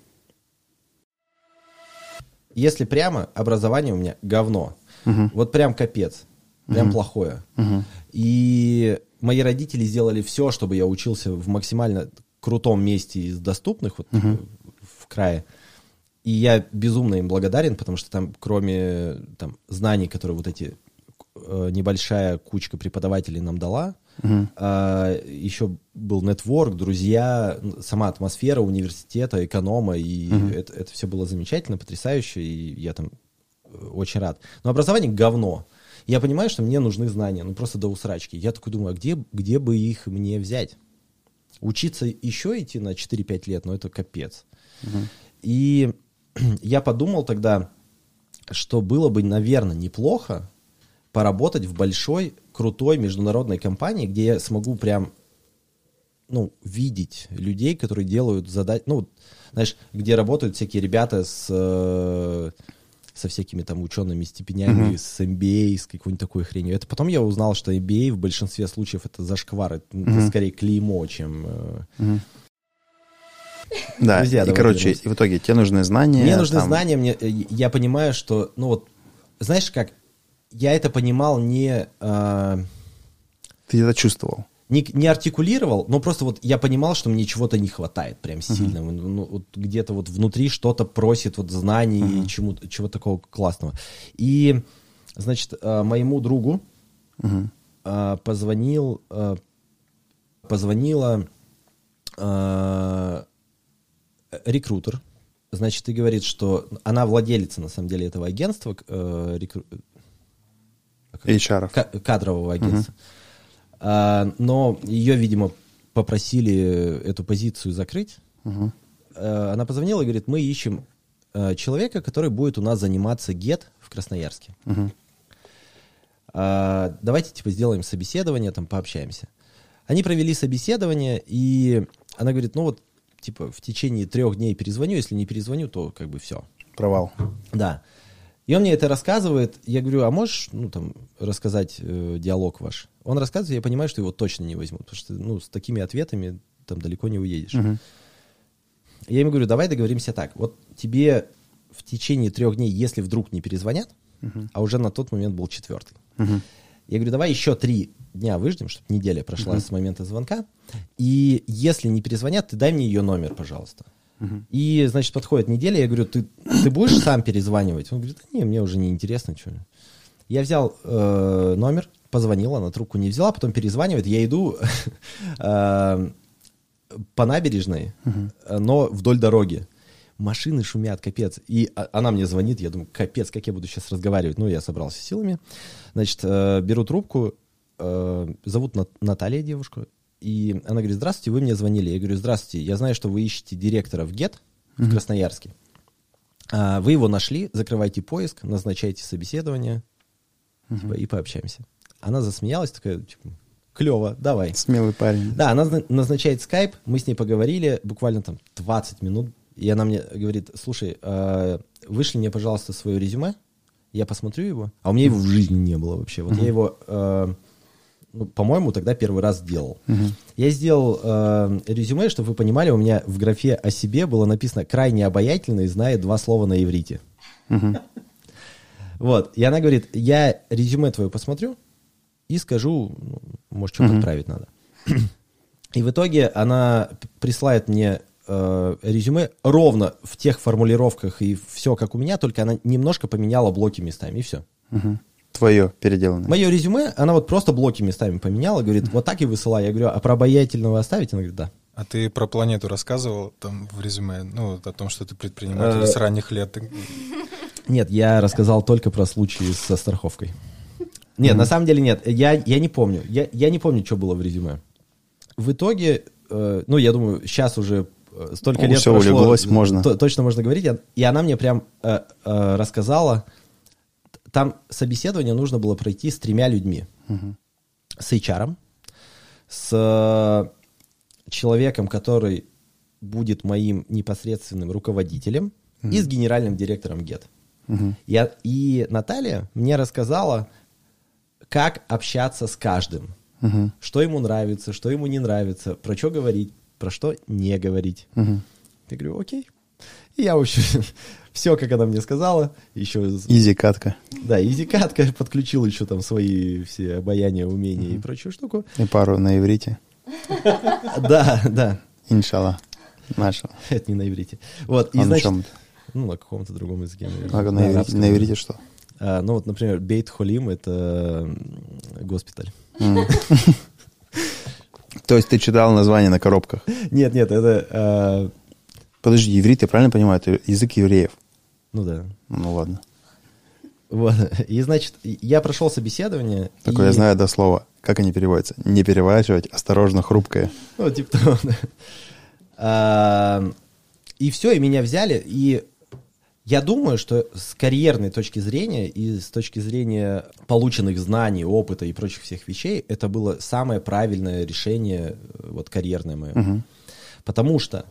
Если прямо, образование у меня говно. Mm-hmm. Вот прям капец. Прям mm-hmm. плохое. Mm-hmm. И мои родители сделали все, чтобы я учился в максимально крутом месте из доступных, вот mm-hmm. в крае. И я безумно им благодарен, потому что там, кроме там, знаний, которые вот эти э, небольшая кучка преподавателей нам дала, uh-huh. э, еще был нетворк, друзья, сама атмосфера университета, эконома, и uh-huh. это, это все было замечательно, потрясающе, и я там очень рад. Но образование говно. Я понимаю, что мне нужны знания, ну просто до усрачки. Я такой думаю, а где, где бы их мне взять? Учиться еще идти на четыре-пять лет, ну это капец. Uh-huh. И я подумал тогда, что было бы, наверное, неплохо поработать в большой, крутой международной компании, где я смогу прям, ну, видеть людей, которые делают задачи, ну, знаешь, где работают всякие ребята с, со всякими там учеными степенями, mm-hmm. с эм би эй, с какой-нибудь такой хренью. Это потом я узнал, что эм би эй в большинстве случаев это зашквар, это mm-hmm. скорее клеймо, чем... Mm-hmm. Да, Друзья, и, короче, вернусь. и в итоге тебе нужны знания. Мне нужны там... знания, мне, я понимаю, что, ну вот, знаешь как, я это понимал не... Э, Ты это чувствовал? Не, не артикулировал, но просто вот я понимал, что мне чего-то не хватает прям сильно. Uh-huh. Ну, вот где-то вот внутри что-то просит вот знаний uh-huh. и чему, чего такого классного. И, значит, э, моему другу uh-huh. э, позвонил, э, позвонила... Э, рекрутер, значит, и говорит, что она владелица, на самом деле, этого агентства, э, рекру... эйч ар. К- кадрового агентства. Uh-huh. А, но ее, видимо, попросили эту позицию закрыть. Uh-huh. А, она позвонила и говорит, мы ищем а, человека, который будет у нас заниматься гет в Красноярске. Uh-huh. А, давайте, типа, сделаем собеседование, там, пообщаемся. Они провели собеседование, и она говорит, ну вот, типа, в течение трех дней перезвоню, если не перезвоню, то как бы все. Провал. Да. И он мне это рассказывает, я говорю, а можешь, ну, там, рассказать э, диалог ваш? Он рассказывает, я понимаю, что его точно не возьмут, потому что, ну, с такими ответами там далеко не уедешь. Uh-huh. Я ему говорю, давай договоримся так, вот тебе в течение трех дней, если вдруг не перезвонят, uh-huh. а уже на тот момент был четвертый, uh-huh. я говорю, давай еще три дня выждем, чтобы неделя прошла uh-huh. с момента звонка. И если не перезвонят, ты дай мне ее номер, пожалуйста. Uh-huh. И, значит, подходит неделя, я говорю, ты, ты будешь сам перезванивать? Он говорит, да не, мне уже не интересно. Что. Я взял э, номер, позвонил, она трубку не взяла, потом перезванивает. Я иду э, по набережной, uh-huh. но вдоль дороги. Машины шумят, капец. И она мне звонит, я думаю, капец, как я буду сейчас разговаривать. Ну, я собрался силами. Значит, э, беру трубку, э, зовут Наталья девушку, и она говорит, здравствуйте, вы мне звонили. Я говорю, здравствуйте, я знаю, что вы ищете директора в гет mm-hmm. в Красноярске. А, вы его нашли, закрывайте поиск, назначайте собеседование mm-hmm. типа, и пообщаемся. Она засмеялась, такая, типа, клево, давай. Смелый парень. Да, она назначает скайп, мы с ней поговорили буквально там двадцать минут. И она мне говорит, слушай, э, вышли мне, пожалуйста, свое резюме. я посмотрю его, а у меня его в жизни не было вообще. Вот uh-huh. я его, э, ну, по-моему, тогда первый раз сделал. Uh-huh. Я сделал э, резюме, чтобы вы понимали, у меня в графе о себе было написано «крайне обаятельный, знает два слова на иврите». Uh-huh. Вот, и она говорит, я резюме твое посмотрю и скажу, ну, может, что-то uh-huh. отправить надо. И в итоге она присылает мне э, резюме ровно в тех формулировках и все как у меня, только она немножко поменяла блоки местами, и все. Угу. Твое переделанное. Мое резюме, она вот просто блоки местами поменяла, говорит, вот так и высылай. Я говорю, а про обаятельного оставить? Она говорит, да. А ты про планету рассказывал там в резюме? Ну, о том, что ты предприниматель с ранних лет. Нет, я рассказал только про случаи со страховкой. Нет, на самом деле нет, я, я не помню. Я, я не помню, что было в резюме. В итоге, э, ну, я думаю, сейчас уже столько ну, лет все прошло, улеглось, можно. То, точно можно говорить. И она мне прям э, э, рассказала, там собеседование нужно было пройти с тремя людьми. Угу. С эйч ар, с э, человеком, который будет моим непосредственным руководителем, угу. и с генеральным директором Get. Угу. Я, и Наталья мне рассказала, как общаться с каждым. Uh-huh. Что ему нравится, что ему не нравится, про что говорить, про что не говорить. Uh-huh. Я говорю, окей. И я вообще все, как она мне сказала, еще... Изи-катка. Да, изи-катка, подключил еще там свои все обаяния, умения uh-huh. и прочую штуку. И пару на иврите. Да, да. Иншаллах. Нашел. Это не на иврите. Вот, и значит... Ну, на каком-то другом языке, наверное. На иврите что? А, ну вот, например, Бейт Холим — это госпиталь. Mm. То есть ты читал название на коробках? Нет, нет, это... А... Подожди, иврит, я правильно понимаю, это язык евреев? Ну да. Ну ладно. Вот. И, значит, я прошел собеседование. Такое и... я знаю до слова. Как они переводятся? Не переворачивать, осторожно, хрупкое. Ну, типа того, да. А... И все, и меня взяли, и... Я думаю, что с карьерной точки зрения и с точки зрения полученных знаний, опыта и прочих всех вещей, это было самое правильное решение, вот карьерное мое. Угу. Потому что...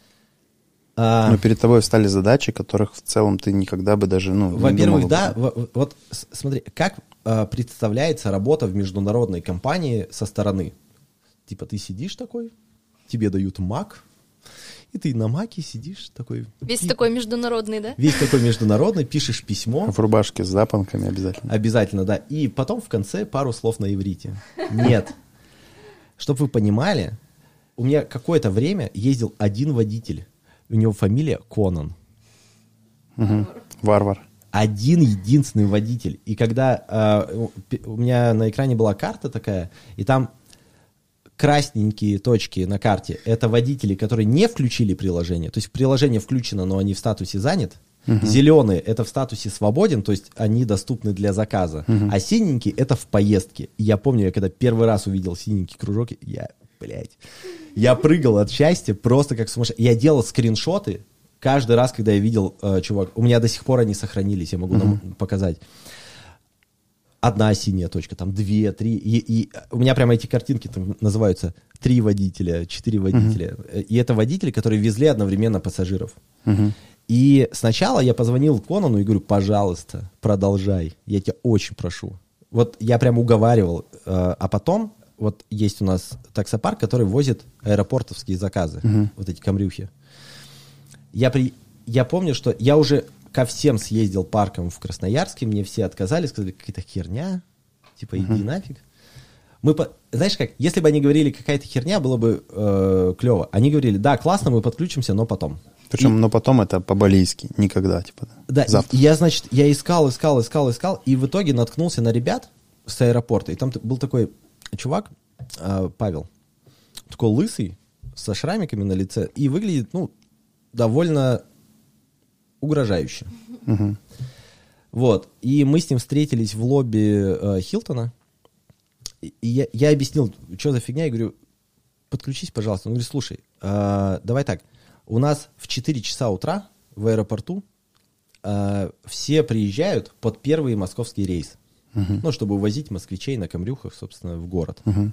А, Но перед тобой встали задачи, которых в целом ты никогда бы даже... Ну, во-первых, да, в, вот смотри, как а, представляется работа в международной компании со стороны. Типа ты сидишь такой, тебе дают Mac, и ты на маке сидишь такой... Весь и... такой международный, да? Весь такой международный, пишешь письмо. В рубашке с запонками обязательно. Обязательно, да. И потом в конце пару слов на иврите. Нет. Чтобы вы понимали, у меня какое-то время ездил один водитель. У него фамилия Конан. Угу. Варвар. Один единственный водитель. И когда э, у меня на экране была карта такая, и там... красненькие точки на карте — это водители, которые не включили приложение. То есть приложение включено, но они в статусе занят. Uh-huh. Зеленые — это в статусе свободен, то есть они доступны для заказа. Uh-huh. А синенькие — это в поездке. И я помню, я когда первый раз увидел синенький кружок, я, блядь, я прыгал от счастья просто как сумасшедший. Я делал скриншоты каждый раз, когда я видел э, чувак. У меня до сих пор они сохранились, я могу uh-huh. нам показать. Одна синяя точка, там две, три. И, и у меня прямо эти картинки там называются три водителя, четыре водителя. Uh-huh. И это водители, которые везли одновременно пассажиров. Uh-huh. И сначала я позвонил Конану и говорю, пожалуйста, продолжай. Я тебя очень прошу. Вот я прям уговаривал. А потом вот есть у нас таксопарк, который возит аэропортовские заказы. Uh-huh. Вот эти камрюхи. Я, при... я помню, что я уже... ко всем съездил парком в Красноярске, мне все отказали, сказали, какая-то херня, типа, иди uh-huh. нафиг. Мы по... Знаешь как, если бы они говорили, какая-то херня, было бы э, клево. Они говорили, да, классно, мы подключимся, но потом. Причем, и... но потом это по-балийски, никогда, типа, да. завтра. И я, значит, я искал, искал, искал, искал, и в итоге наткнулся на ребят с аэропорта, и там был такой чувак, э, Павел, такой лысый, со шрамиками на лице, и выглядит, ну, довольно... угрожающе. Uh-huh. Вот. И мы с ним встретились в лобби э, Хилтона. И я, я объяснил, что за фигня. Я говорю, подключись, пожалуйста. Он говорит, слушай, э, давай так. У нас в четыре часа утра в аэропорту э, все приезжают под первый московский рейс. Uh-huh. Ну, чтобы увозить москвичей на камрюхах, собственно, в город. Uh-huh.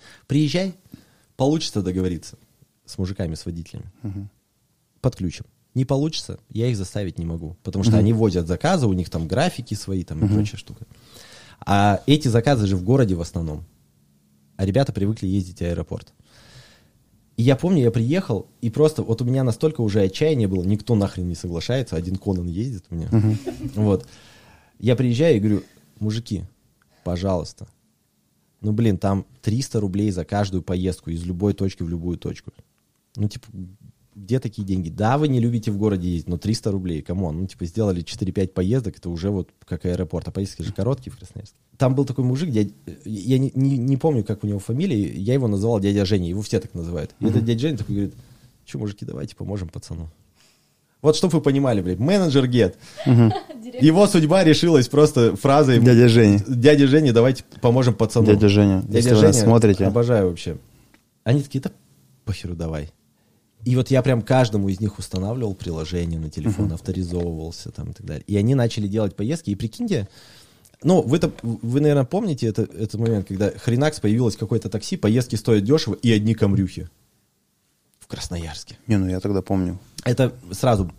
Приезжай, получится договориться с мужиками, с водителями. Uh-huh. Подключим. Не получится, я их заставить не могу, потому что Мгм. они возят заказы, у них там графики свои там и Мгм. прочая штука. А эти заказы же в городе в основном. А ребята привыкли ездить в аэропорт. И я помню, я приехал, и просто вот у меня настолько уже отчаяние было, никто нахрен не соглашается, один Конан ездит у меня. Мгм. Вот. Я приезжаю и говорю, мужики, пожалуйста, ну, блин, там триста рублей за каждую поездку из любой точки в любую точку. Ну, типа, где такие деньги? Да, вы не любите в городе ездить, но триста рублей, камон. Ну, типа, сделали четыре-пять поездок, это уже вот как аэропорт. А поездки же короткие в Красноярске. Там был такой мужик, дядь, я не, не, не помню, как у него фамилия, я его называл дядя Женя, его все так называют. И этот дядя Женя такой говорит, что, мужики, давайте поможем пацану. Вот, чтобы вы понимали, блядь, менеджер Get. Его судьба решилась просто фразой Дядя Женя. «Дядя Женя, давайте поможем пацану». Дядя Женя, Дядя если вы Женя, нас смотрите. обожаю вообще. Они такие, да похеру, давай. И вот я прям каждому из них устанавливал приложение на телефон, uh-huh. авторизовывался там и так далее. И они начали делать поездки. И прикиньте, ну, вы-то, вы, наверное, помните это, этот момент, когда хренакс появилось какое-то такси, поездки стоят дешево и одни камрюхи. В Красноярске. Не, ну я тогда помню. Это сразу...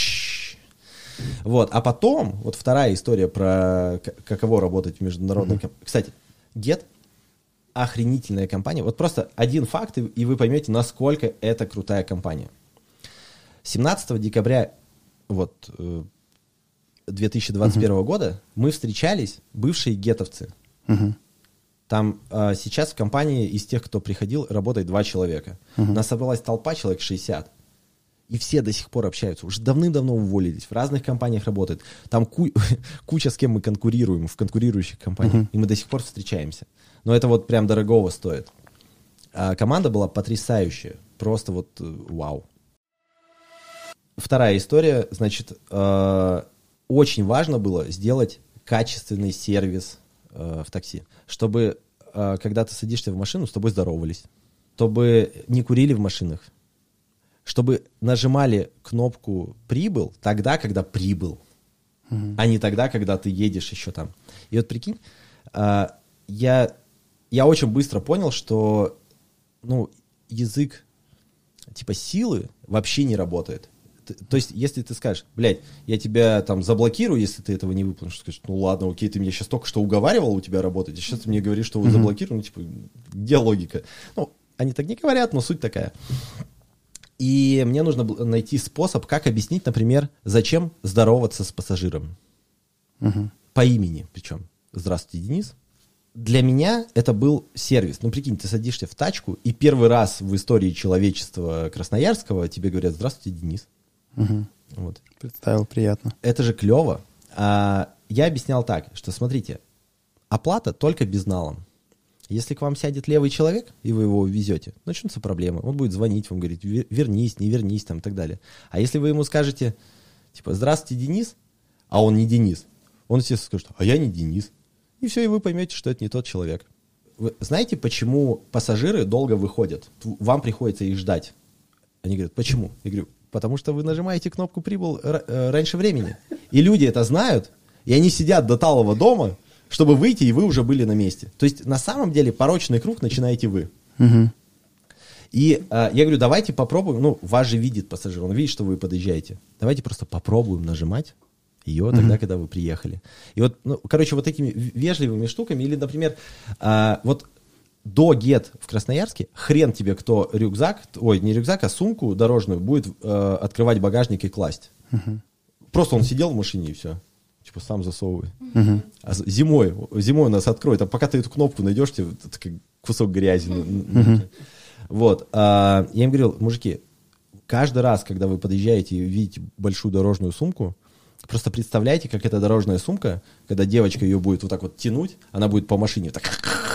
Вот, а потом, вот вторая история про каково работать в международной... Uh-huh. Кстати, Get охренительная компания. Вот просто один факт, и вы поймете, насколько это крутая компания. семнадцатого декабря вот, две тысячи двадцать первого uh-huh. года мы встречались, бывшие гетовцы. Uh-huh. Там а, сейчас в компании из тех, кто приходил, работает два человека. Uh-huh. У нас собралась толпа, человек шестьдесят. И все до сих пор общаются. Уже давным-давно уволились. В разных компаниях работают. Там ку- куча с кем мы конкурируем в конкурирующих компаниях. Uh-huh. И мы до сих пор встречаемся. Но это вот прям дорогого стоит. А команда была потрясающая. Просто вот вау. Вторая история. Значит, э, очень важно было сделать качественный сервис э, в такси. Чтобы, э, когда ты садишься в машину, с тобой здоровались. Чтобы не курили в машинах. Чтобы нажимали кнопку «Прибыл» тогда, когда прибыл. Uh-huh. А не тогда, когда ты едешь еще там. И вот прикинь, э, я... Я очень быстро понял, что ну, язык типа силы вообще не работает. Т- то есть, если ты скажешь, блядь, я тебя там заблокирую, если ты этого не выполнишь, скажешь, ну ладно, окей, ты меня сейчас только что уговаривал у тебя работать, а сейчас ты мне говоришь, что вы mm-hmm. заблокированы, типа, где логика? Ну, они так не говорят, но суть такая. И мне нужно было найти способ, как объяснить, например, зачем здороваться с пассажиром. Mm-hmm. По имени причем. Здравствуйте, Денис. Для меня это был сервис. Ну, прикинь, ты садишься в тачку, и первый раз в истории человечества красноярского тебе говорят «Здравствуйте, Денис». Угу. Вот. Представил, приятно. Это же клево. А, я объяснял так, что, смотрите, оплата только безналом. Если к вам сядет левый человек, и вы его везете, начнутся проблемы. Он будет звонить вам, говорить, вернись, не вернись, там, и так далее. А если вы ему скажете, типа, «Здравствуйте, Денис», а он не Денис, он, естественно, скажет, а я не Денис. И все, и вы поймете, что это не тот человек. Вы знаете, почему пассажиры долго выходят? Вам приходится их ждать. Они говорят, почему? Я говорю, потому что вы нажимаете кнопку «Прибыл» р- раньше времени. И люди это знают, и они сидят до талого дома, чтобы выйти, и вы уже были на месте. То есть, на самом деле, порочный круг начинаете вы. Угу. И э, я говорю, давайте попробуем, ну, вас же видит пассажир, он видит, что вы подъезжаете. Давайте просто попробуем нажимать ее тогда, mm-hmm. когда вы приехали. И вот, ну, короче, вот такими вежливыми штуками, или, например, а, вот до Get в Красноярске хрен тебе кто рюкзак, ой, не рюкзак, а сумку дорожную будет а, открывать багажник и класть. Mm-hmm. Просто он сидел в машине и все. Типа сам засовывай. Mm-hmm. А зимой, зимой нас откроет, а пока ты эту кнопку найдешь, тебе такой кусок грязи. Mm-hmm. Вот. А, я им говорил, мужики, каждый раз, когда вы подъезжаете и видите большую дорожную сумку, просто представляете, как эта дорожная сумка, когда девочка ее будет вот так вот тянуть, она будет по машине так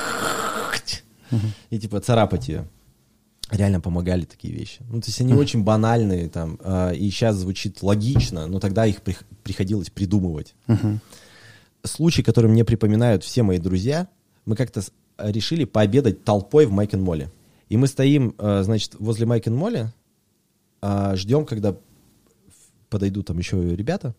uh-huh. и типа царапать ее. Реально помогали такие вещи. Ну, то есть они uh-huh. очень банальные там, э, и сейчас звучит логично, но тогда их при- приходилось придумывать. Uh-huh. Случай, который мне припоминают все мои друзья, мы как-то с- решили пообедать толпой в Майк энд Молли. И мы стоим, э, значит, возле Майк энд Молли, э, ждем, когда подойдут там еще ребята.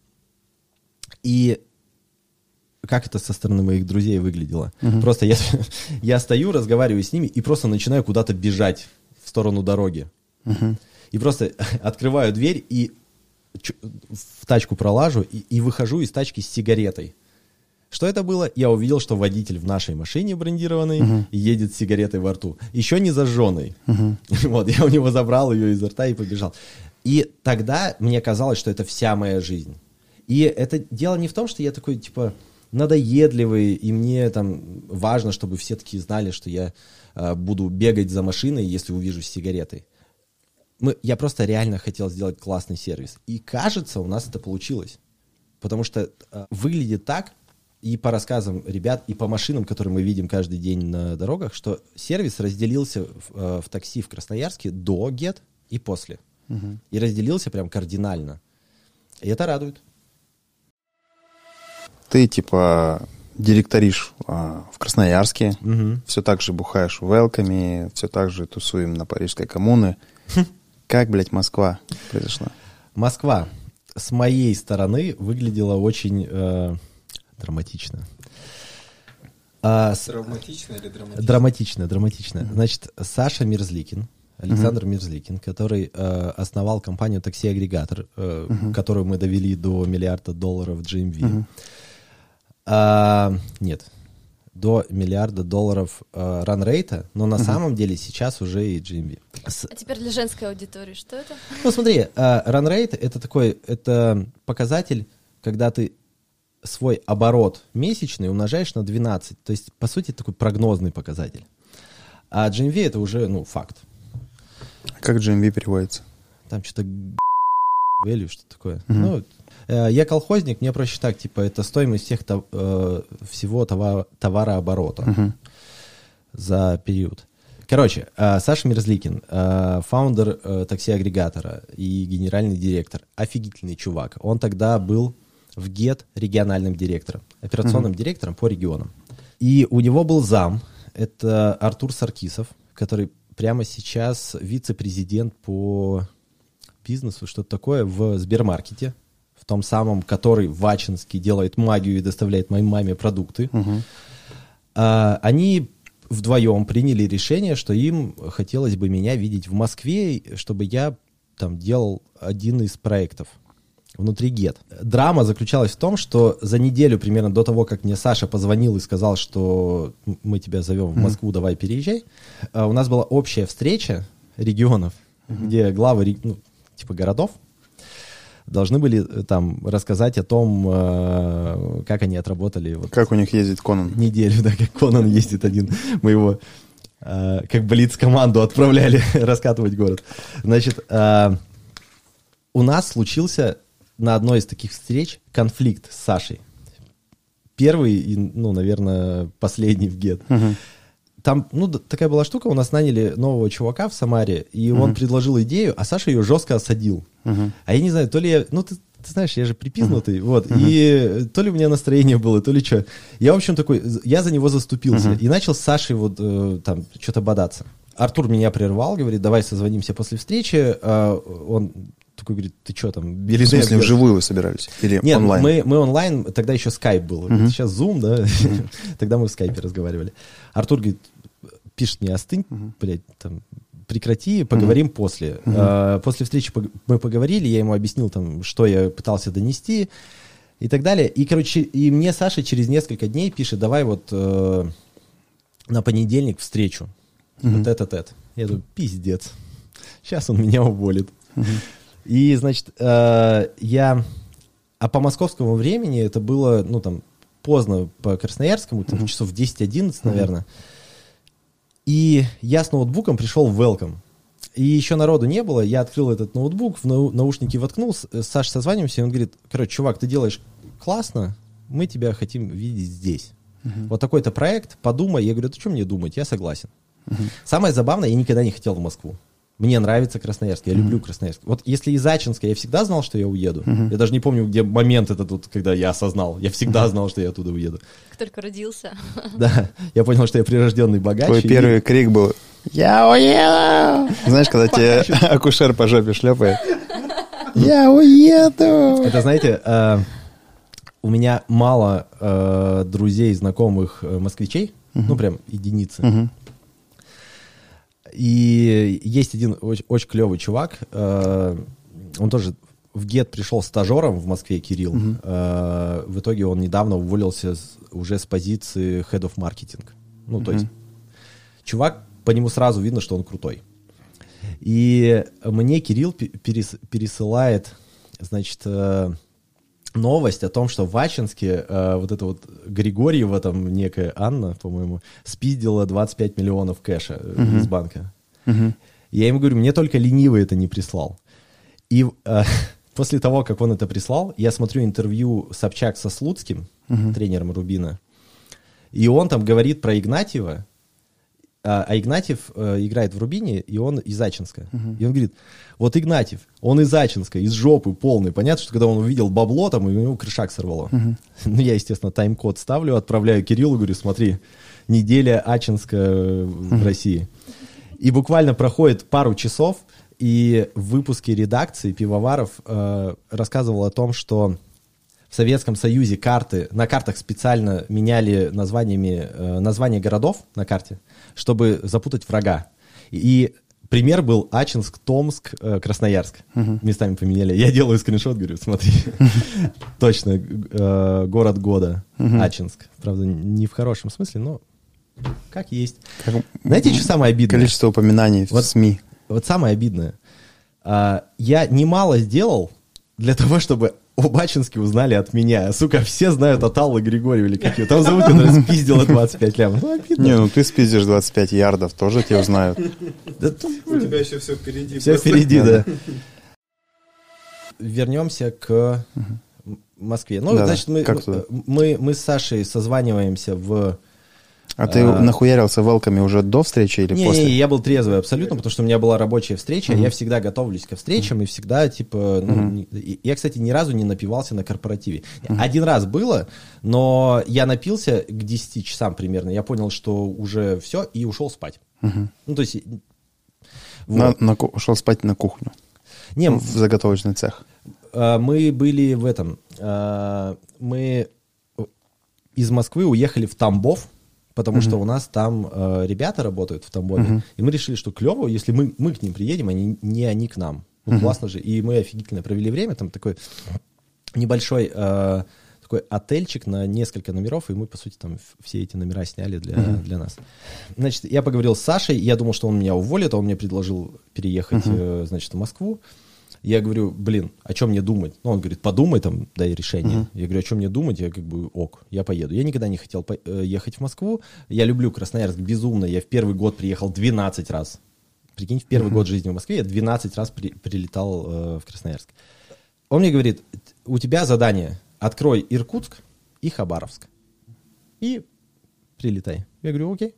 И как это со стороны моих друзей выглядело? Uh-huh. Просто я, я стою, разговариваю с ними и просто начинаю куда-то бежать в сторону дороги. Uh-huh. И просто открываю дверь, и в тачку пролажу и, и выхожу из тачки с сигаретой. Что это было? Я увидел, что водитель в нашей машине брендированной uh-huh. едет с сигаретой во рту. Еще не зажженной. Uh-huh. Вот, я у него забрал ее изо рта и побежал. И тогда мне казалось, что это вся моя жизнь. И это дело не в том, что я такой, типа, надоедливый, и мне там важно, чтобы все такие знали, что я э, буду бегать за машиной, если увижу с сигаретой. Мы, я просто реально хотел сделать классный сервис. И кажется, у нас это получилось. Потому что э, выглядит так, и по рассказам ребят, и по машинам, которые мы видим каждый день на дорогах, что сервис разделился в, э, в такси в Красноярске до Get и после. Угу. И разделился прям кардинально. И это радует. Ты, типа, директоришь а, в Красноярске, угу. все так же бухаешь в Велками, все так же тусуем на Парижской коммуне. Как, блядь, Москва произошла? Москва с моей стороны выглядела очень... Э, Драматично. А, Травматично или драматично? Драматично, драматично. Mm-hmm. Значит, Саша Мерзликин, Александр mm-hmm. Мерзликин, который э, основал компанию «Такси-агрегатор», э, mm-hmm. которую мы довели до миллиарда долларов джи эм ви. Mm-hmm. А, нет, до миллиарда долларов э, ранрейта, но на mm-hmm. самом деле сейчас уже и джи эм ви. С... А теперь для женской аудитории что это? Ну смотри, э, ранрейт — это такой, это показатель, когда ты свой оборот месячный умножаешь на двенадцать. То есть, по сути, такой прогнозный показатель. А джи эм ви — это уже, ну, факт. Как джи эм ви переводится? Там что-то value, что такое. Uh-huh. Ну, э, я колхозник, мне проще так, типа, это стоимость всех тов, э, всего товар, товарооборота uh-huh. за период. Короче, э, Саша Мерзликин, э, фаундер э, такси-агрегатора и генеральный директор. Офигительный чувак. Он тогда был в Get региональным директором, операционным uh-huh. директором по регионам. И у него был зам, это Артур Саркисов, который прямо сейчас вице-президент по бизнесу, что-то такое, в Сбермаркете, в том самом, который в Ачинске делает магию и доставляет моей маме продукты. Uh-huh. А, они вдвоем приняли решение, что им хотелось бы меня видеть в Москве, чтобы я там делал один из проектов внутри Get. Драма заключалась в том, что за неделю примерно до того, как мне Саша позвонил и сказал, что мы тебя зовем в Москву, mm-hmm. давай переезжай, у нас была общая встреча регионов, mm-hmm. где главы, ну, типа городов должны были там рассказать о том, как они отработали. Вот, как у них ездит Конан. Неделю, да, как Конан ездит один. Мы его как блиц-команду отправляли раскатывать город. Значит, у нас случился на одной из таких встреч конфликт с Сашей. Первый и, ну, наверное, последний в Get. Uh-huh. Там, ну, такая была штука, у нас наняли нового чувака в Самаре, и uh-huh. он предложил идею, а Саша ее жестко осадил. Uh-huh. А я не знаю, то ли я, ну, ты, ты знаешь, я же припизнутый, uh-huh. вот, uh-huh. и то ли у меня настроение было, то ли что. Я, в общем, такой, я за него заступился, uh-huh. и начал с Сашей вот э, там что-то бодаться. Артур меня прервал, говорит, давай созвонимся после встречи. А он такой говорит, ты что там? Белидей, в смысле, вживую вы собирались? Или Нет, онлайн? Мы, мы онлайн, тогда еще скайп был. Uh-huh. Сейчас Zoom, да? Uh-huh. Тогда мы в скайпе разговаривали. Артур говорит, пишет мне, остынь, uh-huh. блядь, там, прекрати, поговорим uh-huh. после. Uh-huh. А, после встречи мы поговорили, я ему объяснил, там, что я пытался донести и так далее. И, короче, и мне Саша через несколько дней пишет, давай вот э, на понедельник встречу. Uh-huh. Вот этот-этот. Я думаю, пиздец. Сейчас он меня уволит. Uh-huh. И, значит, э, я... А по московскому времени это было, ну, там, поздно по красноярскому, там, uh-huh. часов в десять-одиннадцать, uh-huh. наверное. И я с ноутбуком пришел в Welcome. И еще народу не было. Я открыл этот ноутбук, в нау- наушники воткнул. С Сашей созваниваемся, и он говорит, короче, чувак, ты делаешь классно, мы тебя хотим видеть здесь. Uh-huh. Вот такой-то проект, подумай. Я говорю, ты что мне думать? Я согласен. Uh-huh. Самое забавное, я никогда не хотел в Москву. Мне нравится Красноярск, я uh-huh. люблю Красноярск. Вот если из Ачинска я всегда знал, что я уеду. Uh-huh. Я даже не помню, где момент этот, вот, когда я осознал. Я всегда uh-huh. знал, что я оттуда уеду. Как только родился. Да, я понял, что я прирожденный богач. Твой и... первый крик был «Я уеду!» Знаешь, когда тебе акушер по жопе шлепает. «Я уеду!» Это, знаете, э, у меня мало э, друзей, знакомых э, москвичей. Uh-huh. Ну, прям единицы. Uh-huh. И есть один очень, очень клевый чувак, э, он тоже в ГЕТ пришел стажером в Москве, Кирилл. Мгм. Э, в итоге он недавно уволился с- уже с позиции Head of Marketing. Ну, то Мгм. есть чувак, по нему сразу видно, что он крутой. И мне Кирилл пе- перес- пересылает, значит, э, новость о том, что в Ачинске э, вот эта вот Григорьева, там некая Анна, по-моему, спиздила двадцать пять миллионов кэша э, Мгм. из банка. Мгм. Я ему говорю, мне только ленивый это не прислал. И э, после того, как он это прислал, я смотрю интервью Собчак со Слуцким, Мгм. тренером Рубина, и он там говорит про Игнатьева, а, а Игнатьев э, играет в Рубине, и он из Ачинска. И он говорит, вот Игнатьев, он из Ачинска, из жопы полный. Понятно, что когда он увидел бабло, там, и у него крышак сорвало. Ну, я, естественно, тайм-код ставлю, отправляю Кириллу, говорю, смотри, неделя Ачинска э, в России. И буквально проходит пару часов, и в выпуске редакции Пивоваров э, рассказывал о том, что в Советском Союзе карты, на картах специально меняли названиями, э, названия городов на карте, чтобы запутать врага. И пример был Ачинск, Томск, э, Красноярск. Местами поменяли. Я делаю скриншот, говорю, смотри. Точно, э, город года, Ачинск. Правда, не в хорошем смысле, но как есть. Как Знаете, что самое обидное? количество упоминаний в Вот- СМИ. Вот самое обидное. А, я немало сделал для того, чтобы об Ачинске узнали от меня. Сука, все знают от Аллы Григорьевой или как ее там зовут, которая спиздила двадцать пять лямов. Ну, обидно. Не, ну ты спиздишь двадцать пять ярдов, тоже тебя узнают. Да тут У тебя еще все впереди. все просто. впереди, да. Вернемся к М- Москве. Ну, Да-да. значит, мы, Как туда? мы, мы с Сашей созваниваемся в... А ты А. нахуярился велками уже до встречи или Не, после? не, я был трезвый абсолютно, потому что у меня была рабочая встреча, Мгм. я всегда готовлюсь ко встречам и всегда, типа, ну, Мгм. не- и- я, кстати, ни разу не напивался на корпоративе. Один раз было, но я напился к десяти часам примерно, я понял, что уже все, и ушел спать. Мгм. Ну, то есть... На- вот. на ку- ушел спать на кухню, Не, в заготовочный цех. э, мы были в этом, э, мы из Москвы уехали в Тамбов, потому что у нас там э, ребята работают в Тамбове, и мы решили, что клево, если мы, мы к ним приедем, а не, не они к нам. Ну, классно же. И мы офигительно провели время, там такой небольшой э, такой отельчик на несколько номеров, и мы, по сути, там в- все эти номера сняли для, для нас. Значит, я поговорил с Сашей, я думал, что он меня уволит, а он мне предложил переехать, э, значит, в Москву. Я говорю, блин, о чем мне думать? Ну, он говорит, подумай там, дай решение. Я говорю, о чем мне думать? Я как бы, ок, я поеду. Я никогда не хотел по- э, ехать в Москву. Я люблю Красноярск безумно. Я в первый год приехал двенадцать раз. Прикинь, в первый год жизни в Москве я двенадцать раз при- прилетал э, в Красноярск. Он мне говорит, у тебя задание, открой Иркутск и Хабаровск. И прилетай. Я говорю, окей.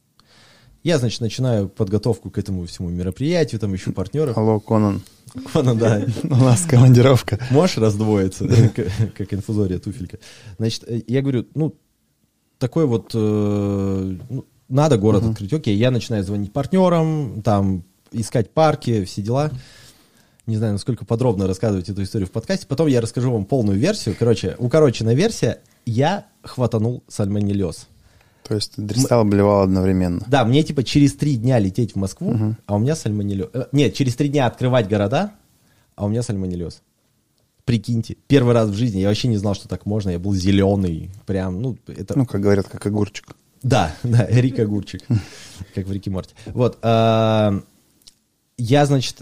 Я, значит, начинаю подготовку к этому всему мероприятию, там ищу партнеров. Алло, Конан, Конан, да. у нас командировка. Можешь раздвоиться, как, как инфузория, туфелька. Значит, э, я говорю, ну, такой вот, э, ну, надо город открыть. Окей, я начинаю звонить партнерам, там, искать парки, все дела. Не знаю, насколько подробно рассказывать эту историю в подкасте. Потом я расскажу вам полную версию. Короче, укороченная версия. Я хватанул сальмонеллез. То есть ты дристал, блевал одновременно. Да, мне типа через три дня лететь в Москву, а у меня сальмонеллез. Э, нет, через три дня открывать города, а у меня сальмонеллез. Прикиньте, первый раз в жизни я вообще не знал, что так можно. Я был зеленый, прям, ну это. Ну, как говорят, как огурчик. Да, да, Рик Огурчик, как в Рике Морти. Вот, а, я, значит,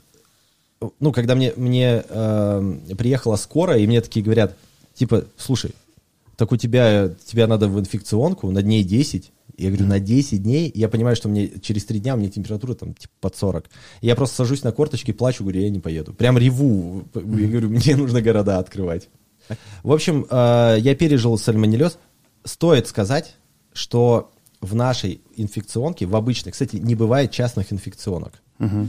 ну когда мне мне а, приехала скорая и мне такие говорят, типа, слушай, так у тебя, тебя надо в инфекционку на дней десять. Я говорю, на десять дней. Я понимаю, что мне через три дня у меня температура там типа под сорок. Я просто сажусь на корточки, плачу, говорю, я не поеду. Прям реву. Я говорю, мне нужно города открывать. В общем, э, я пережил сальмонеллез. Стоит сказать, что в нашей инфекционке, в обычной, кстати, не бывает частных инфекционок. Мгм.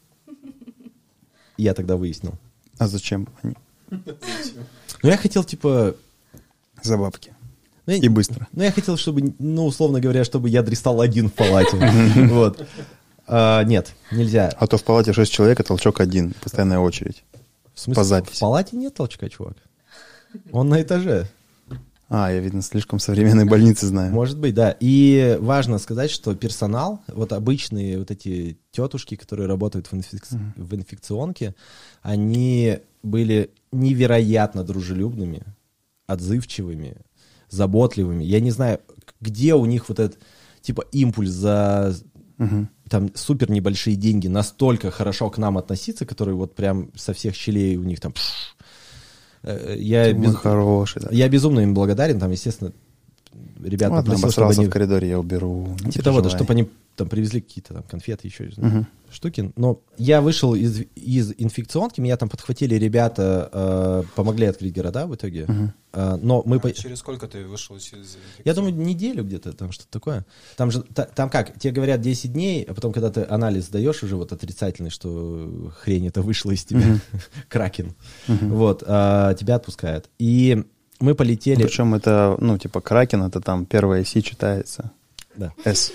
Я тогда выяснил. А зачем они? Ну, я хотел, типа... За бабки. Ну, я- И быстро. Ну, я хотел, чтобы, ну, условно говоря, чтобы я дристал один в палате. Вот. А, нет, нельзя. А то в палате шесть человек, а толчок один. Постоянная очередь. В смысле, по записи. в палате нет толчка, чувак? Он на этаже. А, я, видно, слишком современные больницы знаю. Может быть, да. И важно сказать, что персонал, вот обычные вот эти тетушки, которые работают в, инфек... uh-huh. в инфекционке, они были невероятно дружелюбными, отзывчивыми, заботливыми. Я не знаю, где у них вот этот, типа, импульс за uh-huh. там супер небольшие деньги настолько хорошо к нам относиться, которые вот прям со всех щелей у них там... Я, без... хороший, да. я безумно им благодарен, там, естественно, ребята Ладно, попросил, обосрался чтобы они... в коридоре, я уберу. Типа того, да, чтобы они там привезли какие-то там конфеты, еще uh-huh. штуки. Но я вышел из, из инфекционки, меня там подхватили ребята, э, помогли открыть города в итоге. Uh-huh. Э, но мы... А по... через сколько ты вышел из инфекционки? Я думаю, неделю где-то, там что-то такое. Там же, та, там как, тебе говорят десять дней, а потом, когда ты анализ сдаешь уже вот отрицательный, что хрень это вышла из тебя, uh-huh. кракен, uh-huh. вот, а, тебя отпускают. И мы полетели... Ну, причем это, ну, типа, кракен, это там первое Си читается. Да. С.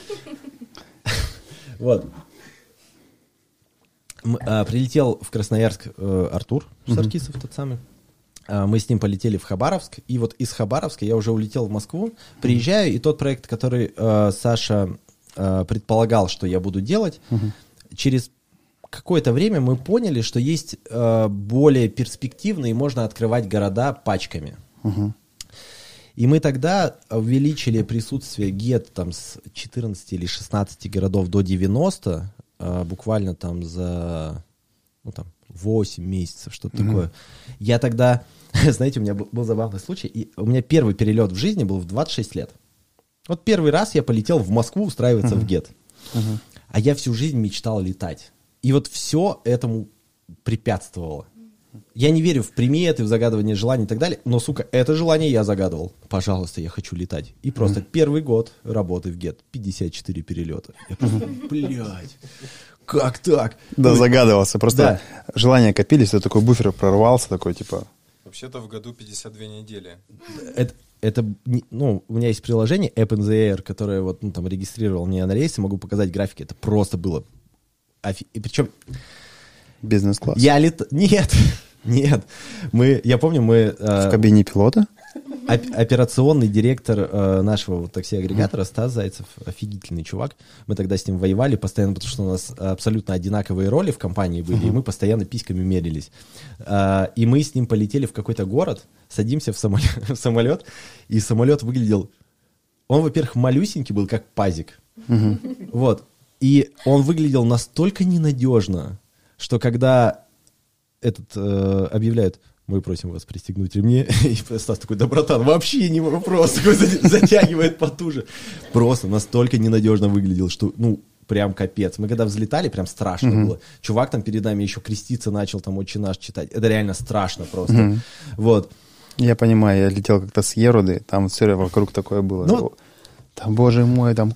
Вот. А, прилетел в Красноярск э, Артур Саркисов, uh-huh. тот самый. А, мы с ним полетели в Хабаровск. И вот из Хабаровска я уже улетел в Москву. Приезжаю, и тот проект, который э, Саша э, предполагал, что я буду делать, uh-huh. через какое-то время мы поняли, что есть э, более перспективные, можно открывать города пачками. Uh-huh. И мы тогда увеличили присутствие ГЕТ там с четырнадцати или шестнадцати городов до девяноста, а, буквально там за ну, там, восемь месяцев, что-то mm-hmm. такое. Я тогда, знаете, у меня был, был забавный случай, и у меня первый перелет в жизни был в двадцать шесть лет. Вот первый раз я полетел в Москву устраиваться mm-hmm. в ГЕТ. Mm-hmm. А я всю жизнь мечтал летать. И вот все этому препятствовало. Я не верю в приметы, в загадывание желаний и так далее, но, сука, это желание я загадывал. Пожалуйста, я хочу летать. И просто mm-hmm. первый год работы в ГЕТ, пятьдесят четыре перелета. Я просто, блядь, как так? Да, загадывался. Просто да. желания копились, то такой буфер прорвался, такой, типа... Вообще-то в году пятьдесят две недели. Это, это, ну, у меня есть приложение App in the Air, которое вот, ну, там, регистрировал меня на рейсы, могу показать графики. Это просто было... Офи... И причем... Бизнес-класс. Я лет... Нет, нет. Мы, я помню, мы... Э, в кабине пилота? Оп- операционный директор э, нашего вот, такси-агрегатора, Стас Зайцев, офигительный чувак. Мы тогда с ним воевали постоянно, потому что у нас абсолютно одинаковые роли в компании были, uh-huh. и мы постоянно письками мерились. Э, и мы с ним полетели в какой-то город, садимся в самолет, в самолет, и самолет выглядел... Он, во-первых, малюсенький был, как пазик. Uh-huh. Вот. И он выглядел настолько ненадежно, что когда этот э, объявляют, мы просим вас пристегнуть ремни, и Стас такой, да, братан, вообще не вопрос, такой затягивает потуже. Просто настолько ненадежно выглядел, что, ну, прям капец. Мы когда взлетали, прям страшно mm-hmm. было. Чувак там перед нами еще креститься начал, там «Отче наш» читать. Это реально страшно просто. Mm-hmm. Вот. Я понимаю, я летел как-то с Еруды, там все вокруг такое было. Ну, там, боже мой, там...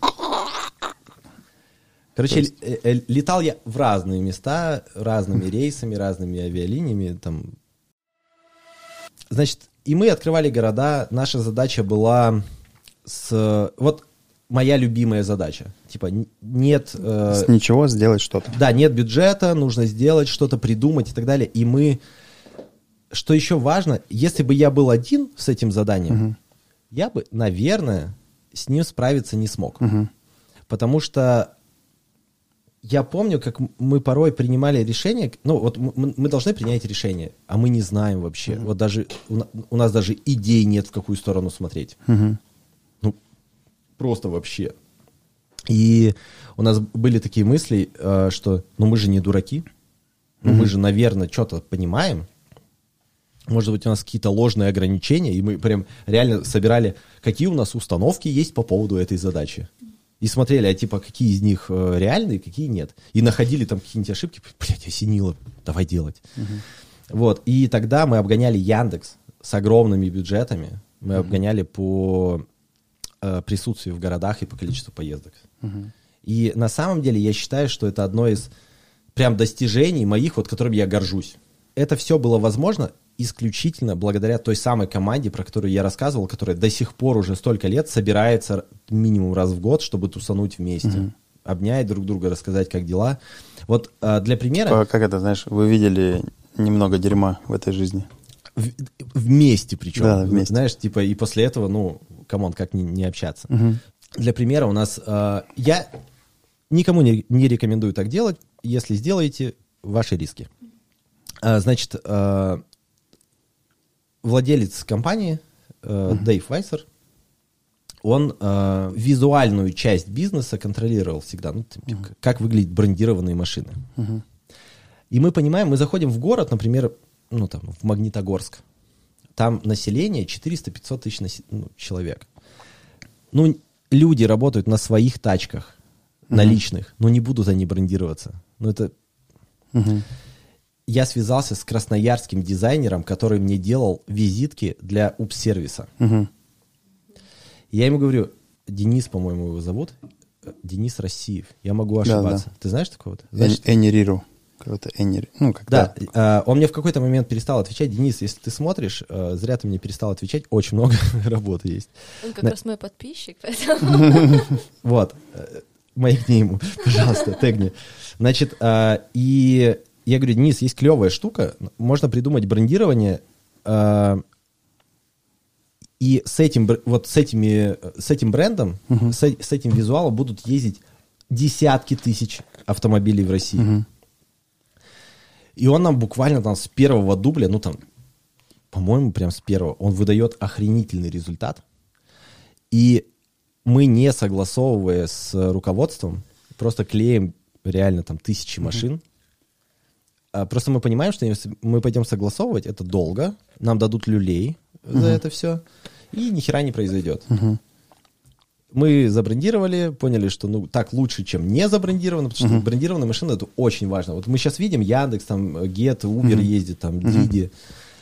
Короче, есть... летал я в разные места, разными рейсами, разными авиалиниями. Там. Значит, и мы открывали города. Наша задача была с... Вот моя любимая задача. Типа нет... Э... С ничего сделать что-то. Да, нет бюджета, нужно сделать что-то, придумать и так далее. И мы... Что еще важно, если бы я был один с этим заданием, угу. я бы, наверное, с ним справиться не смог. Угу. Потому что... Я помню, как мы порой принимали решения, ну вот мы, мы должны принять решение, а мы не знаем вообще. Mm-hmm. Вот даже у, у нас даже идей нет, в какую сторону смотреть. Mm-hmm. Ну, просто вообще. И у нас были такие мысли, что ну мы же не дураки, ну mm-hmm. мы же, наверное, что-то понимаем. Может быть, у нас какие-то ложные ограничения, и мы прям реально собирали, какие у нас установки есть по поводу этой задачи. И смотрели, а типа, какие из них э, реальные, какие нет. И находили там какие-нибудь ошибки. Блядь, осенило, давай делать. Uh-huh. Вот. И тогда мы обгоняли Яндекс с огромными бюджетами. Мы uh-huh. обгоняли по э, присутствию в городах и по количеству поездок. Uh-huh. И на самом деле я считаю, что это одно из прям достижений моих, вот которым я горжусь. Это все было возможно исключительно благодаря той самой команде, про которую я рассказывал, которая до сих пор уже столько лет собирается минимум раз в год, чтобы тусануть вместе. Mm-hmm. Обнять друг друга, рассказать, как дела. Вот а, для примера... Как это, знаешь, вы видели немного дерьма в этой жизни? В, вместе причем. Да, вместе. Знаешь, типа, и после этого, ну, камон, как не, не общаться. Угу. Для примера у нас... Э, я никому не, не рекомендую так делать. Если сделаете, ваши риски. Э, значит, э, владелец компании э, uh-huh. Дэйв Вайсер, он э, визуальную часть бизнеса контролировал всегда. Ну, типа, uh-huh. как выглядят брендированные машины. Uh-huh. И мы понимаем, мы заходим в город, например, ну, там, в Магнитогорск. Там население четыреста-пятьсот тысяч нас... ну, человек. Ну, люди работают на своих тачках, uh-huh. на личных, но не будут они брендироваться. Ну, это... Uh-huh. Я связался с красноярским дизайнером, который мне делал визитки для УП-сервиса. Uh-huh. Я ему говорю, Денис, по-моему, его зовут, Денис Россиев. Я могу ошибаться. Да, да. Ты знаешь такого-то? Энни Риру. Какой-то Энни. Ну, да, э, он мне в какой-то момент перестал отвечать. Денис, если ты смотришь, э, зря ты мне перестал отвечать. Очень много работы есть. Он как На... раз мой подписчик, поэтому... Вот. Маякни ему, пожалуйста, тегни. Значит, и я говорю, Денис, есть клевая штука. Можно придумать брендирование, и с этим, вот с этими, с этим брендом, uh-huh. с, с этим визуалом будут ездить десятки тысяч автомобилей в России. Uh-huh. И он нам буквально там с первого дубля, ну там, по-моему, прям с первого, он выдает охренительный результат. И мы, не согласовывая с руководством, просто клеим реально там тысячи uh-huh. машин. А просто мы понимаем, что если мы пойдем согласовывать, это долго, нам дадут люлей uh-huh. за это все, и ни хера не произойдет. Uh-huh. Мы забрендировали, поняли, что ну так лучше, чем не забрендировано, потому что uh-huh. брендированная машина — это очень важно. Вот мы сейчас видим Яндекс, там, Гет, Uber uh-huh. ездит, там, Диди. Uh-huh.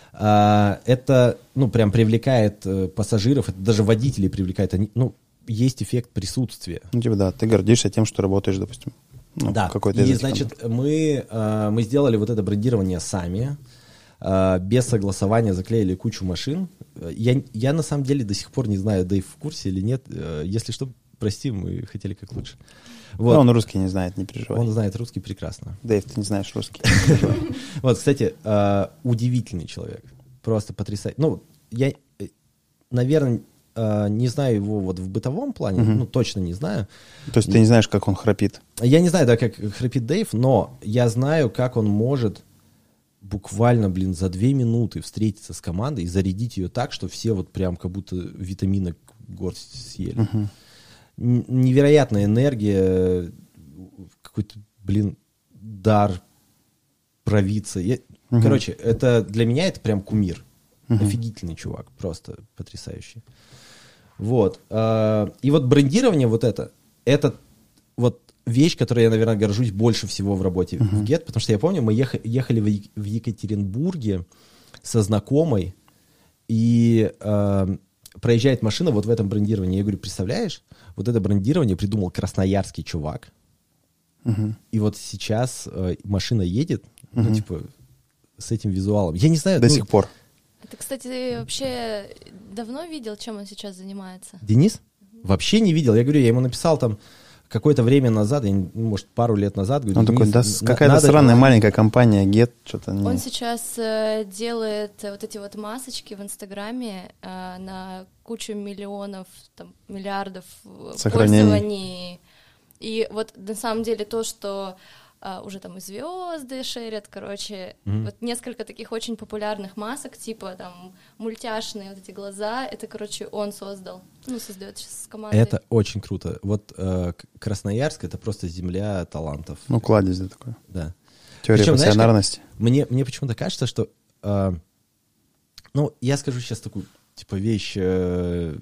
А, это, ну, прям привлекает э, пассажиров, это даже водителей привлекает. Они, ну, есть эффект присутствия. Ну, типа, да, ты гордишься тем, что работаешь, допустим, ну, да, какой-то и, значит, мы, э, мы сделали вот это брендирование сами, э, без согласования заклеили кучу машин. Я, я на самом деле до сих пор не знаю, Дэйв в курсе или нет. Э, если что, прости, мы хотели как лучше. Вот. Но он русский не знает, не переживай. Он знает русский прекрасно. Дэйв, ты не знаешь русский. Вот, кстати, удивительный человек. Просто потрясающий. Ну, я, наверное, не знаю его вот в бытовом плане, ну, точно не знаю. То есть ты не знаешь, как он храпит? Я не знаю, да, как храпит Дэйв, но я знаю, как он может буквально, блин, за две минуты встретиться с командой и зарядить ее так, что все вот прям как будто витаминок горсть съели. Uh-huh. Невероятная энергия, какой-то, блин, дар провидца. Я, uh-huh. Короче, это для меня это прям кумир. Uh-huh. Офигительный чувак, просто потрясающий. Вот. И вот брендирование вот это, это вот вещь, которой я, наверное, горжусь больше всего в работе uh-huh. в Гет, потому что я помню, мы ехали, ехали в Екатеринбурге со знакомой, и э, проезжает машина вот в этом брендировании. Я говорю, представляешь, вот это брендирование придумал красноярский чувак, uh-huh. и вот сейчас э, машина едет, uh-huh. ну, типа, с этим визуалом. Я не знаю... До ну, сих пор. Ты, кстати, вообще давно видел, чем он сейчас занимается? Денис? Uh-huh. Вообще не видел. Я говорю, я ему написал там какое-то время назад, может, пару лет назад. Говорю, он такой, да, на, какая-то надо... странная маленькая компания, Get, что-то... Не... Он сейчас э, делает вот эти вот масочки в Инстаграме э, на кучу миллионов, там, миллиардов пользований. И вот на самом деле то, что э, уже там и звезды шерят, короче, mm-hmm. вот несколько таких очень популярных масок, типа там мультяшные вот эти глаза, это, короче, он создал. Ну, создает сейчас с командой. Это очень круто. Вот э, Красноярск — это просто земля талантов. Ну, кладезь, да, такое. Да. Теория Причем, пассионарности. Знаешь, мне, мне почему-то кажется, что... Э, ну, я скажу сейчас такую, типа, вещь э,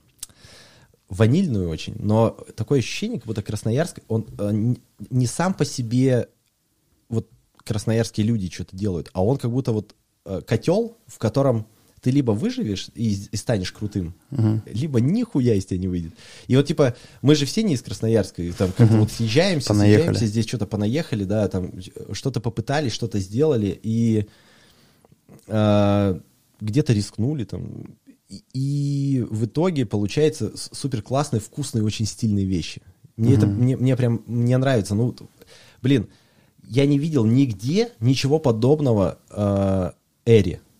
ванильную очень, но такое ощущение, как будто Красноярск, он э, не, не сам по себе вот красноярские люди что-то делают, а он как будто вот э, котел, в котором... ты либо выживешь и, и станешь крутым, uh-huh. либо нихуя из тебя не выйдет. И вот, типа, мы же все не из Красноярска, и там как-то uh-huh. вот съезжаемся, понаехали. съезжаемся, здесь что-то понаехали, да, там что-то попытались, что-то сделали, и э, где-то рискнули там. И, и в итоге получается супер классные, вкусные, очень стильные вещи. Мне uh-huh. это, мне, мне прям, мне нравится. Ну, блин, я не видел нигде ничего подобного э, Эре.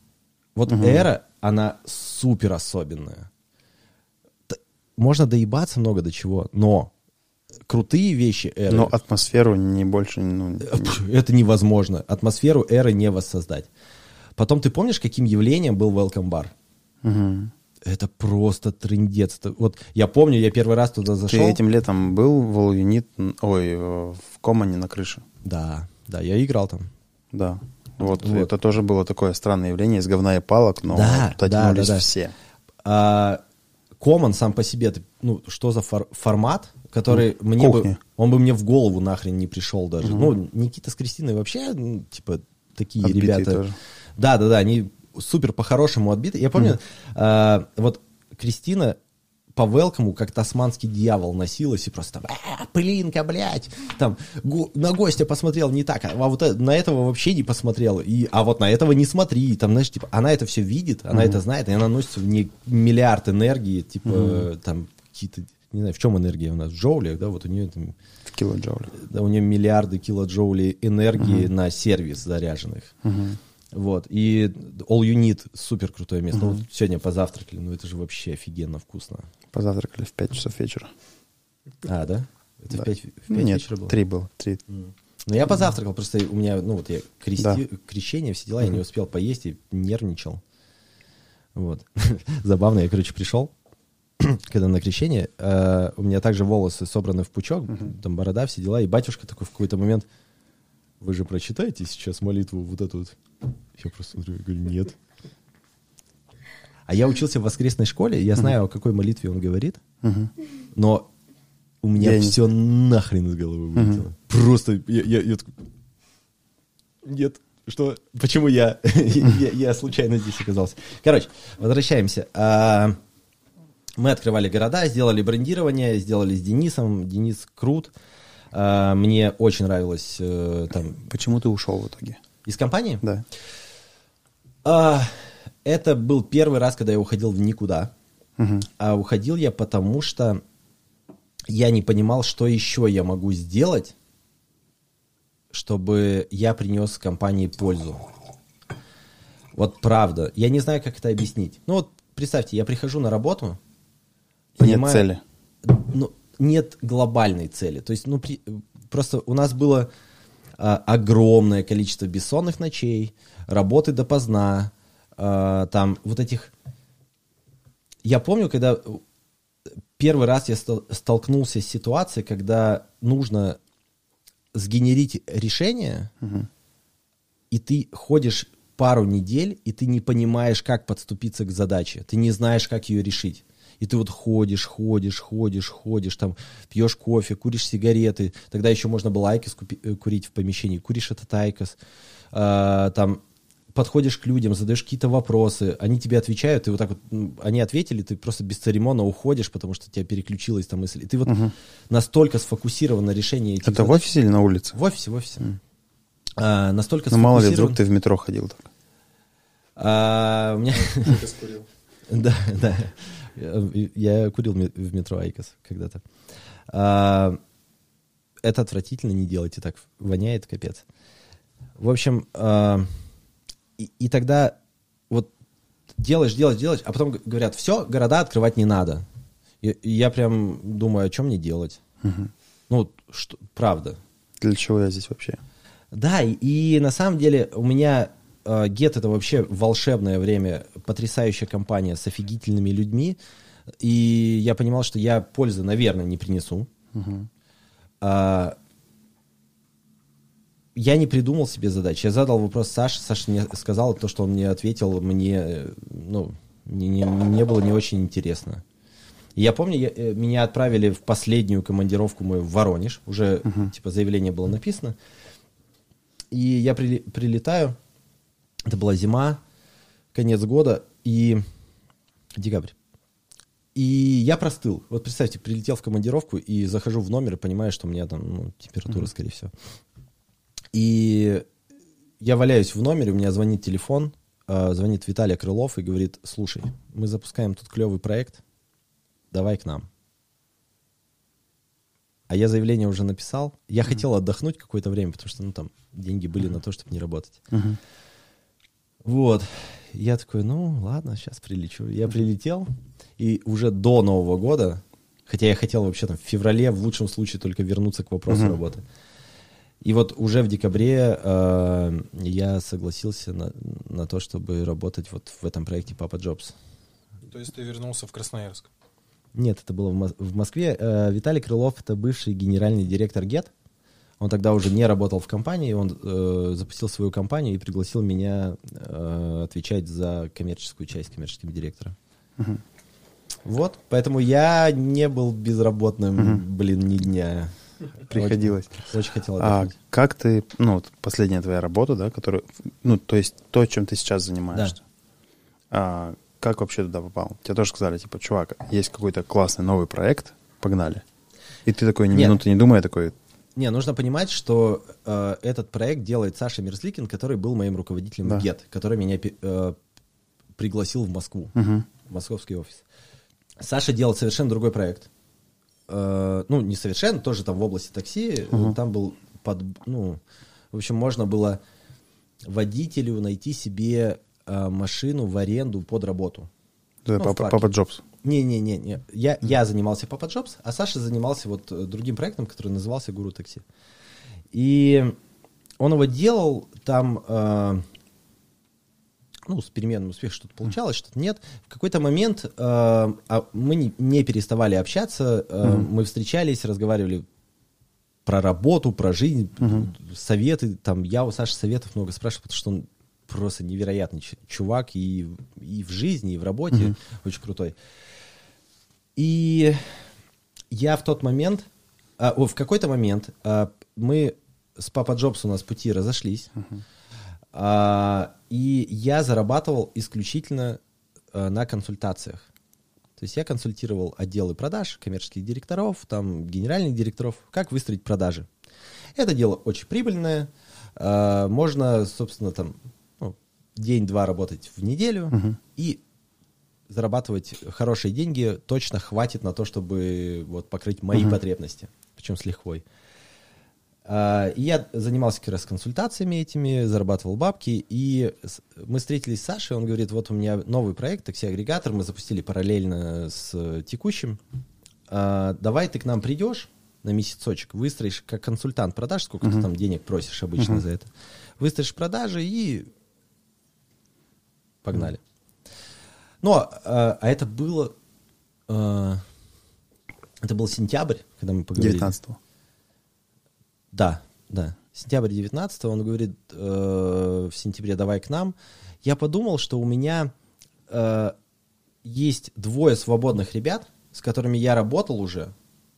Вот угу. эра, она супер особенная. Можно доебаться много до чего, но крутые вещи эры... Но атмосферу не больше... Ну, это невозможно. Атмосферу эры не воссоздать. Потом ты помнишь, каким явлением был Welcome Bar? Угу. Это просто трындец. Это, вот я помню, я первый раз туда зашел. Ты этим летом был в All Unit, ой, в Комане на крыше? Да, да, я играл там. Да. Вот, вот. Это тоже было такое странное явление из говна и палок, но да, туда да, тянулись да, да. все. А, Common сам по себе, ну, что за фор- формат, который ну, мне бы, он бы мне в голову нахрен не пришел даже. Угу. Ну, Никита с Кристиной вообще, ну, типа, такие Отбитые ребята. Тоже. Да, да, да, они супер по-хорошему отбиты. Я помню, угу. а, вот Кристина по велкому, как тасманский дьявол, носилась и просто а, пылинка, блядь, там, го- на гостя посмотрел не так, а вот на этого вообще не посмотрел, и, а вот на этого не смотри, там, знаешь, типа, она это все видит, она mm-hmm. это знает, и она носится в не миллиард энергии, типа, mm-hmm. там, какие-то, не знаю, в чем энергия у нас, в джоулях, да, вот у нее там... В килоджоулях. Да, у нее миллиарды килоджоулей энергии mm-hmm. на сервис заряженных. Mm-hmm. Вот, и All Unit супер крутое место. Mm-hmm. Ну, сегодня позавтракали, ну это же вообще офигенно вкусно. Позавтракали в пять часов вечера. А, да? Это да. в пять, в пять Нет, вечера было? три было. три. Mm. Ну, я позавтракал, просто у меня, ну, вот я крести, да. крещение, все дела, mm-hmm. я не успел поесть и нервничал. Вот. Забавно, я, короче, пришел, когда на крещение, э, у меня также волосы собраны в пучок, mm-hmm. там борода, все дела, и батюшка такой в какой-то момент: вы же прочитаете сейчас молитву вот эту вот? Я просто смотрю, я говорю, нет. А я учился в воскресной школе, я знаю, uh-huh. о какой молитве он говорит, uh-huh. но у меня я все не... нахрен из головы вылетело. Uh-huh. Просто я, я, я такой, нет, что, почему я? я? Я случайно здесь оказался. Короче, возвращаемся. А, мы открывали города, сделали брендирование, сделали с Денисом. Денис крут. А, мне очень нравилось а, там... Почему ты ушел в итоге? Из компании? Да. А, это был первый раз, когда я уходил в никуда. Угу. А уходил я потому, что я не понимал, что еще я могу сделать, чтобы я принес компании пользу. Вот правда. Я не знаю, как это объяснить. Ну вот представьте, я прихожу на работу. Понимаю, нет цели. Ну, нет глобальной цели. То есть, ну, при, просто у нас было... огромное количество бессонных ночей, работы допоздна, э, там вот этих... Я помню, когда первый раз я стал, столкнулся с ситуацией, когда нужно сгенерить решение, угу. и ты ходишь пару недель, и ты не понимаешь, как подступиться к задаче, ты не знаешь, как ее решить. И ты вот ходишь, ходишь, ходишь, ходишь, там, пьешь кофе, куришь сигареты. Тогда еще можно было айкос купи- курить в помещении. Куришь этот айкос. А, там, подходишь к людям, задаешь какие-то вопросы. Они тебе отвечают, и вот так вот, они ответили, ты просто бесцеремонно уходишь, потому что тебя переключилась там мысль. И ты вот угу. настолько сформирован на решении этих Это задач. В офисе или на улице? В офисе, в офисе. Mm. А, настолько ну, сфокусирован... мало ли, вдруг ты в метро ходил так. А, у меня... Да, да. Я курил в метро Айкос когда-то. А, это отвратительно, не делайте так. Воняет капец. В общем, а, и, и тогда вот делаешь, делаешь, делаешь, а потом говорят, все, города открывать не надо. И, и я прям думаю, о чем мне делать? Угу. Ну, что, правда. Для чего я здесь вообще? Да, и, и на самом деле у меня... Get — это вообще волшебное время, потрясающая компания с офигительными людьми, и я понимал, что я пользы, наверное, не принесу. Uh-huh. А, я не придумал себе задач. Я задал вопрос Саше, Саша мне сказал то, что он мне ответил, мне, ну, не, не, мне было не очень интересно. И я помню, я, меня отправили в последнюю командировку мою в Воронеж, уже uh-huh. типа заявление было написано, и я при, прилетаю. Это была зима, конец года и декабрь. И я простыл. Вот представьте, прилетел в командировку и захожу в номер и понимаю, что у меня там ну, температура, mm-hmm. скорее всего. И я валяюсь в номере, у меня звонит телефон, э, звонит Виталий Крылов и говорит: слушай, мы запускаем тут клевый проект, давай к нам. А я заявление уже написал. Я mm-hmm. хотел отдохнуть какое-то время, потому что ну, там деньги были mm-hmm. на то, чтобы не работать. Mm-hmm. Вот. я такой, ну, ладно, сейчас прилечу. Я прилетел, и уже до Нового года, хотя я хотел вообще там в феврале, в лучшем случае, только вернуться к вопросу uh-huh. работы. И вот уже в декабре э, я согласился на, на то, чтобы работать вот в этом проекте Papa Jobs. То есть ты вернулся в Красноярск? Нет, это было в, Мос- в Москве. Э, Виталий Крылов — это бывший генеральный директор Get. Он тогда уже не работал в компании, он э, запустил свою компанию и пригласил меня э, отвечать за коммерческую часть, коммерческим директором. Uh-huh. Вот, поэтому я не был безработным, uh-huh. блин, ни дня. Приходилось. Очень, очень хотел отдохнуть. А как ты, ну, вот последняя твоя работа, да, которая, ну, то есть то, чем ты сейчас занимаешься, да. а, как вообще туда попал? Тебе тоже сказали, типа, чувак, есть какой-то классный новый проект, погнали. И ты такой, ни Нет. минуты не думая, такой... Не, нужно понимать, что э, этот проект делает Саша Мерзликин, который был моим руководителем да. в Get, который меня э, пригласил в Москву, uh-huh. в московский офис. Саша делал совершенно другой проект. Ну, не совершенно, тоже там в области такси, uh-huh. там был, под, ну, в общем, можно было водителю найти себе э, машину в аренду под работу. Да, ну, Papa Jobs. Не-не-не, не. Я, uh-huh. я занимался Papa Jobs, а Саша занимался вот другим проектом, который назывался Гуру Такси. И он его делал там... Э, ну, с переменным успехом что-то получалось, что-то нет. В какой-то момент э, а мы не, не переставали общаться, э, mm-hmm. мы встречались, разговаривали про работу, про жизнь, mm-hmm. советы. Там я у Саши советов много спрашивал, потому что он просто невероятный чувак и, и в жизни, и в работе, mm-hmm. очень крутой. И я в тот момент, э, в какой-то момент э, мы с Papa Jobs у нас пути разошлись, mm-hmm. Uh, и я зарабатывал исключительно uh, на консультациях. То есть я консультировал отделы продаж, коммерческих директоров, там, генеральных директоров, как выстроить продажи. Это дело очень прибыльное. Uh, можно, собственно, там, ну, день-два работать в неделю uh-huh. и зарабатывать хорошие деньги. Точно хватит на то, чтобы вот, покрыть мои uh-huh. потребности, причем с лихвой. Uh, и я занимался как раз консультациями этими, зарабатывал бабки, и мы встретились с Сашей, он говорит, вот у меня новый проект, такси-агрегатор, мы запустили параллельно с текущим, uh, давай ты к нам придешь на месяцочек, выстроишь как консультант продаж, сколько uh-huh. ты там денег просишь обычно uh-huh. за это, выстроишь продажи и погнали. Uh-huh. Ну, uh, а это было, uh, это был сентябрь, когда мы поговорили. девятнадцатого. Да, да. Сентябрь девятнадцатого, он говорит, э, в сентябре давай к нам. Я подумал, что у меня э, есть двое свободных ребят, с которыми я работал уже.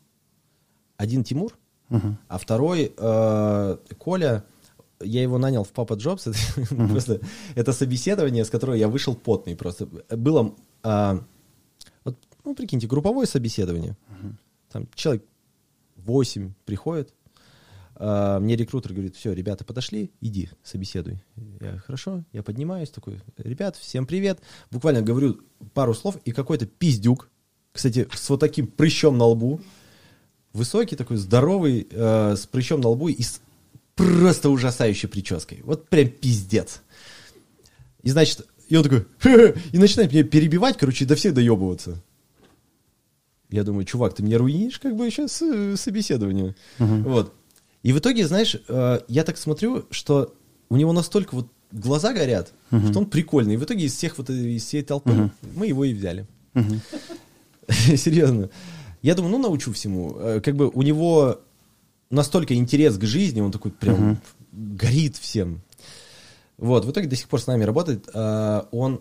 Один Тимур, uh-huh. а второй э, Коля. Я его нанял в Papa Jobs. Это, uh-huh. просто, это собеседование, с которого я вышел потный. Просто было, э, вот, ну, прикиньте, групповое собеседование. Uh-huh. Там человек восемь приходит. Uh, мне рекрутер говорит, все, ребята подошли, иди, собеседуй. Я, хорошо, я поднимаюсь, такой, ребят, всем привет. Буквально говорю пару слов, и какой-то пиздюк, кстати, с вот таким прыщом на лбу, высокий такой, здоровый, uh, с прыщом на лбу и с просто ужасающей прической. Вот прям пиздец. И значит, и он такой, и начинает меня перебивать, короче, до всех доебываться. Я думаю, чувак, ты меня руинишь, как бы, сейчас собеседование. Uh-huh. Вот. И в итоге, знаешь, я так смотрю, что у него настолько вот глаза горят, uh-huh. что он прикольный. И в итоге из всех вот из всей толпы uh-huh. мы его и взяли. Uh-huh. Серьезно. Я думаю, ну, научу всему. Как бы у него настолько интерес к жизни, он такой прям uh-huh. горит всем. Вот, в итоге до сих пор с нами работает. Он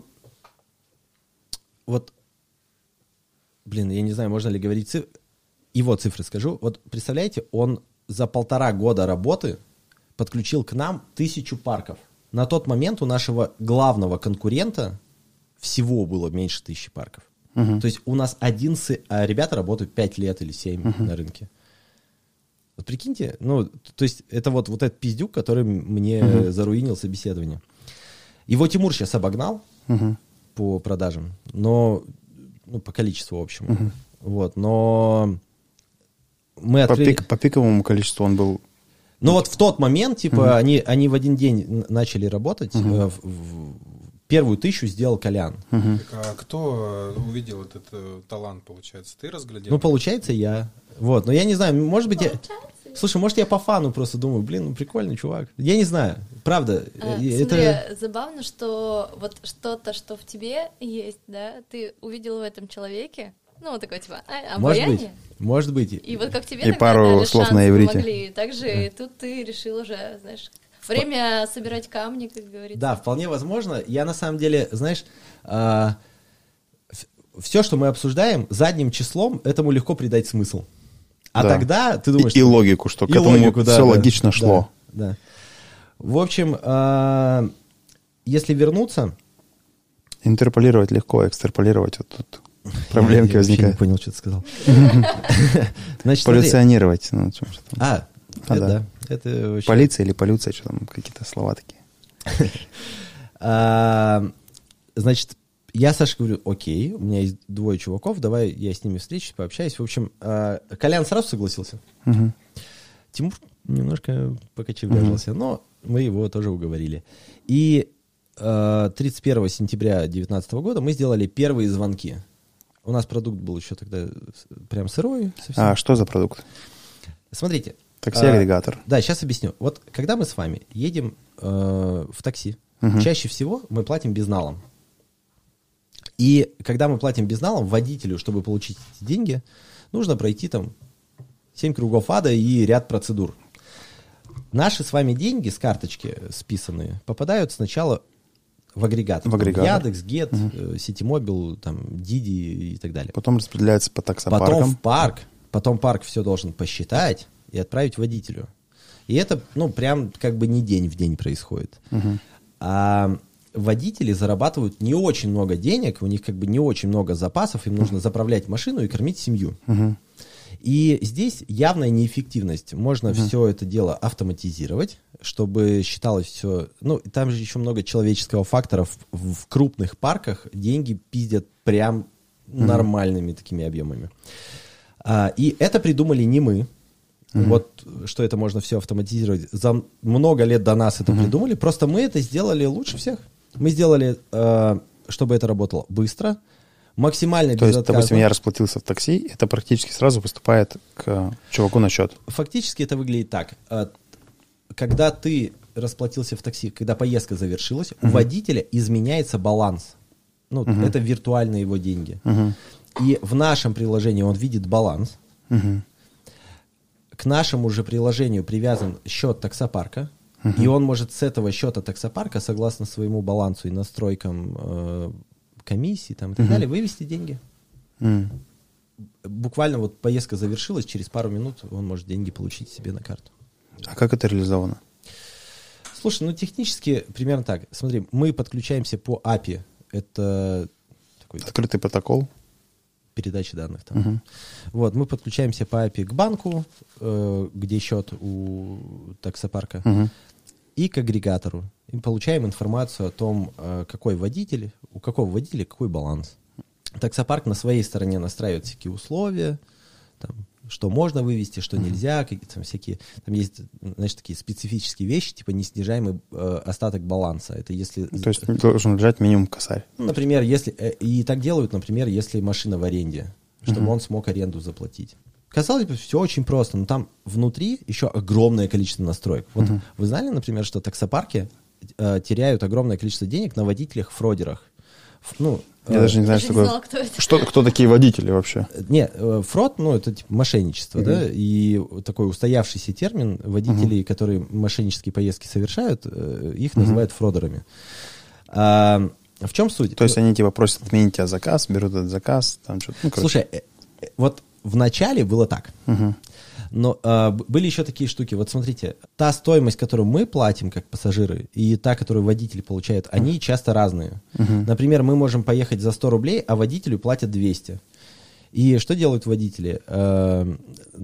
вот, блин, я не знаю, можно ли говорить цифры. Его цифры скажу. Вот представляете, он за полтора года работы подключил к нам тысячу парков. На тот момент у нашего главного конкурента всего было меньше тысячи парков. Uh-huh. То есть у нас одиннадцать, а ребята работают пять лет или семь uh-huh. на рынке. Вот прикиньте, ну, то есть это вот, вот этот пиздюк, который мне uh-huh. заруинил собеседование. Его Тимур сейчас обогнал uh-huh. по продажам, но, ну, по количеству общему. Uh-huh. Вот, но... Мы открыли... по, пик, по пиковому количеству он был... Ну вот в тот момент, типа, uh-huh. они, они в один день начали работать. Uh-huh. первую тысячу сделал Колян. Угу. Так, а кто увидел этот э, талант, получается? Ты разглядел? Ну, получается, я. Вот, но я не знаю, может быть, я... Слушай, может, я по фану просто думаю, блин, ну прикольный чувак. Я не знаю, правда. А, это... Смотри, забавно, что вот что-то, что в тебе есть, да, ты увидел в этом человеке, ну, вот такой, типа, а, может обаяние. быть, может быть. И вот как тебе и тогда пару дали слов шанс, на иврите. помогли, так же и тут ты решил уже, знаешь, время собирать камни, как говорится. Да, вполне возможно. Я на самом деле, знаешь, а, все, что мы обсуждаем, задним числом этому легко придать смысл. А да. тогда ты думаешь... И, и логику, что и к этому логику, да, все да, логично да, шло. Да. В общем, а, если вернуться... Интерполировать легко, экстраполировать вот тут проблемки я, я возникают. Я не понял, что ты сказал. Полюционировать. А, да. Полиция или полюция, что там, какие-то слова такие. Значит, я Саше говорю, окей, у меня есть двое чуваков, давай я с ними встречусь, пообщаюсь. В общем, Колян сразу согласился. Угу. Тимур немножко покочевряжился, угу. но мы его тоже уговорили. И тридцать первого сентября две тысячи девятнадцатого года мы сделали первые звонки. У нас продукт был еще тогда прям сырой. Совсем. А что за продукт? Смотрите. Такси-агрегатор. А, да, сейчас объясню. Вот когда мы с вами едем э, в такси, угу. чаще всего мы платим безналом. И когда мы платим безналом, водителю, чтобы получить эти деньги, нужно пройти там семь кругов ада и ряд процедур. Наши с вами деньги с карточки списанные попадают сначала в агрегатор. В агрегатор. Яндекс, Гет, угу. Ситимобил, там, Диди и так далее. Потом распределяется по таксопаркам. Потом в парк. Потом парк все должен посчитать и отправить водителю. И это, ну, прям как бы не день в день происходит. Угу. А водители зарабатывают не очень много денег, у них как бы не очень много запасов, им нужно заправлять машину и кормить семью. Угу. И здесь явная неэффективность. Можно угу. все это дело автоматизировать, чтобы считалось все... Ну, там же еще много человеческого фактора. В, в крупных парках деньги пиздят прям угу. нормальными такими объемами. А, и это придумали не мы. Mm-hmm. Вот, что это можно все автоматизировать. За много лет до нас это mm-hmm. придумали. Просто мы это сделали лучше всех. Мы сделали, э, чтобы это работало быстро, максимально безотказно. То есть, допустим, я расплатился в такси, это практически сразу поступает к чуваку на счет. Фактически это выглядит так. Когда ты расплатился в такси, когда поездка завершилась, mm-hmm. у водителя изменяется баланс. Ну, mm-hmm. это виртуальные его деньги. Mm-hmm. И в нашем приложении он видит баланс. Mm-hmm. К нашему же приложению привязан счет таксопарка, uh-huh. и он может с этого счета таксопарка, согласно своему балансу и настройкам э, комиссии там, и так uh-huh. далее, вывести деньги. Uh-huh. Буквально вот поездка завершилась, через пару минут он может деньги получить себе на карту. А как это реализовано? Слушай, ну технически примерно так. Смотри, мы подключаемся по эй пи ай. Это такой... Открытый протокол. Передачи данных там. Uh-huh. Вот, мы подключаемся по эй пи ай к банку, э, где счет у таксопарка, uh-huh. и к агрегатору. И получаем информацию о том, э, какой водитель, у какого водителя какой баланс. Таксопарк на своей стороне настраивает всякие условия, там, что можно вывести, что uh-huh. нельзя, какие-то там всякие, там есть, значит, такие специфические вещи, типа неснижаемый э, остаток баланса. Это если... То есть должен лежать минимум косарь. Ну, например, если... Э, и так делают, например, если машина в аренде, чтобы uh-huh. он смог аренду заплатить. Казалось бы, все очень просто, но там внутри еще огромное количество настроек. Вот uh-huh. вы знали, например, что таксопарки э, теряют огромное количество денег на водителях-фродерах? Ну, я э, даже не знаю, что такое. Кто, что, кто такие водители вообще? Не, э, фрод, ну, это типа мошенничество, uh-huh. да, и такой устоявшийся термин водителей, uh-huh. которые мошеннические поездки совершают, э, их uh-huh. называют фродерами. А, в чем суть? То есть они типа просят отменить тебя заказ, берут этот заказ, там что-то. Ну, слушай, э, э, вот в начале было так. Uh-huh. Но э, были еще такие штуки. Вот смотрите, та стоимость, которую мы платим как пассажиры, и та, которую водители получают, они uh-huh. часто разные. Uh-huh. Например, мы можем поехать за сто рублей, а водителю платят двести. И что делают водители? Э,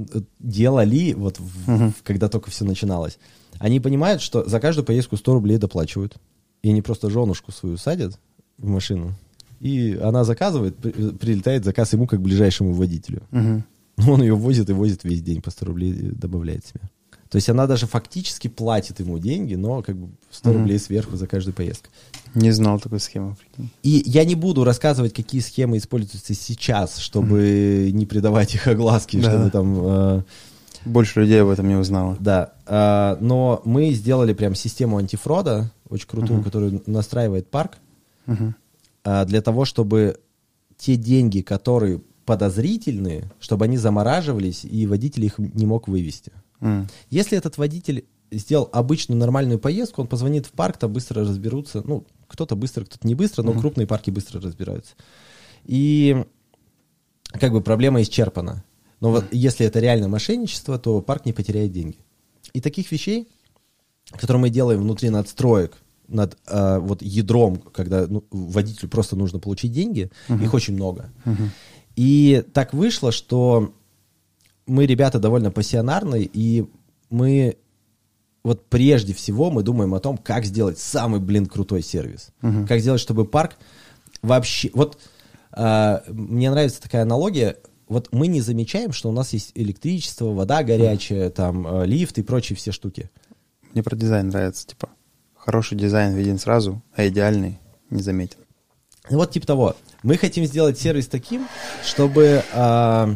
делали, вот в, uh-huh. когда только все начиналось. Они понимают, что за каждую поездку сто рублей доплачивают. И они просто женушку свою садят в машину, и она заказывает, при, прилетает заказ ему как ближайшему водителю. Uh-huh. Он ее возит и возит весь день, по сто рублей добавляет себе. То есть она даже фактически платит ему деньги, но как бы сто рублей mm-hmm. сверху за каждую поездку. Не знал такой схемы. И я не буду рассказывать, какие схемы используются сейчас, чтобы mm-hmm. не придавать их огласке, да. чтобы там... Э, Больше людей об этом не узнало. Да. Э, но мы сделали прям систему антифрода, очень крутую, mm-hmm. которую настраивает парк, mm-hmm. э, для того, чтобы те деньги, которые подозрительные, чтобы они замораживались, и водитель их не мог вывести. Mm. Если этот водитель сделал обычную нормальную поездку, он позвонит в парк, там быстро разберутся. Ну, кто-то быстро, кто-то не быстро, но mm. крупные парки быстро разбираются. И как бы проблема исчерпана. Но вот если это реально мошенничество, то парк не потеряет деньги. И таких вещей, которые мы делаем внутри надстроек, над э, вот ядром, когда ну, водителю просто нужно получить деньги, mm-hmm. их очень много. Mm-hmm. И так вышло, что мы ребята довольно пассионарные, и мы вот прежде всего мы думаем о том, как сделать самый, блин, крутой сервис. Uh-huh. Как сделать, чтобы парк вообще... Вот э, мне нравится такая аналогия. Вот мы не замечаем, что у нас есть электричество, вода горячая, uh-huh. там, э, лифт и прочие все штуки. Мне про дизайн нравится, типа, хороший дизайн виден сразу, а идеальный не заметен. Вот типа того. Мы хотим сделать сервис таким, чтобы... Э,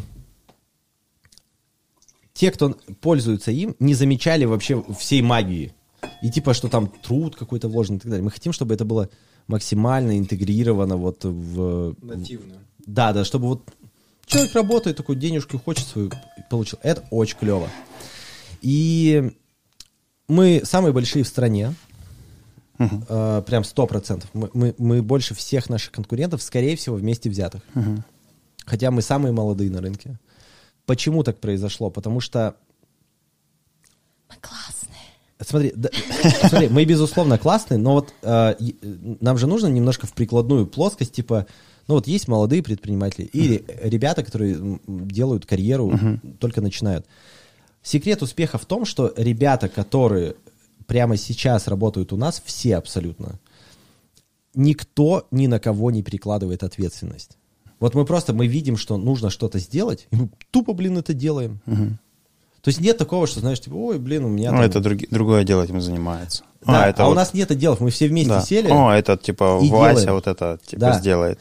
те, кто пользуются им, не замечали вообще всей магии. И типа, что там труд какой-то вложен и так далее. Мы хотим, чтобы это было максимально интегрировано вот в... Нативно. Да, да, чтобы вот человек работает, такой денежку хочет свою получил. Это очень клево. И мы самые большие в стране. Uh-huh. э, прям сто процентов. Мы, мы, мы больше всех наших конкурентов, скорее всего, вместе взятых. Uh-huh. Хотя мы самые молодые на рынке. Почему так произошло? Потому что... Мы классные. Смотри, да, смотри, мы, безусловно, классные, но вот э, нам же нужно немножко в прикладную плоскость, типа, ну вот есть молодые предприниматели и uh-huh. ребята, которые делают карьеру, uh-huh. только начинают. Секрет успеха в том, что ребята, которые прямо сейчас работают у нас, все абсолютно, никто ни на кого не перекладывает ответственность. Вот мы просто, мы видим, что нужно что-то сделать, и мы тупо, блин, это делаем. Угу. То есть нет такого, что, знаешь, типа, ой, блин, у меня Ну, там... это друг, другое дело этим занимается. Да, а это а вот... у нас нет отделов, мы все вместе да. сели. О, это, типа, Вася делаем. Вот это, типа, да. сделает.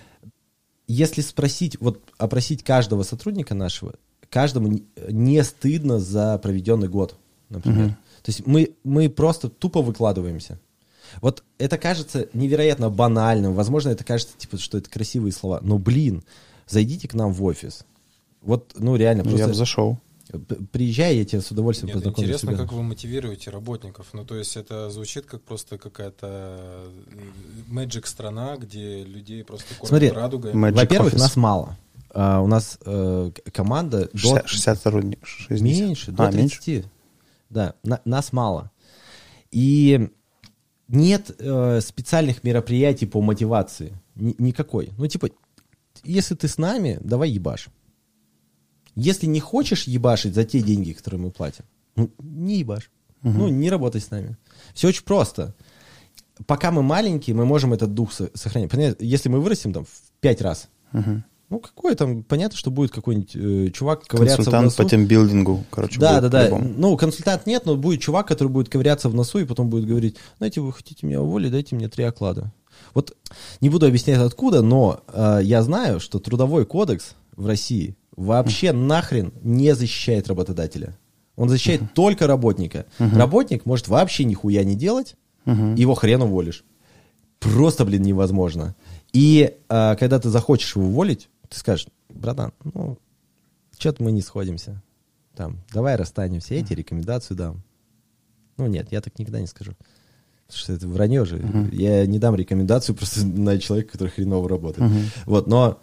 Если спросить, вот опросить каждого сотрудника нашего, каждому не стыдно за проведенный год, например. Угу. То есть мы, мы просто тупо выкладываемся. Вот это кажется невероятно банальным. Возможно, это кажется, типа, что это красивые слова. Но, блин, зайдите к нам в офис. Вот, ну, реально. Просто... Я бы зашел. Приезжай, я тебя с удовольствием Нет, познакомлю. Интересно, как вы мотивируете работников. Ну, то есть это звучит как просто какая-то magic страна, где людей просто кормят радугой. Во-первых, нас мало. Uh, у нас uh, команда... шестьдесят, до... шестьдесят сотрудников. шестьдесят. Меньше, до а, тридцати. Меньше? Да, на, нас мало. И... Нет э, специальных мероприятий по мотивации. Н- никакой. Ну, типа, если ты с нами, давай ебашь. Если не хочешь ебашить за те деньги, которые мы платим, ну, не ебашь. Угу. Ну, не работай с нами. Все очень просто. Пока мы маленькие, мы можем этот дух со- сохранять. Понятно, если мы вырастем там в пять раз, угу. ну, какой там, понятно, что будет какой-нибудь э, чувак ковыряться консультант в носу. по тимбилдингу, короче. Да, да, да. Ну, консультант нет, но будет чувак, который будет ковыряться в носу и потом будет говорить, знаете, вы хотите меня уволить, дайте мне три оклада. Вот не буду объяснять откуда, но э, я знаю, что трудовой кодекс в России вообще uh-huh. нахрен не защищает работодателя. Он защищает uh-huh. только работника. Uh-huh. Работник может вообще нихуя не делать, uh-huh. его хрен уволишь. Просто, блин, невозможно. И э, когда ты захочешь его уволить, ты скажешь, братан, ну, что-то мы не сходимся. Там, давай расстанемся, я тебе рекомендацию дам. Ну, нет, я так никогда не скажу. Потому что это вранье же. Uh-huh. Я не дам рекомендацию просто на человека, который хреново работает. Uh-huh. Вот, но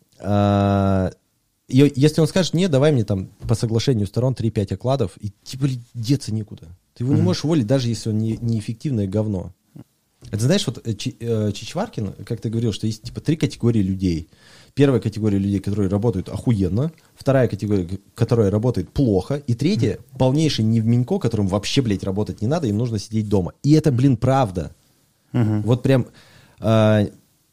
э, если он скажет, нет, давай мне там по соглашению сторон три-пять окладов, и типа деться некуда. Ты его uh-huh. не можешь уволить, даже если он не, неэффективное говно. Это знаешь, вот Ч, э, Чичваркин, как ты говорил, что есть типа три категории людей. Первая категория людей, которые работают охуенно. Вторая категория, которая работает плохо. И третья, mm-hmm. полнейший невменько, которым вообще, блядь, работать не надо, им нужно сидеть дома. И это, блин, правда. Mm-hmm. Вот прям... Э,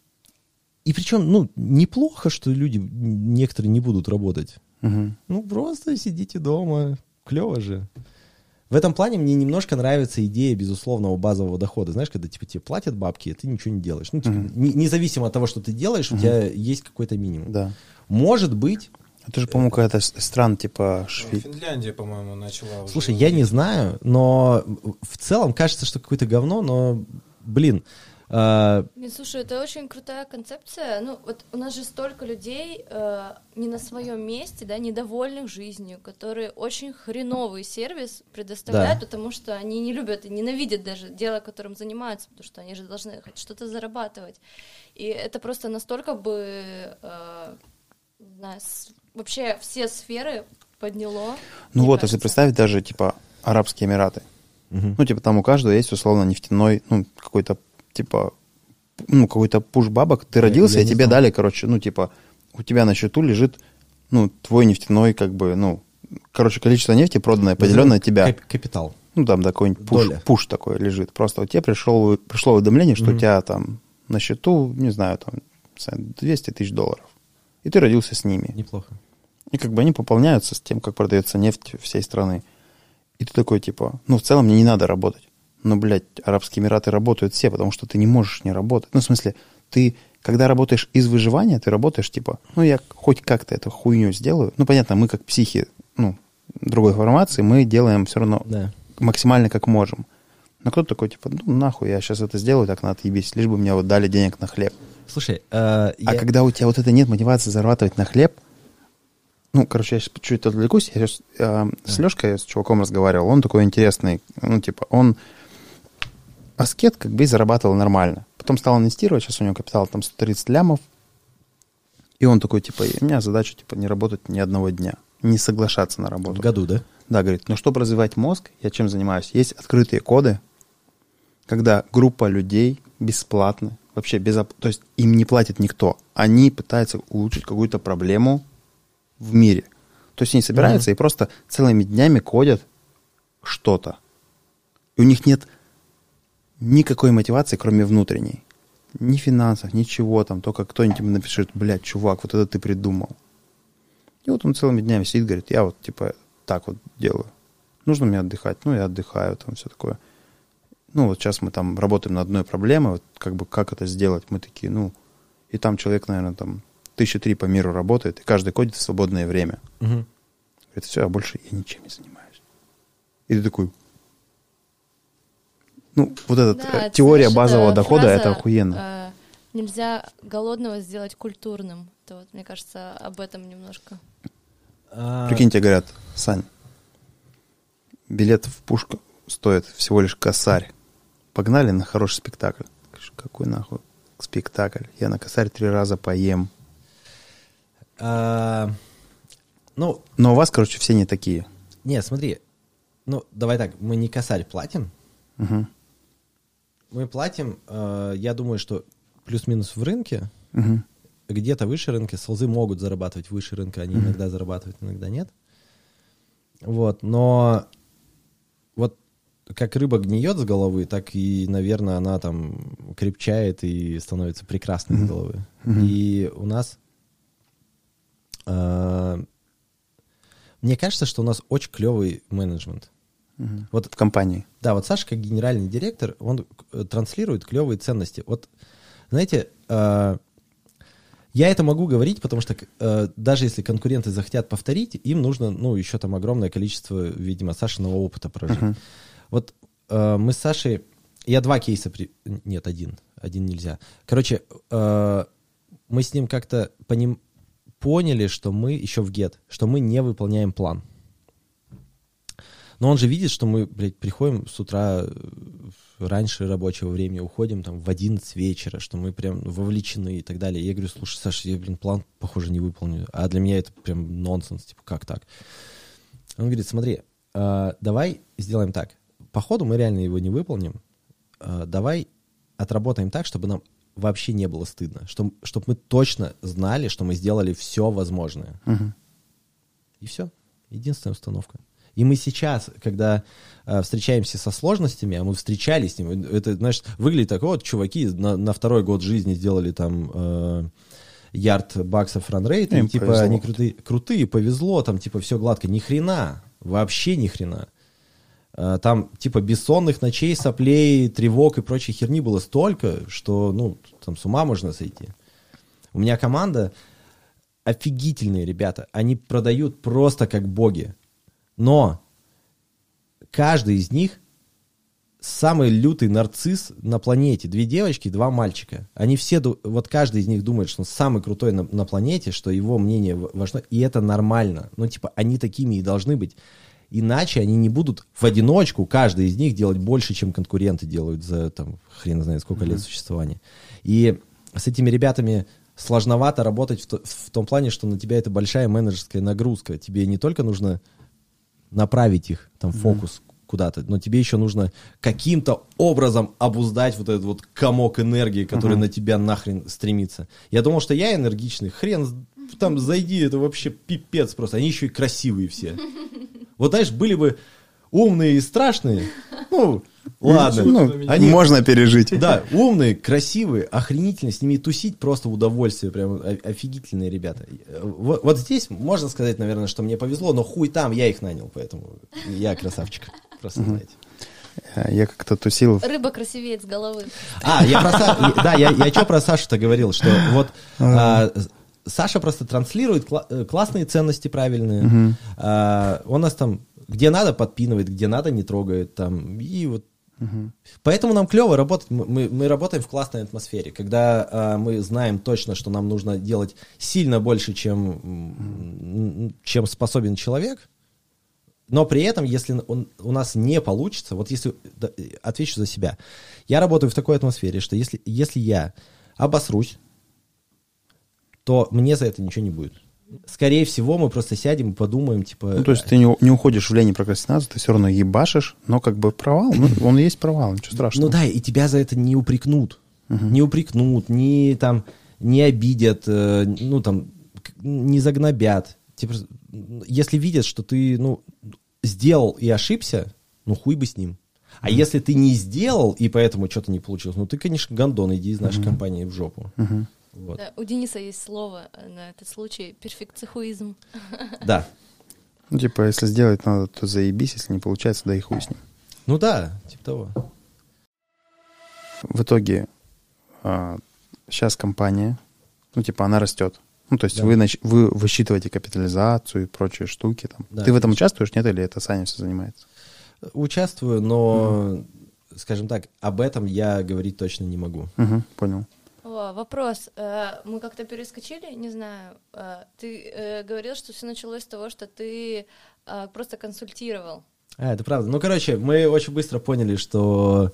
и причем, ну, неплохо, что люди, некоторые не будут работать. Mm-hmm. Ну, просто сидите дома. Клево же. В этом плане мне немножко нравится идея безусловного базового дохода. Знаешь, когда типа тебе платят бабки, ты ничего не делаешь. Ну, типа, mm-hmm. не, независимо от того, что ты делаешь, mm-hmm. у тебя есть какой-то минимум. Да. Может быть... Это же, по-моему, какая-то страна типа Швейцария. Финляндия, по-моему, начала уже... Слушай, я не знаю, но в целом кажется, что какое-то говно, но, блин... Uh... Не, слушай, это очень крутая концепция. Ну, вот у нас же столько людей э, не на своем месте, да, недовольных жизнью, которые очень хреновый сервис предоставляют, да. потому что они не любят и ненавидят даже дело, которым занимаются, потому что они же должны хоть что-то зарабатывать. И это просто настолько бы, э, не знаю, с, вообще все сферы подняло. Ну вот, кажется. Если представить даже, типа, Арабские Эмираты. Угу. Ну, типа, там у каждого есть, условно, нефтяной, ну, какой-то типа, ну, какой-то пуш бабок, ты родился, я и тебе знал. Дали, короче, ну, типа, у тебя на счету лежит, ну, твой нефтяной, как бы, ну, короче, количество нефти проданное, поделенное на тебя. Капитал. Ну, там, да, какой-нибудь пуш, пуш такой лежит. Просто у тебя пришло, пришло уведомление, что mm-hmm. у тебя там на счету, не знаю, там, двести тысяч долларов. И ты родился с ними. Неплохо. И как бы они пополняются с тем, как продается нефть всей страны. И ты такой, типа, ну, в целом мне не надо работать. Но, блядь, Арабские Эмираты работают все, потому что ты не можешь не работать. Ну, в смысле, ты, когда работаешь из выживания, ты работаешь, типа, ну, я хоть как-то эту хуйню сделаю. Ну, понятно, мы как психи, ну, другой формации, мы делаем все равно да. максимально как можем. Но кто-то такой, типа, ну, нахуй, я сейчас это сделаю, так надо ебись, лишь бы мне вот дали денег на хлеб. Слушай, э, а я... когда у тебя вот это нет мотивации зарабатывать на хлеб, ну, короче, я сейчас чуть-чуть отвлекусь, я сейчас э, с Лешкой, с чуваком разговаривал, он такой интересный, ну, типа, он аскет как бы и зарабатывал нормально. Потом стал инвестировать, сейчас у него капитал там сто тридцать лямов. И он такой, типа, у меня задача, типа, не работать ни одного дня. Не соглашаться на работу. В году, да? Да, говорит, но чтобы развивать мозг, я чем занимаюсь? Есть открытые коды, когда группа людей бесплатно, вообще без... То есть им не платит никто. Они пытаются улучшить какую-то проблему в мире. То есть они собираются mm-hmm. и просто целыми днями кодят что-то. И у них нет... никакой мотивации, кроме внутренней. Ни финансов, ничего там. Только кто-нибудь напишет, блядь, чувак, вот это ты придумал. И вот он целыми днями сидит, говорит, я вот, типа, так вот делаю. Нужно мне отдыхать. Ну, я отдыхаю, там все такое. Ну, вот сейчас мы там работаем над одной проблемой, вот как бы как это сделать. Мы такие, ну, и там человек, наверное, там тысячи три по миру работает, и каждый кодит в свободное время. Угу. Говорит, все, а больше я ничем не занимаюсь. И ты такой... Ну, вот эта да, теория знаешь, базового дохода, фраза, это охуенно. Э, нельзя голодного сделать культурным. Это вот, мне кажется, об этом немножко. А... Прикиньте, говорят, Сань, билет в пушку стоит всего лишь косарь. Погнали на хороший спектакль. Какой нахуй спектакль? Я на косарь три раза поем. А... Ну... Но у вас, короче, все не такие. Не, смотри. Ну, давай так, мы не косарь платим. Угу. Мы платим, э, я думаю, что плюс-минус в рынке, угу. где-то выше рынка, солзы могут зарабатывать выше рынка, они угу. иногда зарабатывают, иногда нет. Вот, но вот как рыба гниет с головы, так и, наверное, она там крепчает и становится прекрасной угу. с головы. Угу. И у нас... Э, мне кажется, что у нас очень клевый менеджмент. Угу. Вот в компании. Да, вот Саша, как генеральный директор, он транслирует клевые ценности. Вот, знаете, э, я это могу говорить, потому что э, даже если конкуренты захотят повторить, им нужно, ну, еще там огромное количество, видимо, Сашиного опыта прожить. Uh-huh. Вот э, мы с Сашей... Я два кейса... При... Нет, один. Один нельзя. Короче, э, мы с ним как-то по ним поняли, что мы еще в Get, что мы не выполняем план. Но он же видит, что мы, блядь, приходим с утра раньше рабочего времени, уходим там в одиннадцать вечера, что мы прям вовлечены и так далее. Я говорю, слушай, Саша, я, блин, план, похоже, не выполню. А для меня это прям нонсенс, типа, как так? Он говорит, смотри, э, давай сделаем так. По ходу мы реально его не выполним. Э, давай отработаем так, чтобы нам вообще не было стыдно. Чтобы, чтобы мы точно знали, что мы сделали все возможное. Угу. И все. Единственная установка. И мы сейчас, когда э, встречаемся со сложностями, а мы встречались с ним, это, знаешь, выглядит так, вот, чуваки на, на второй год жизни сделали там э, ярд баксов ранрейт, и типа повезло. Они крутые, крутые, повезло, там типа все гладко. Ни хрена, вообще ни хрена. Там, типа, бессонных ночей, соплей, тревог и прочей херни было столько, что, ну, там с ума можно сойти. У меня команда офигительные ребята. Они продают просто как боги. Но каждый из них самый лютый нарцисс на планете. Две девочки, два мальчика. Они все, вот каждый из них думает, что он самый крутой на, на планете, что его мнение важно. И это нормально. Ну, типа, они такими и должны быть. Иначе они не будут в одиночку, каждый из них, делать больше, чем конкуренты делают за, там, хрен знает сколько mm-hmm. лет существования. И с этими ребятами сложновато работать в, то, в том плане, что на тебя это большая менеджерская нагрузка. Тебе не только нужно направить их, там, фокус mm-hmm. куда-то, но тебе еще нужно каким-то образом обуздать вот этот вот комок энергии, который mm-hmm. на тебя нахрен стремится. Я думал, что я энергичный. Хрен там зайди, это вообще пипец просто. Они еще и красивые все. Вот, знаешь, были бы умные и страшные, ну, ладно. Ну, они, можно пережить. Да, умные, красивые, охренительные, с ними тусить просто удовольствие, прям офигительные ребята. Вот, вот здесь можно сказать, наверное, что мне повезло, но хуй там, я их нанял, поэтому я красавчик, просто знаете. Я как-то тусил... Рыба красивеет с головы. А, я про Сашу, да, я, я что про Сашу-то говорил, что вот... А, Саша просто транслирует кла- классные ценности правильные. Uh-huh. А, он нас там где надо подпинывает, где надо не трогает. Там, и вот. Uh-huh. Поэтому нам клево работать. Мы, мы работаем в классной атмосфере. Когда а, мы знаем точно, что нам нужно делать сильно больше, чем, uh-huh. чем способен человек. Но при этом, если он, у нас не получится, вот если, да, отвечу за себя, я работаю в такой атмосфере, что если, если я обосрусь, то мне за это ничего не будет. Скорее всего, мы просто сядем и подумаем, типа... Ну, то есть ты не, не уходишь в лень и прокрастинацию, ты все равно ебашишь, но как бы провал, ну, он и есть провал, ничего страшного. Ну да, и тебя за это не упрекнут. Угу. Не упрекнут, не, там, не обидят, э, ну, там, не загнобят. Типа, если видят, что ты, ну, сделал и ошибся, ну, хуй бы с ним. А угу. если ты не сделал, и поэтому что-то не получилось, ну, ты, конечно, гондон, иди из нашей угу. компании в жопу. Угу. Вот. Да, у Дениса есть слово на этот случай — перфекционизм. Да. Ну, типа, если сделать надо, то заебись, если не получается, да и хуй с ним. Ну да, типа того. В итоге а, сейчас компания, ну, типа, она растет. Ну, то есть да. вы, нач- вы высчитываете капитализацию и прочие штуки. Там. Да, Ты в этом участвуешь, нет, или это Саня все занимается? Участвую, но, угу. скажем так, об этом я говорить точно не могу. Угу, понял. О, вопрос. Мы как-то перескочили, не знаю. Ты говорил, что все началось с того, что ты просто консультировал. А, это правда. Ну, короче, мы очень быстро поняли, что...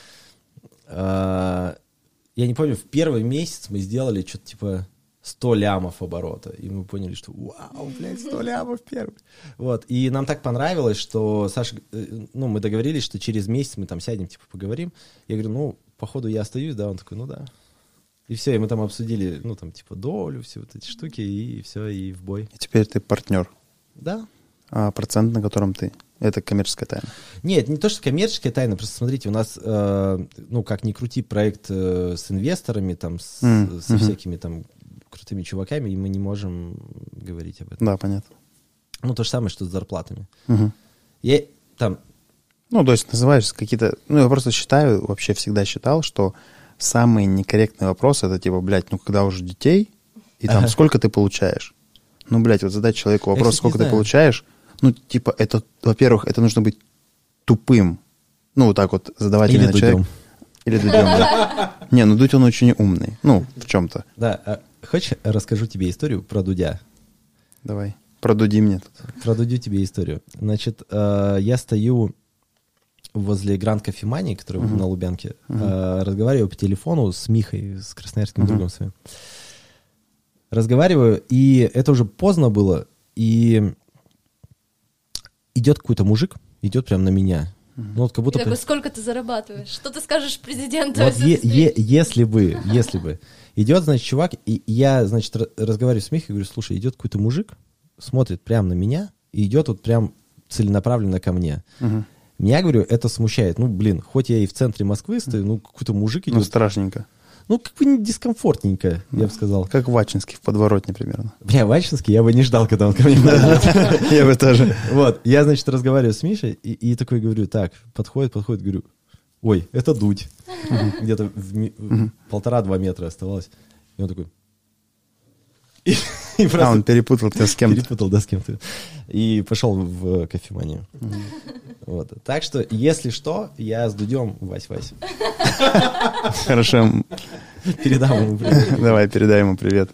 Я не помню, в первый месяц мы сделали что-то типа сто лямов оборота. И мы поняли, что вау, блядь, сто лямов первый. Вот. И нам так понравилось, что Саша... Ну, мы договорились, что через месяц мы там сядем, типа, поговорим. Я говорю, ну, походу я остаюсь, да? Он такой, ну да. И все, и мы там обсудили, ну, там, типа, долю, все вот эти штуки, и все, и в бой. И теперь ты партнер. Да. А процент, на котором ты? Это коммерческая тайна? Нет, не то, что коммерческая тайна, просто смотрите, у нас, э, ну, как ни крути, проект э, с инвесторами, там, с, mm-hmm. со всякими там крутыми чуваками, и мы не можем говорить об этом. Да, понятно. Ну, то же самое, что с зарплатами. Mm-hmm. Я там... Ну, то есть называешь какие-то... Ну, я просто считаю, вообще всегда считал, что самый некорректный вопрос — это типа, блядь, ну когда уже детей, и там ага. сколько ты получаешь? Ну, блядь, вот задать человеку вопрос, сколько ты получаешь, ну, типа, это, во-первых, это нужно быть тупым. Ну, вот так вот задавать Или именно Дудем. человек. Или Дудем, да. Не, ну Дудь, он очень умный. Ну, в чем-то. Да, а хочешь, расскажу тебе историю про Дудя? Давай, продуди мне тут. Продудю тебе историю. Значит, я стою возле Гранд Кофемании, который uh-huh. на Лубянке, uh-huh. э, разговариваю по телефону с Михой, с красноярским uh-huh. другом своим. Разговариваю, и это уже поздно было, и идет какой-то мужик, идет прямо на меня. Uh-huh. Ну, вот как будто... И такой, сколько ты зарабатываешь? Что ты скажешь президенту? Вот е- е- если бы, если бы. Идет, значит, чувак, и я, значит, разговариваю с Михой, говорю, слушай, идет какой-то мужик, смотрит прямо на меня, и идет вот прям целенаправленно ко мне. Uh-huh. Меня, говорю, это смущает. Ну, блин, хоть я и в центре Москвы стою, ну, какой-то мужик идет. Ну, страшненько. ну, как бы дискомфортненько, я бы сказал. Как в Ачинске, в Подворотне примерно. Бля, в Ачинске я бы не ждал, когда он ко мне подойдет. Я бы тоже. Вот, я, значит, разговариваю с Мишей, и, и такой говорю, так, подходит, подходит, говорю, ой, это дудь. Где-то в ми- полтора-два метра оставалось. И он такой... И, и а, он перепутал тебя с кем-то. Перепутал, да, с кем-то. И пошел в кофеманию. Вот. Так что, если что, я с Дудем Вась-Вась. Хорошо. Передам ему привет. Давай, передай ему привет.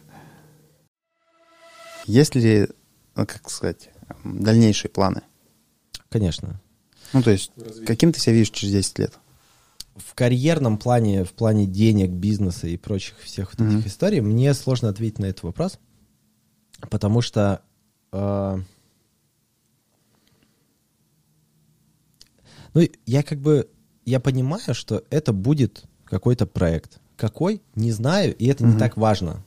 Есть ли, ну, как сказать, дальнейшие планы? Конечно. Ну, то есть, каким ты себя видишь через десять лет? В карьерном плане, в плане денег, бизнеса и прочих всех вот этих mm-hmm. историй, мне сложно ответить на этот вопрос, потому что э, ну, я как бы, я понимаю, что это будет какой-то проект. Какой? Не знаю, и это mm-hmm. не так важно.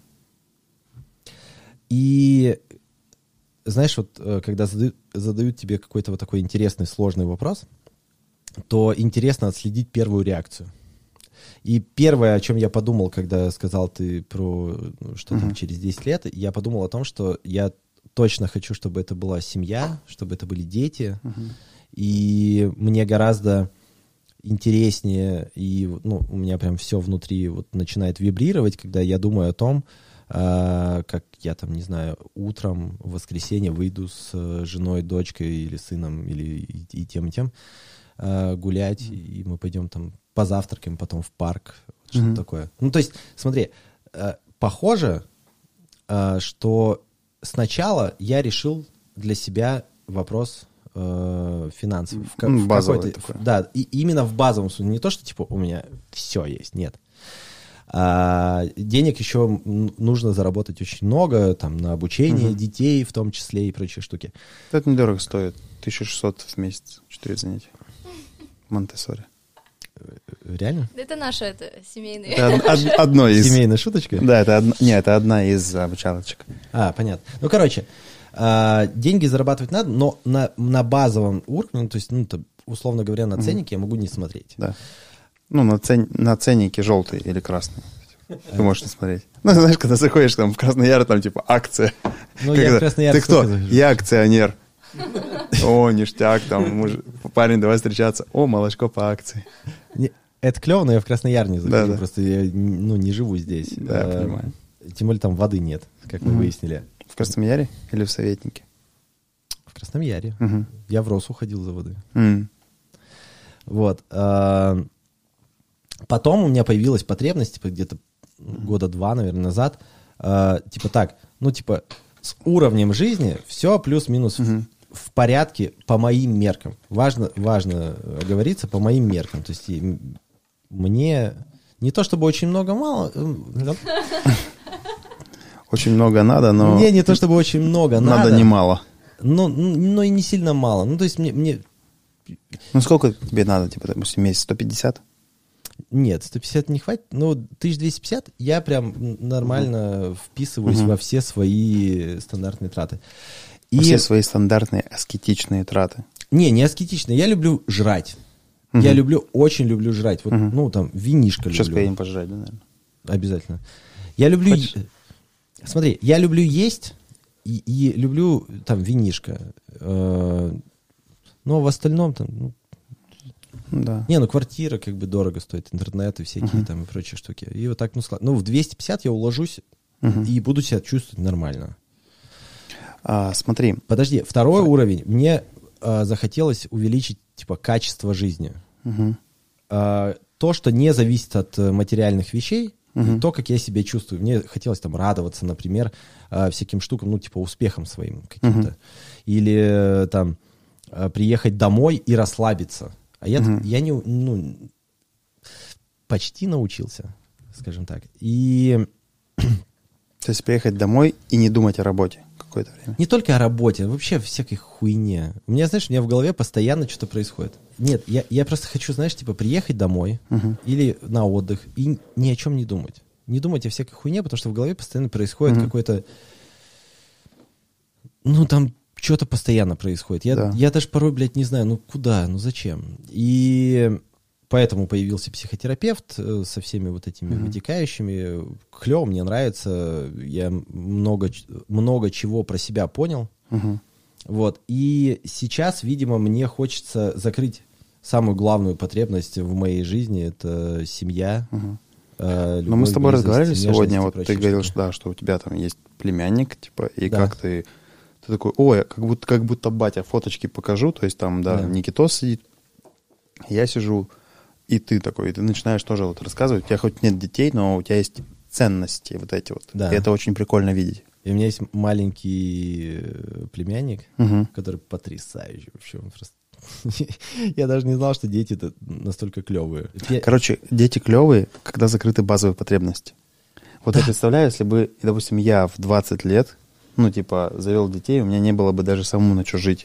И знаешь, вот когда задают, задают тебе какой-то вот такой интересный, сложный вопрос, то интересно отследить первую реакцию. И первое, о чем я подумал, когда сказал ты про, что там, mm-hmm. через десять лет, я подумал о том, что я точно хочу, чтобы это была семья, чтобы это были дети. Mm-hmm. И мне гораздо интереснее, и ну, у меня прям все внутри вот начинает вибрировать, когда я думаю о том, э, как я там, не знаю, утром в воскресенье выйду с женой, дочкой или сыном, или и, и тем, и тем, гулять, mm-hmm. и мы пойдем там позавтракаем, потом в парк, что-то mm-hmm. такое. Ну, то есть, смотри, похоже, что сначала я решил для себя вопрос финансов. В, базовый такой. Да, и именно в базовом смысле. Не то, что типа у меня все есть, нет. А, денег еще нужно заработать очень много, там, на обучение mm-hmm. детей в том числе и прочие штуки. Это недорого стоит. тысяча шестьсот в месяц, четыре занятия. Монтессори. Реально? Это наша это, семейная. Это одно из... Семейная шуточка? Да, это одна, не, это одна из обучалочек. А, понятно. Ну, короче, деньги зарабатывать надо, но на, на базовом уровне, то есть, ну, условно говоря, на ценнике mm-hmm. я могу не смотреть. Да. Ну, на, цен, на ценнике желтый или красный. Ты можешь не смотреть. Ну, знаешь, когда заходишь там в Красный Яр, там типа акция. Ну, я в Красный Яр. Ты кто? Я акционер. О, ништяк, там, муж, парень, давай встречаться. О, молочко по акции. Это клево, но я в Красный Яр не захожу, да, да. просто я ну, не живу здесь. Да, я понимаю. Тем более там воды нет, как мы mm-hmm. выяснили. В Красном Яре или в Советнике? В Красном Яре. Mm-hmm. Я в Росу ходил за водой. Mm. Вот. Потом у меня появилась потребность, типа где-то года два, наверное, назад, типа так, ну типа с уровнем жизни все плюс-минус mm-hmm. в, в порядке по моим меркам. Важно, важно оговориться по моим меркам. То есть мне не то чтобы очень много мало... Очень много надо, но... Мне не то чтобы очень много надо. Надо немало. Но, но и не сильно мало. Ну, то есть мне... мне... Ну, сколько тебе надо, типа, допустим, месяц? сто пятьдесят? Нет, сто пятьдесят не хватит. Ну, тысяча двести пятьдесят я прям нормально uh-huh. вписываюсь uh-huh. во все свои стандартные траты. И... Все свои стандартные аскетичные траты. Не, не аскетичные. Я люблю жрать. Uh-huh. Я люблю, очень люблю жрать. Вот, uh-huh. ну, там, винишко люблю. Сейчас поедем пожрать, да, наверное? Обязательно. Я люблю... Хочешь? Смотри, я люблю есть и, и люблю там винишко. Э, но в остальном там... Ну, да. Не, ну квартира как бы дорого стоит, интернет и всякие uh-huh. там и прочие штуки. И вот так, ну, склад... ну в двести пятьдесят я уложусь uh-huh. и буду себя чувствовать нормально. А, смотри. Подожди, второй Ой. уровень. Мне а, захотелось увеличить типа качество жизни. Uh-huh. А, то, что не зависит от материальных вещей, uh-huh. и то, как я себя чувствую. Мне хотелось там радоваться, например, а, всяким штукам, ну типа успехам своим каким-то. Uh-huh. Или там а, приехать домой и расслабиться. А я, uh-huh. я не, ну, почти научился, скажем так. И... То есть приехать домой и не думать о работе какое-то время? Не только о работе, вообще всякой хуйне. У меня, знаешь, у меня в голове постоянно что-то происходит. Нет, я, я просто хочу, знаешь, типа приехать домой uh-huh. или на отдых и ни о чем не думать. Не думать о всякой хуйне, потому что в голове постоянно происходит uh-huh. какой-то... Ну, там... Что-то постоянно происходит. Я, да. я даже порой, блядь, не знаю, ну куда, ну зачем. И поэтому появился психотерапевт э, со всеми вот этими mm-hmm. вытекающими. Клево, мне нравится. Я много, много чего про себя понял. Mm-hmm. Вот. И сейчас, видимо, мне хочется закрыть самую главную потребность в моей жизни. Это семья. Mm-hmm. Э, любовь, Но мы с тобой близость, разговаривали сегодня. Вот ты говорил, штуки. что, да, что у тебя там есть племянник, типа, и да. как ты... Ты такой, ой, как будто, как будто батя, фоточки покажу. То есть там, да, да. Никитос сидит, я сижу... И ты такой, и ты начинаешь тоже вот рассказывать. У тебя хоть нет детей, но у тебя есть ценности вот эти вот. Да. И это очень прикольно видеть. И у меня есть маленький племянник, угу. который потрясающий вообще. Он просто... Я даже не знал, что дети-то настолько клевые. Короче, дети клевые, когда закрыты базовые потребности. Вот да. Я представляю, если бы, допустим, я в двадцать лет, ну, типа, завел детей, у меня не было бы даже самому на что жить.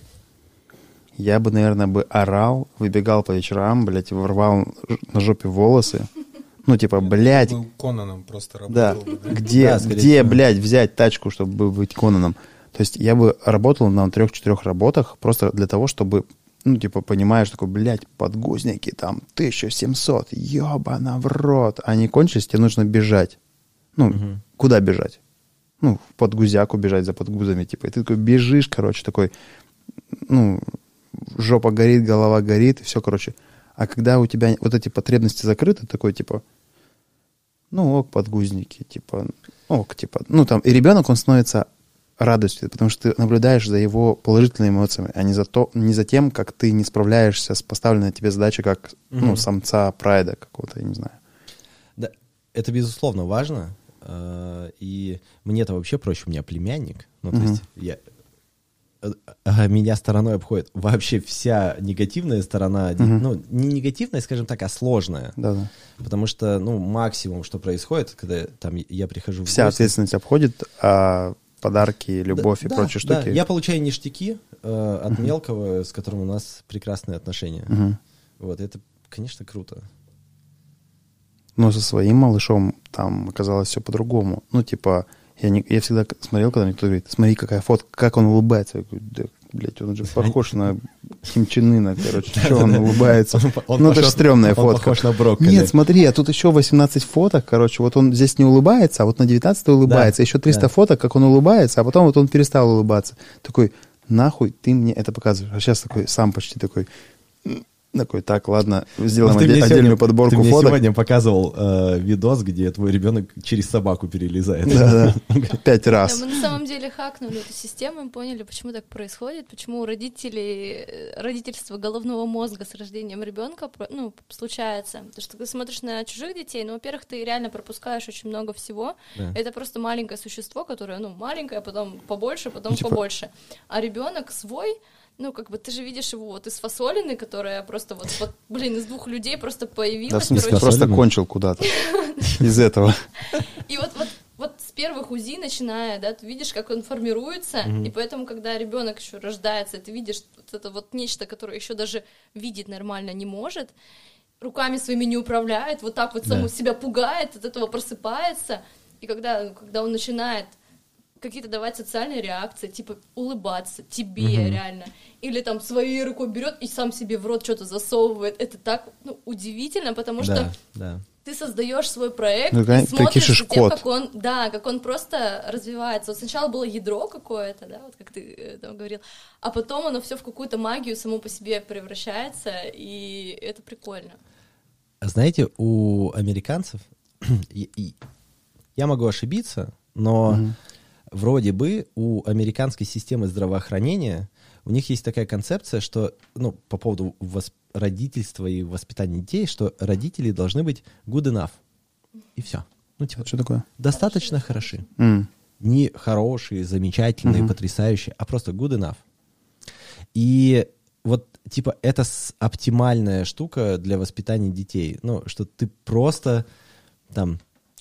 Я бы, наверное, бы орал, выбегал по вечерам, блядь, ворвал на жопе волосы. Ну, типа, блядь... Был Конаном просто работал. Да, бы, да? где, да, где всего. блядь, взять тачку, чтобы быть Конаном? То есть я бы работал на трех-четырех работах просто для того, чтобы, ну, типа, понимаешь, такой, блядь, подгузники там тысяча семьсот, ебана в рот. Они кончились, тебе нужно бежать. Ну, угу. Куда бежать? Ну, в подгузяку бежать за подгузами, типа. И ты такой бежишь, короче, такой, ну... жопа горит, голова горит, и все, короче. А когда у тебя вот эти потребности закрыты, такой, типа, ну, ок, подгузники, типа, ок, типа, ну, там, и ребенок, он становится радостью, потому что ты наблюдаешь за его положительными эмоциями, а не за, то, не за тем, как ты не справляешься с поставленной тебе задачей, как, mm-hmm. ну, самца прайда какого-то, я не знаю. Да, это, безусловно, важно, и мне-то вообще проще, у меня племянник, ну, то mm-hmm. есть я... меня стороной обходит вообще вся негативная сторона, uh-huh. ну, не негативная, скажем так, а сложная. Да-да. Потому что, ну, максимум, что происходит, когда там я прихожу в Вся гости, ответственность обходит, а подарки, любовь да, и прочие да, штуки... Да, я получаю ништяки э, от uh-huh. мелкого, с которым у нас прекрасные отношения. Uh-huh. Вот, это, конечно, круто. Но со своим малышом там оказалось все по-другому. Ну, типа... Я, не, я всегда смотрел, когда мне кто-то говорит, смотри, какая фотка, как он улыбается. Я говорю, да, блядь, он же похож на Ким Чен Ына, короче, что он улыбается. Ну, это же стрёмная фотка. Он похож на брокколи. Нет, смотри, а тут еще восемнадцать фоток, короче, вот он здесь не улыбается, а вот на девятнадцатой улыбается. Еще триста фоток, как он улыбается, а потом вот он перестал улыбаться. Такой, нахуй ты мне это показываешь? А сейчас такой, сам почти такой... Такой, так, ладно, сделаем отдель, отдельную сегодня, подборку фоток. Ты мне фоток. Сегодня показывал э, видос, где твой ребенок через собаку перелезает. Да, да, пять раз. Мы на самом деле хакнули эту систему и поняли, почему так происходит, почему у родителей родительство головного мозга с рождением ребенка, ну, случается. Потому что ты смотришь на чужих детей, ну, во-первых, ты реально пропускаешь очень много всего. Да. Это просто маленькое существо, которое, ну, маленькое, потом побольше, потом ну, типа... побольше. А ребенок свой. Ну, как бы ты же видишь его вот из фасолины, которая просто вот, вот блин, из двух людей просто появилась. Да, в смысле, короче, просто кончил куда-то из этого. И вот, вот, вот с первых УЗИ начиная, да, ты видишь, как он формируется, и поэтому, когда ребенок еще рождается, ты видишь вот это вот нечто, которое еще даже видеть нормально не может, руками своими не управляет, вот так вот саму себя пугает, от этого просыпается, и когда, когда он начинает какие-то давать социальные реакции, типа улыбаться тебе uh-huh. реально, или там своей рукой берет и сам себе в рот что-то засовывает. Это так, ну, удивительно, потому да, что да. ты создаешь свой проект ну, и смотришь за тем, код. как он, да, как он просто развивается. Вот сначала было ядро какое-то, да, вот как ты э, там говорил, а потом оно все в какую-то магию само по себе превращается, и это прикольно. Знаете, у американцев, я могу ошибиться, но uh-huh. вроде бы у американской системы здравоохранения у них есть такая концепция, что, ну, по поводу восп... родительства и воспитания детей, что родители должны быть good enough. И все. Ну, типа, что такое? Достаточно хороши. Mm. Не хорошие, замечательные, mm-hmm. потрясающие, а просто good enough. И вот, типа, это оптимальная штука для воспитания детей. Ну, что ты просто там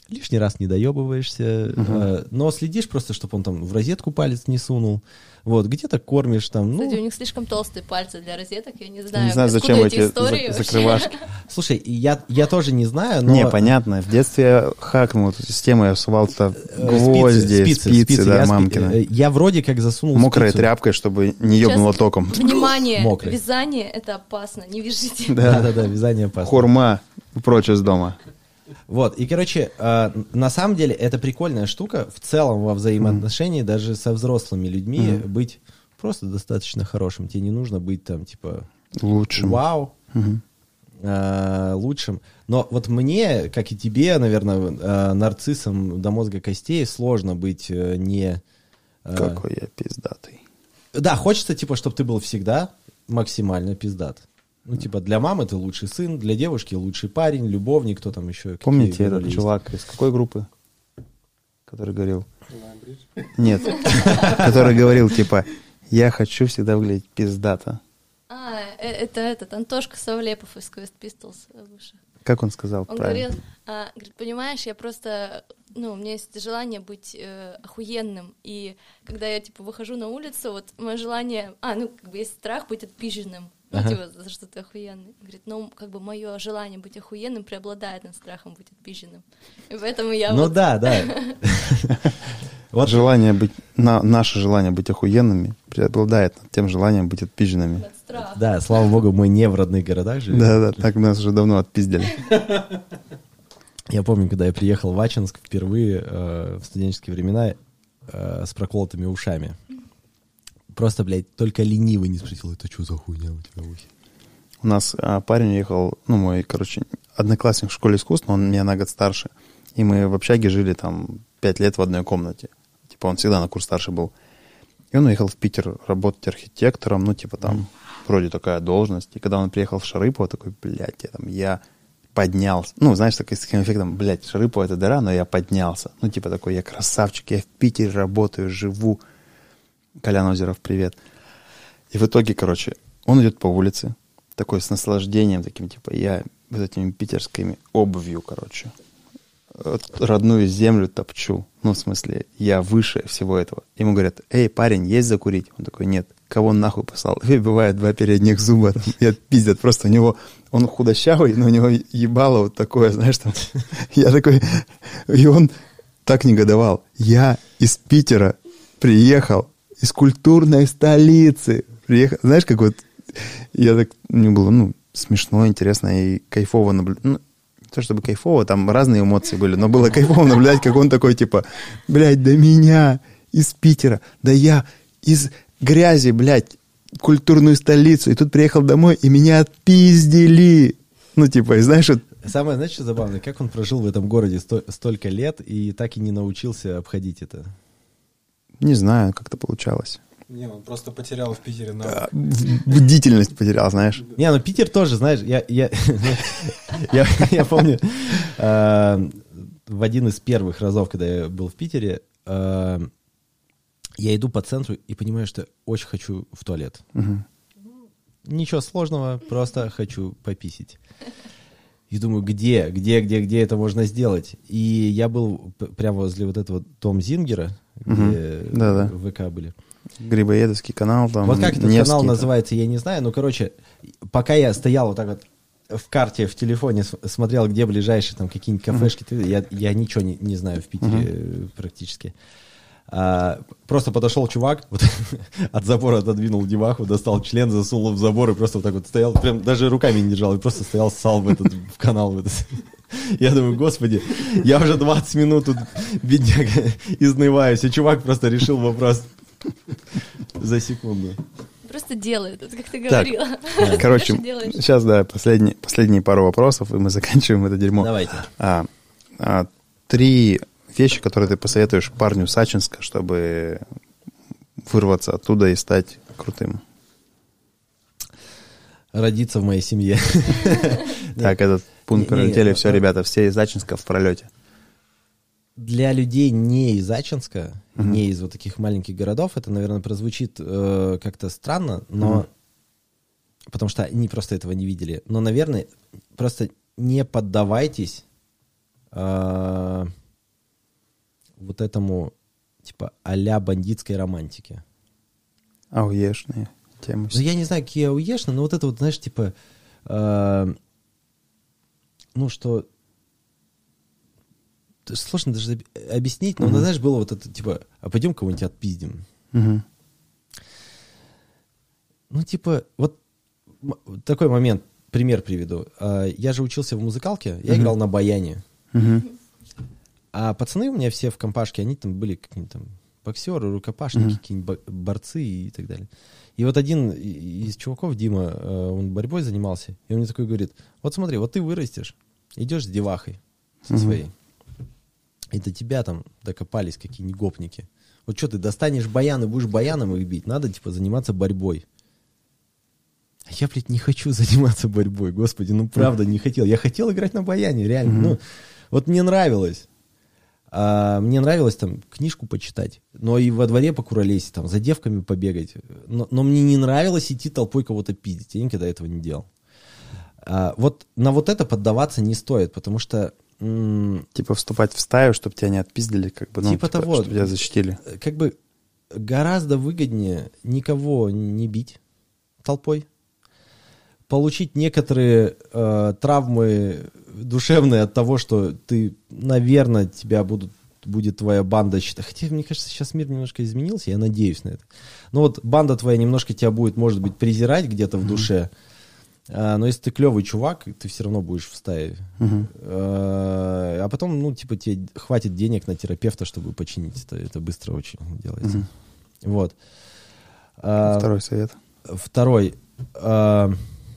лишний раз не доебываешься, Угу. э, но следишь просто, чтобы он там в розетку палец не сунул. Вот, где-то кормишь там. Ну... Кстати, у них слишком толстые пальцы для розеток, я не знаю, Не знаю, откуда зачем эти эти истории зак- вообще. закрывашки. Слушай, я, я тоже не знаю, но... Не, понятно. В детстве я хакнул эту систему, я всувал туда Э, гвозди, спицы, спицы, да, я, спи- мамкины. э, я вроде как засунул Мокрой спицу. тряпкой, чтобы не ебнуло Сейчас- током. Внимание, Мокрый. вязание — это опасно, не вяжите. Да. Да-да-да, вязание опасно. Хурма и прочее с дома. Вот, и, короче, э, на самом деле это прикольная штука в целом во взаимоотношении, даже со взрослыми людьми, Мгм. быть просто достаточно хорошим. Тебе не нужно быть там, типа, Лучшим. вау, Мгм. э, лучшим. Но вот мне, как и тебе, наверное, э, нарциссом до мозга костей, сложно быть э, не... э, Какой я пиздатый. Да, хочется, типа, чтобы ты был всегда максимально пиздат. Ну, типа, для мамы ты лучший сын, для девушки лучший парень, любовник, кто там еще. Помните какие этот роли есть? чувак из какой группы? Который говорил... Нет. Который говорил, типа, я хочу всегда выглядеть пиздато. А, э- это этот, Антошка Савлепов из Quest Pistols. э, выше. Как он сказал Он правильно? говорил, а, говорит, понимаешь, я просто, ну, у меня есть желание быть э, охуенным, и когда я, типа, выхожу на улицу, вот мое желание, а, ну, как бы есть страх быть отпизженным, ну, Ага. типа, за что ты охуенный. Говорит, ну, как бы мое желание быть охуенным преобладает над страхом быть отпизженным. И поэтому я Ну вот... да, да. Вот Желание быть, на, наше желание быть охуенными преобладает над тем желанием быть отпизженными. Над страхом. Да, слава богу, мы не в родных городах живем. Да-да, так нас уже давно отпиздили. Я помню, когда я приехал в Ачинск впервые э, в студенческие времена э, с проколотыми ушами. Просто, блядь, только ленивый не спросил, это что за хуйня у тебя в ухе? У нас а, парень ехал, ну, мой, короче, одноклассник в школе искусств, но он меня на год старше. И мы в общаге жили там пять лет в одной комнате. Типа он всегда на курс старше был. И он уехал в Питер работать архитектором, ну, типа там, mm. вроде такая должность. И когда он приехал в Шарыпово, такой, блядь, я там, я поднялся. Ну, знаешь, такой с таким эффектом, блядь, Шарыпово это дыра, но я поднялся. Ну, типа такой, я красавчик, я в Питере работаю, живу. Колян Озеров, привет. И в итоге, короче, он идет по улице, такой с наслаждением, таким, типа, я вот этими питерскими обувью, короче, родную землю топчу. Ну, в смысле, я выше всего этого. Ему говорят, эй, парень, есть закурить? Он такой, нет. Кого он нахуй послал? Выбивает два передних зуба там, и отпиздят. Просто у него, он худощавый, но у него ебало вот такое, знаешь, там. Я такой, и он так негодовал. Я из Питера приехал, из культурной столицы приехал. Знаешь, как вот, я так, мне было, ну, смешно, интересно и кайфово наблюдать. Ну, не то чтобы кайфово, там разные эмоции были, но было кайфово наблюдать, как он такой, типа, блядь, да меня из Питера, да я из грязи, блядь, культурную столицу, и тут приехал домой, и меня отпиздили. Ну, типа, и знаешь, вот... Самое, знаешь, что забавное, как он прожил в этом городе сто- столько лет и так и не научился обходить это? Не знаю, как это получалось. Не, он просто потерял в Питере навык. Бдительность потерял, знаешь. Не, ну Питер тоже, знаешь, я, я, я, я помню, э, в один из первых разов, когда я был в Питере, э, я иду по центру и понимаю, что очень хочу в туалет. Угу. Ничего сложного, просто хочу пописить. И думаю, где, где, где, где это можно сделать? И я был п- прямо возле вот этого Том Зингера, где Мгм. Да-да. ВК были. Грибоедовский канал там. Вот как этот Невский, канал там. называется, я не знаю. Ну, короче, пока я стоял вот так вот в карте, в телефоне, с- смотрел, где ближайшие там какие-нибудь кафешки, ты- я, я ничего не, не знаю в Питере э, практически. А, просто подошел чувак, вот, от забора отодвинул деваху, достал член, засунул в забор и просто вот так вот стоял, прям даже руками не держал, и просто стоял, ссал в этот в канал. В этот. Я думаю, господи, я уже двадцать минут тут, бедняга, изнываюсь, и чувак просто решил вопрос за секунду. Просто делает, это как ты Так, говорила. короче, Дальше делаешь. сейчас, да, последние, последние пару вопросов, и мы заканчиваем это дерьмо. Давайте. А, а, три вещи, которые ты посоветуешь парню с Ачинска, чтобы вырваться оттуда и стать крутым. Родиться в моей семье. Так, этот пункт Не, не, пролетели, не, все, ну, ребята, все из Ачинска в пролете. Для людей не из Ачинска, не из вот таких маленьких городов, это, наверное, прозвучит э, как-то странно, но потому что они просто этого не видели. Но, наверное, просто не поддавайтесь э, вот этому, типа, а-ля бандитской романтике. Ауешные темы. Ну, я не знаю, какие ауешные, но вот это вот, знаешь, типа, э, ну, что... Сложно даже объяснить, но, uh-huh. знаешь, было вот это, типа, а пойдем кого-нибудь отпиздим. Uh-huh. Ну, типа, вот такой момент, пример приведу. Я же учился в музыкалке, я uh-huh. играл на баяне. Uh-huh. А пацаны у меня все в компашке, они там были какие-нибудь там боксеры, рукопашники, uh-huh. какие-нибудь борцы и так далее. И вот один из чуваков, Дима, он борьбой занимался, и он мне такой говорит, вот смотри, вот ты вырастешь, идешь с девахой со uh-huh. своей, и до тебя там докопались какие-нибудь гопники. Вот что, ты достанешь баян и будешь баяном их бить? Надо, типа, заниматься борьбой. А я, блядь, не хочу заниматься борьбой. Господи, ну правда не хотел. Я хотел играть на баяне, реально. Mm-hmm. Ну, вот мне нравилось. А, мне нравилось там книжку почитать, но и во дворе покуролесить, там, за девками побегать. Но, но мне не нравилось идти толпой кого-то пиздить. Я никогда этого не делал. А, вот на вот это поддаваться не стоит, потому что... М- типа вступать в стаю, чтобы тебя не отпиздили, как бы, ну, типа, типа того, чтобы тебя защитили. Как бы гораздо выгоднее никого не бить толпой, получить некоторые э, травмы душевные от того, что ты, наверное, тебя будут, будет твоя банда считать. Хотя, мне кажется, сейчас мир немножко изменился, я надеюсь на это. Но вот банда твоя немножко тебя будет, может быть, презирать где-то в душе, а, но если ты клевый чувак, ты все равно будешь в стае. Uh-huh. А, а потом, ну, типа, тебе хватит денег на терапевта, чтобы починить это. Это быстро очень делается. Uh-huh. Вот. А, второй совет. Второй. А,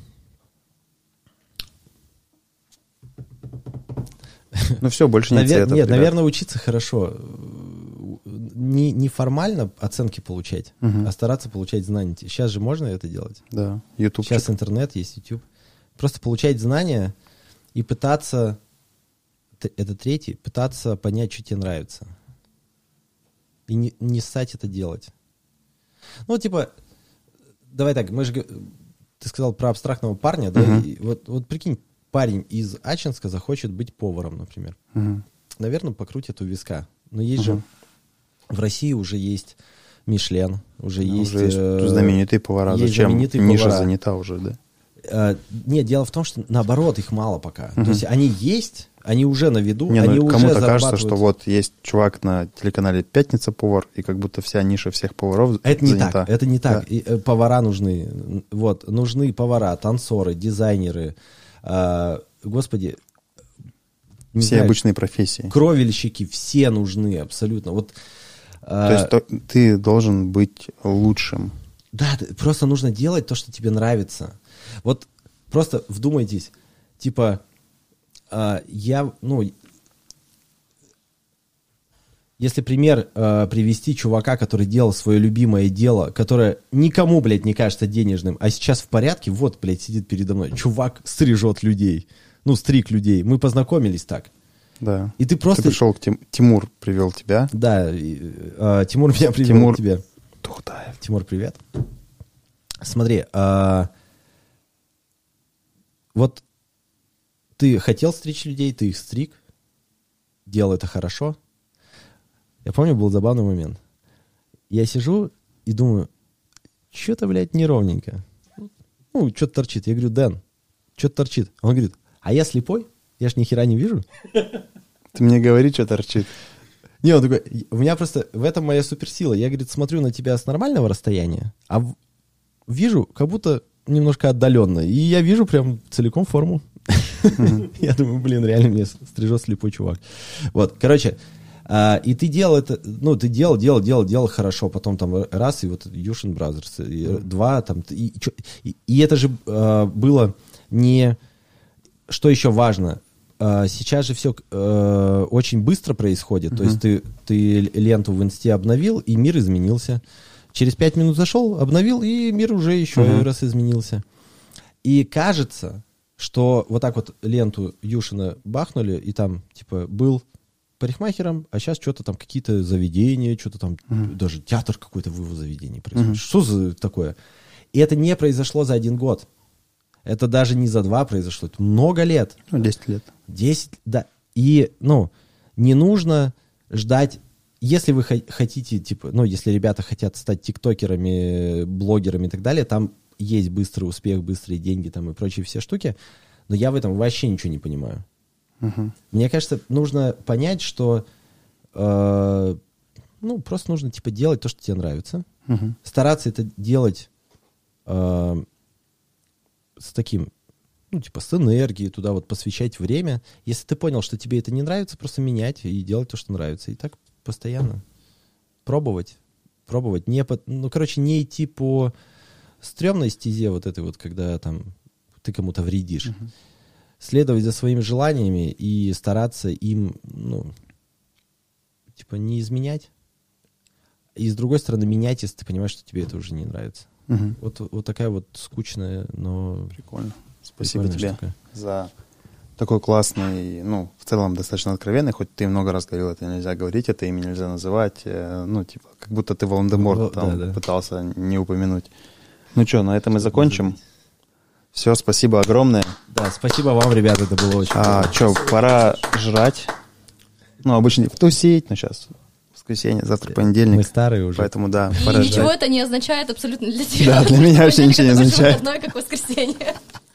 ну все, больше нет Навер- советов. Нет, ребят. наверное, учиться хорошо. Не, не формально оценки получать, uh-huh. а стараться получать знания. Сейчас же можно это делать? Да, YouTube. Сейчас интернет, есть YouTube. Просто получать знания и пытаться, это третий, пытаться понять, что тебе нравится. И не, не ссать это делать. Ну, типа, давай так, мы же, ты сказал про абстрактного парня, да? Uh-huh. И вот, вот прикинь, парень из Ачинска захочет быть поваром, например. Uh-huh. Наверное, покрутит у виска. Но есть Uh-huh. же, в России уже есть Мишлен, уже ну, есть... Уже есть э, знаменитые повара. есть Зачем? знаменитые Ниша повара. занята уже, да? Uh, нет, дело в том, что наоборот, их мало пока. Uh-huh. То есть они есть, они уже на виду, Не, они ну, уже кому-то зарабатывают. кажется, что вот есть чувак на телеканале «Пятница» повар, и как будто вся ниша всех поваров Это не занята. так, это не так. Да. И, э, повара нужны. Вот, нужны повара, танцоры, дизайнеры. Uh, господи. Все знаю, обычные профессии. Кровельщики, все нужны абсолютно. Вот, То есть то, ты должен быть лучшим. Да, просто нужно делать то, что тебе нравится. Вот просто вдумайтесь, типа, э, я, ну, если пример э, привести чувака, который делал свое любимое дело, которое никому, блядь, не кажется денежным, а сейчас в порядке, вот, блядь, сидит передо мной, чувак стрижет людей, ну, стриг людей, мы познакомились так. Да. И ты просто... Ты пришел к Тим... Тимур привел тебя. Да, и, э, Тимур меня привел Тимур... к тебе. Тухтаев. Тимур, привет. Смотри, а, вот ты хотел стричь людей, ты их стриг, делал это хорошо. Я помню, был забавный момент. Я сижу и думаю, что-то, блядь, неровненько. Ну, что-то торчит. Я говорю, Дэн, что-то торчит. Он говорит, а я слепой? Я ж ни хера не вижу. Ты мне говори, что торчит. Не, он такой, у меня просто в этом моя суперсила. Я, говорит, смотрю на тебя с нормального расстояния, а в... вижу как будто немножко отдаленно. И я вижу прям целиком форму. Mm-hmm. Я думаю, блин, реально мне стрижет слепой чувак. Вот, короче, а, и ты делал это, ну, ты делал, делал, делал, делал хорошо. Потом там раз, и вот Юшин Бразерс, и mm-hmm. два, там, и, и, и это же а, было не... Что еще важно? Сейчас же все э, очень быстро происходит. Mm-hmm. То есть ты, ты ленту в инсте обновил, и мир изменился. Через пять минут зашел, обновил, и мир уже еще mm-hmm. раз изменился. И кажется, что вот так вот ленту Юшина бахнули, и там типа был парикмахером, а сейчас что-то там, какие-то заведения, что-то там, mm-hmm. даже театр какой-то в его заведении происходит. Mm-hmm. Что за такое? И это не произошло за один год. Это даже не за два произошло, это много лет. Ну, десять лет. десять, да. И, ну, не нужно ждать если вы хотите, типа, ну, если ребята хотят стать тиктокерами, блогерами и так далее, там есть быстрый успех, быстрые деньги там и прочие все штуки, но я в этом вообще ничего не понимаю. Uh-huh. Мне кажется, нужно понять, что э, ну, просто нужно, типа, делать то, что тебе нравится, uh-huh. стараться это делать э, с таким, ну, типа, с энергией, туда вот посвящать время. Если ты понял, что тебе это не нравится, просто менять и делать то, что нравится. И так постоянно пробовать, пробовать. Не по, ну, короче, не идти по стрёмной стезе вот этой вот, когда там ты кому-то вредишь. Uh-huh. Следовать за своими желаниями и стараться им, ну, типа, не изменять. И с другой стороны, менять, если ты понимаешь, что тебе это уже не нравится. Uh-huh. Вот, вот такая вот скучная, но... Прикольно. Спасибо тебе штука. За такой классный, ну, в целом достаточно откровенный, хоть ты много раз говорил, это нельзя говорить, это имя нельзя называть, ну, типа, как будто ты Волан-де-Морт там да, да. пытался не упомянуть. Ну что, на этом мы закончим. Все, спасибо огромное. Да, спасибо вам, ребята, это было очень А что, пора жрать. Ну, обычно тусить, но сейчас воскресенье, завтра понедельник. Мы старые уже. Поэтому, да, И пора ничего жрать. это не означает абсолютно для тебя. Да, для меня вообще ничего не означает. Одно, как воскресенье.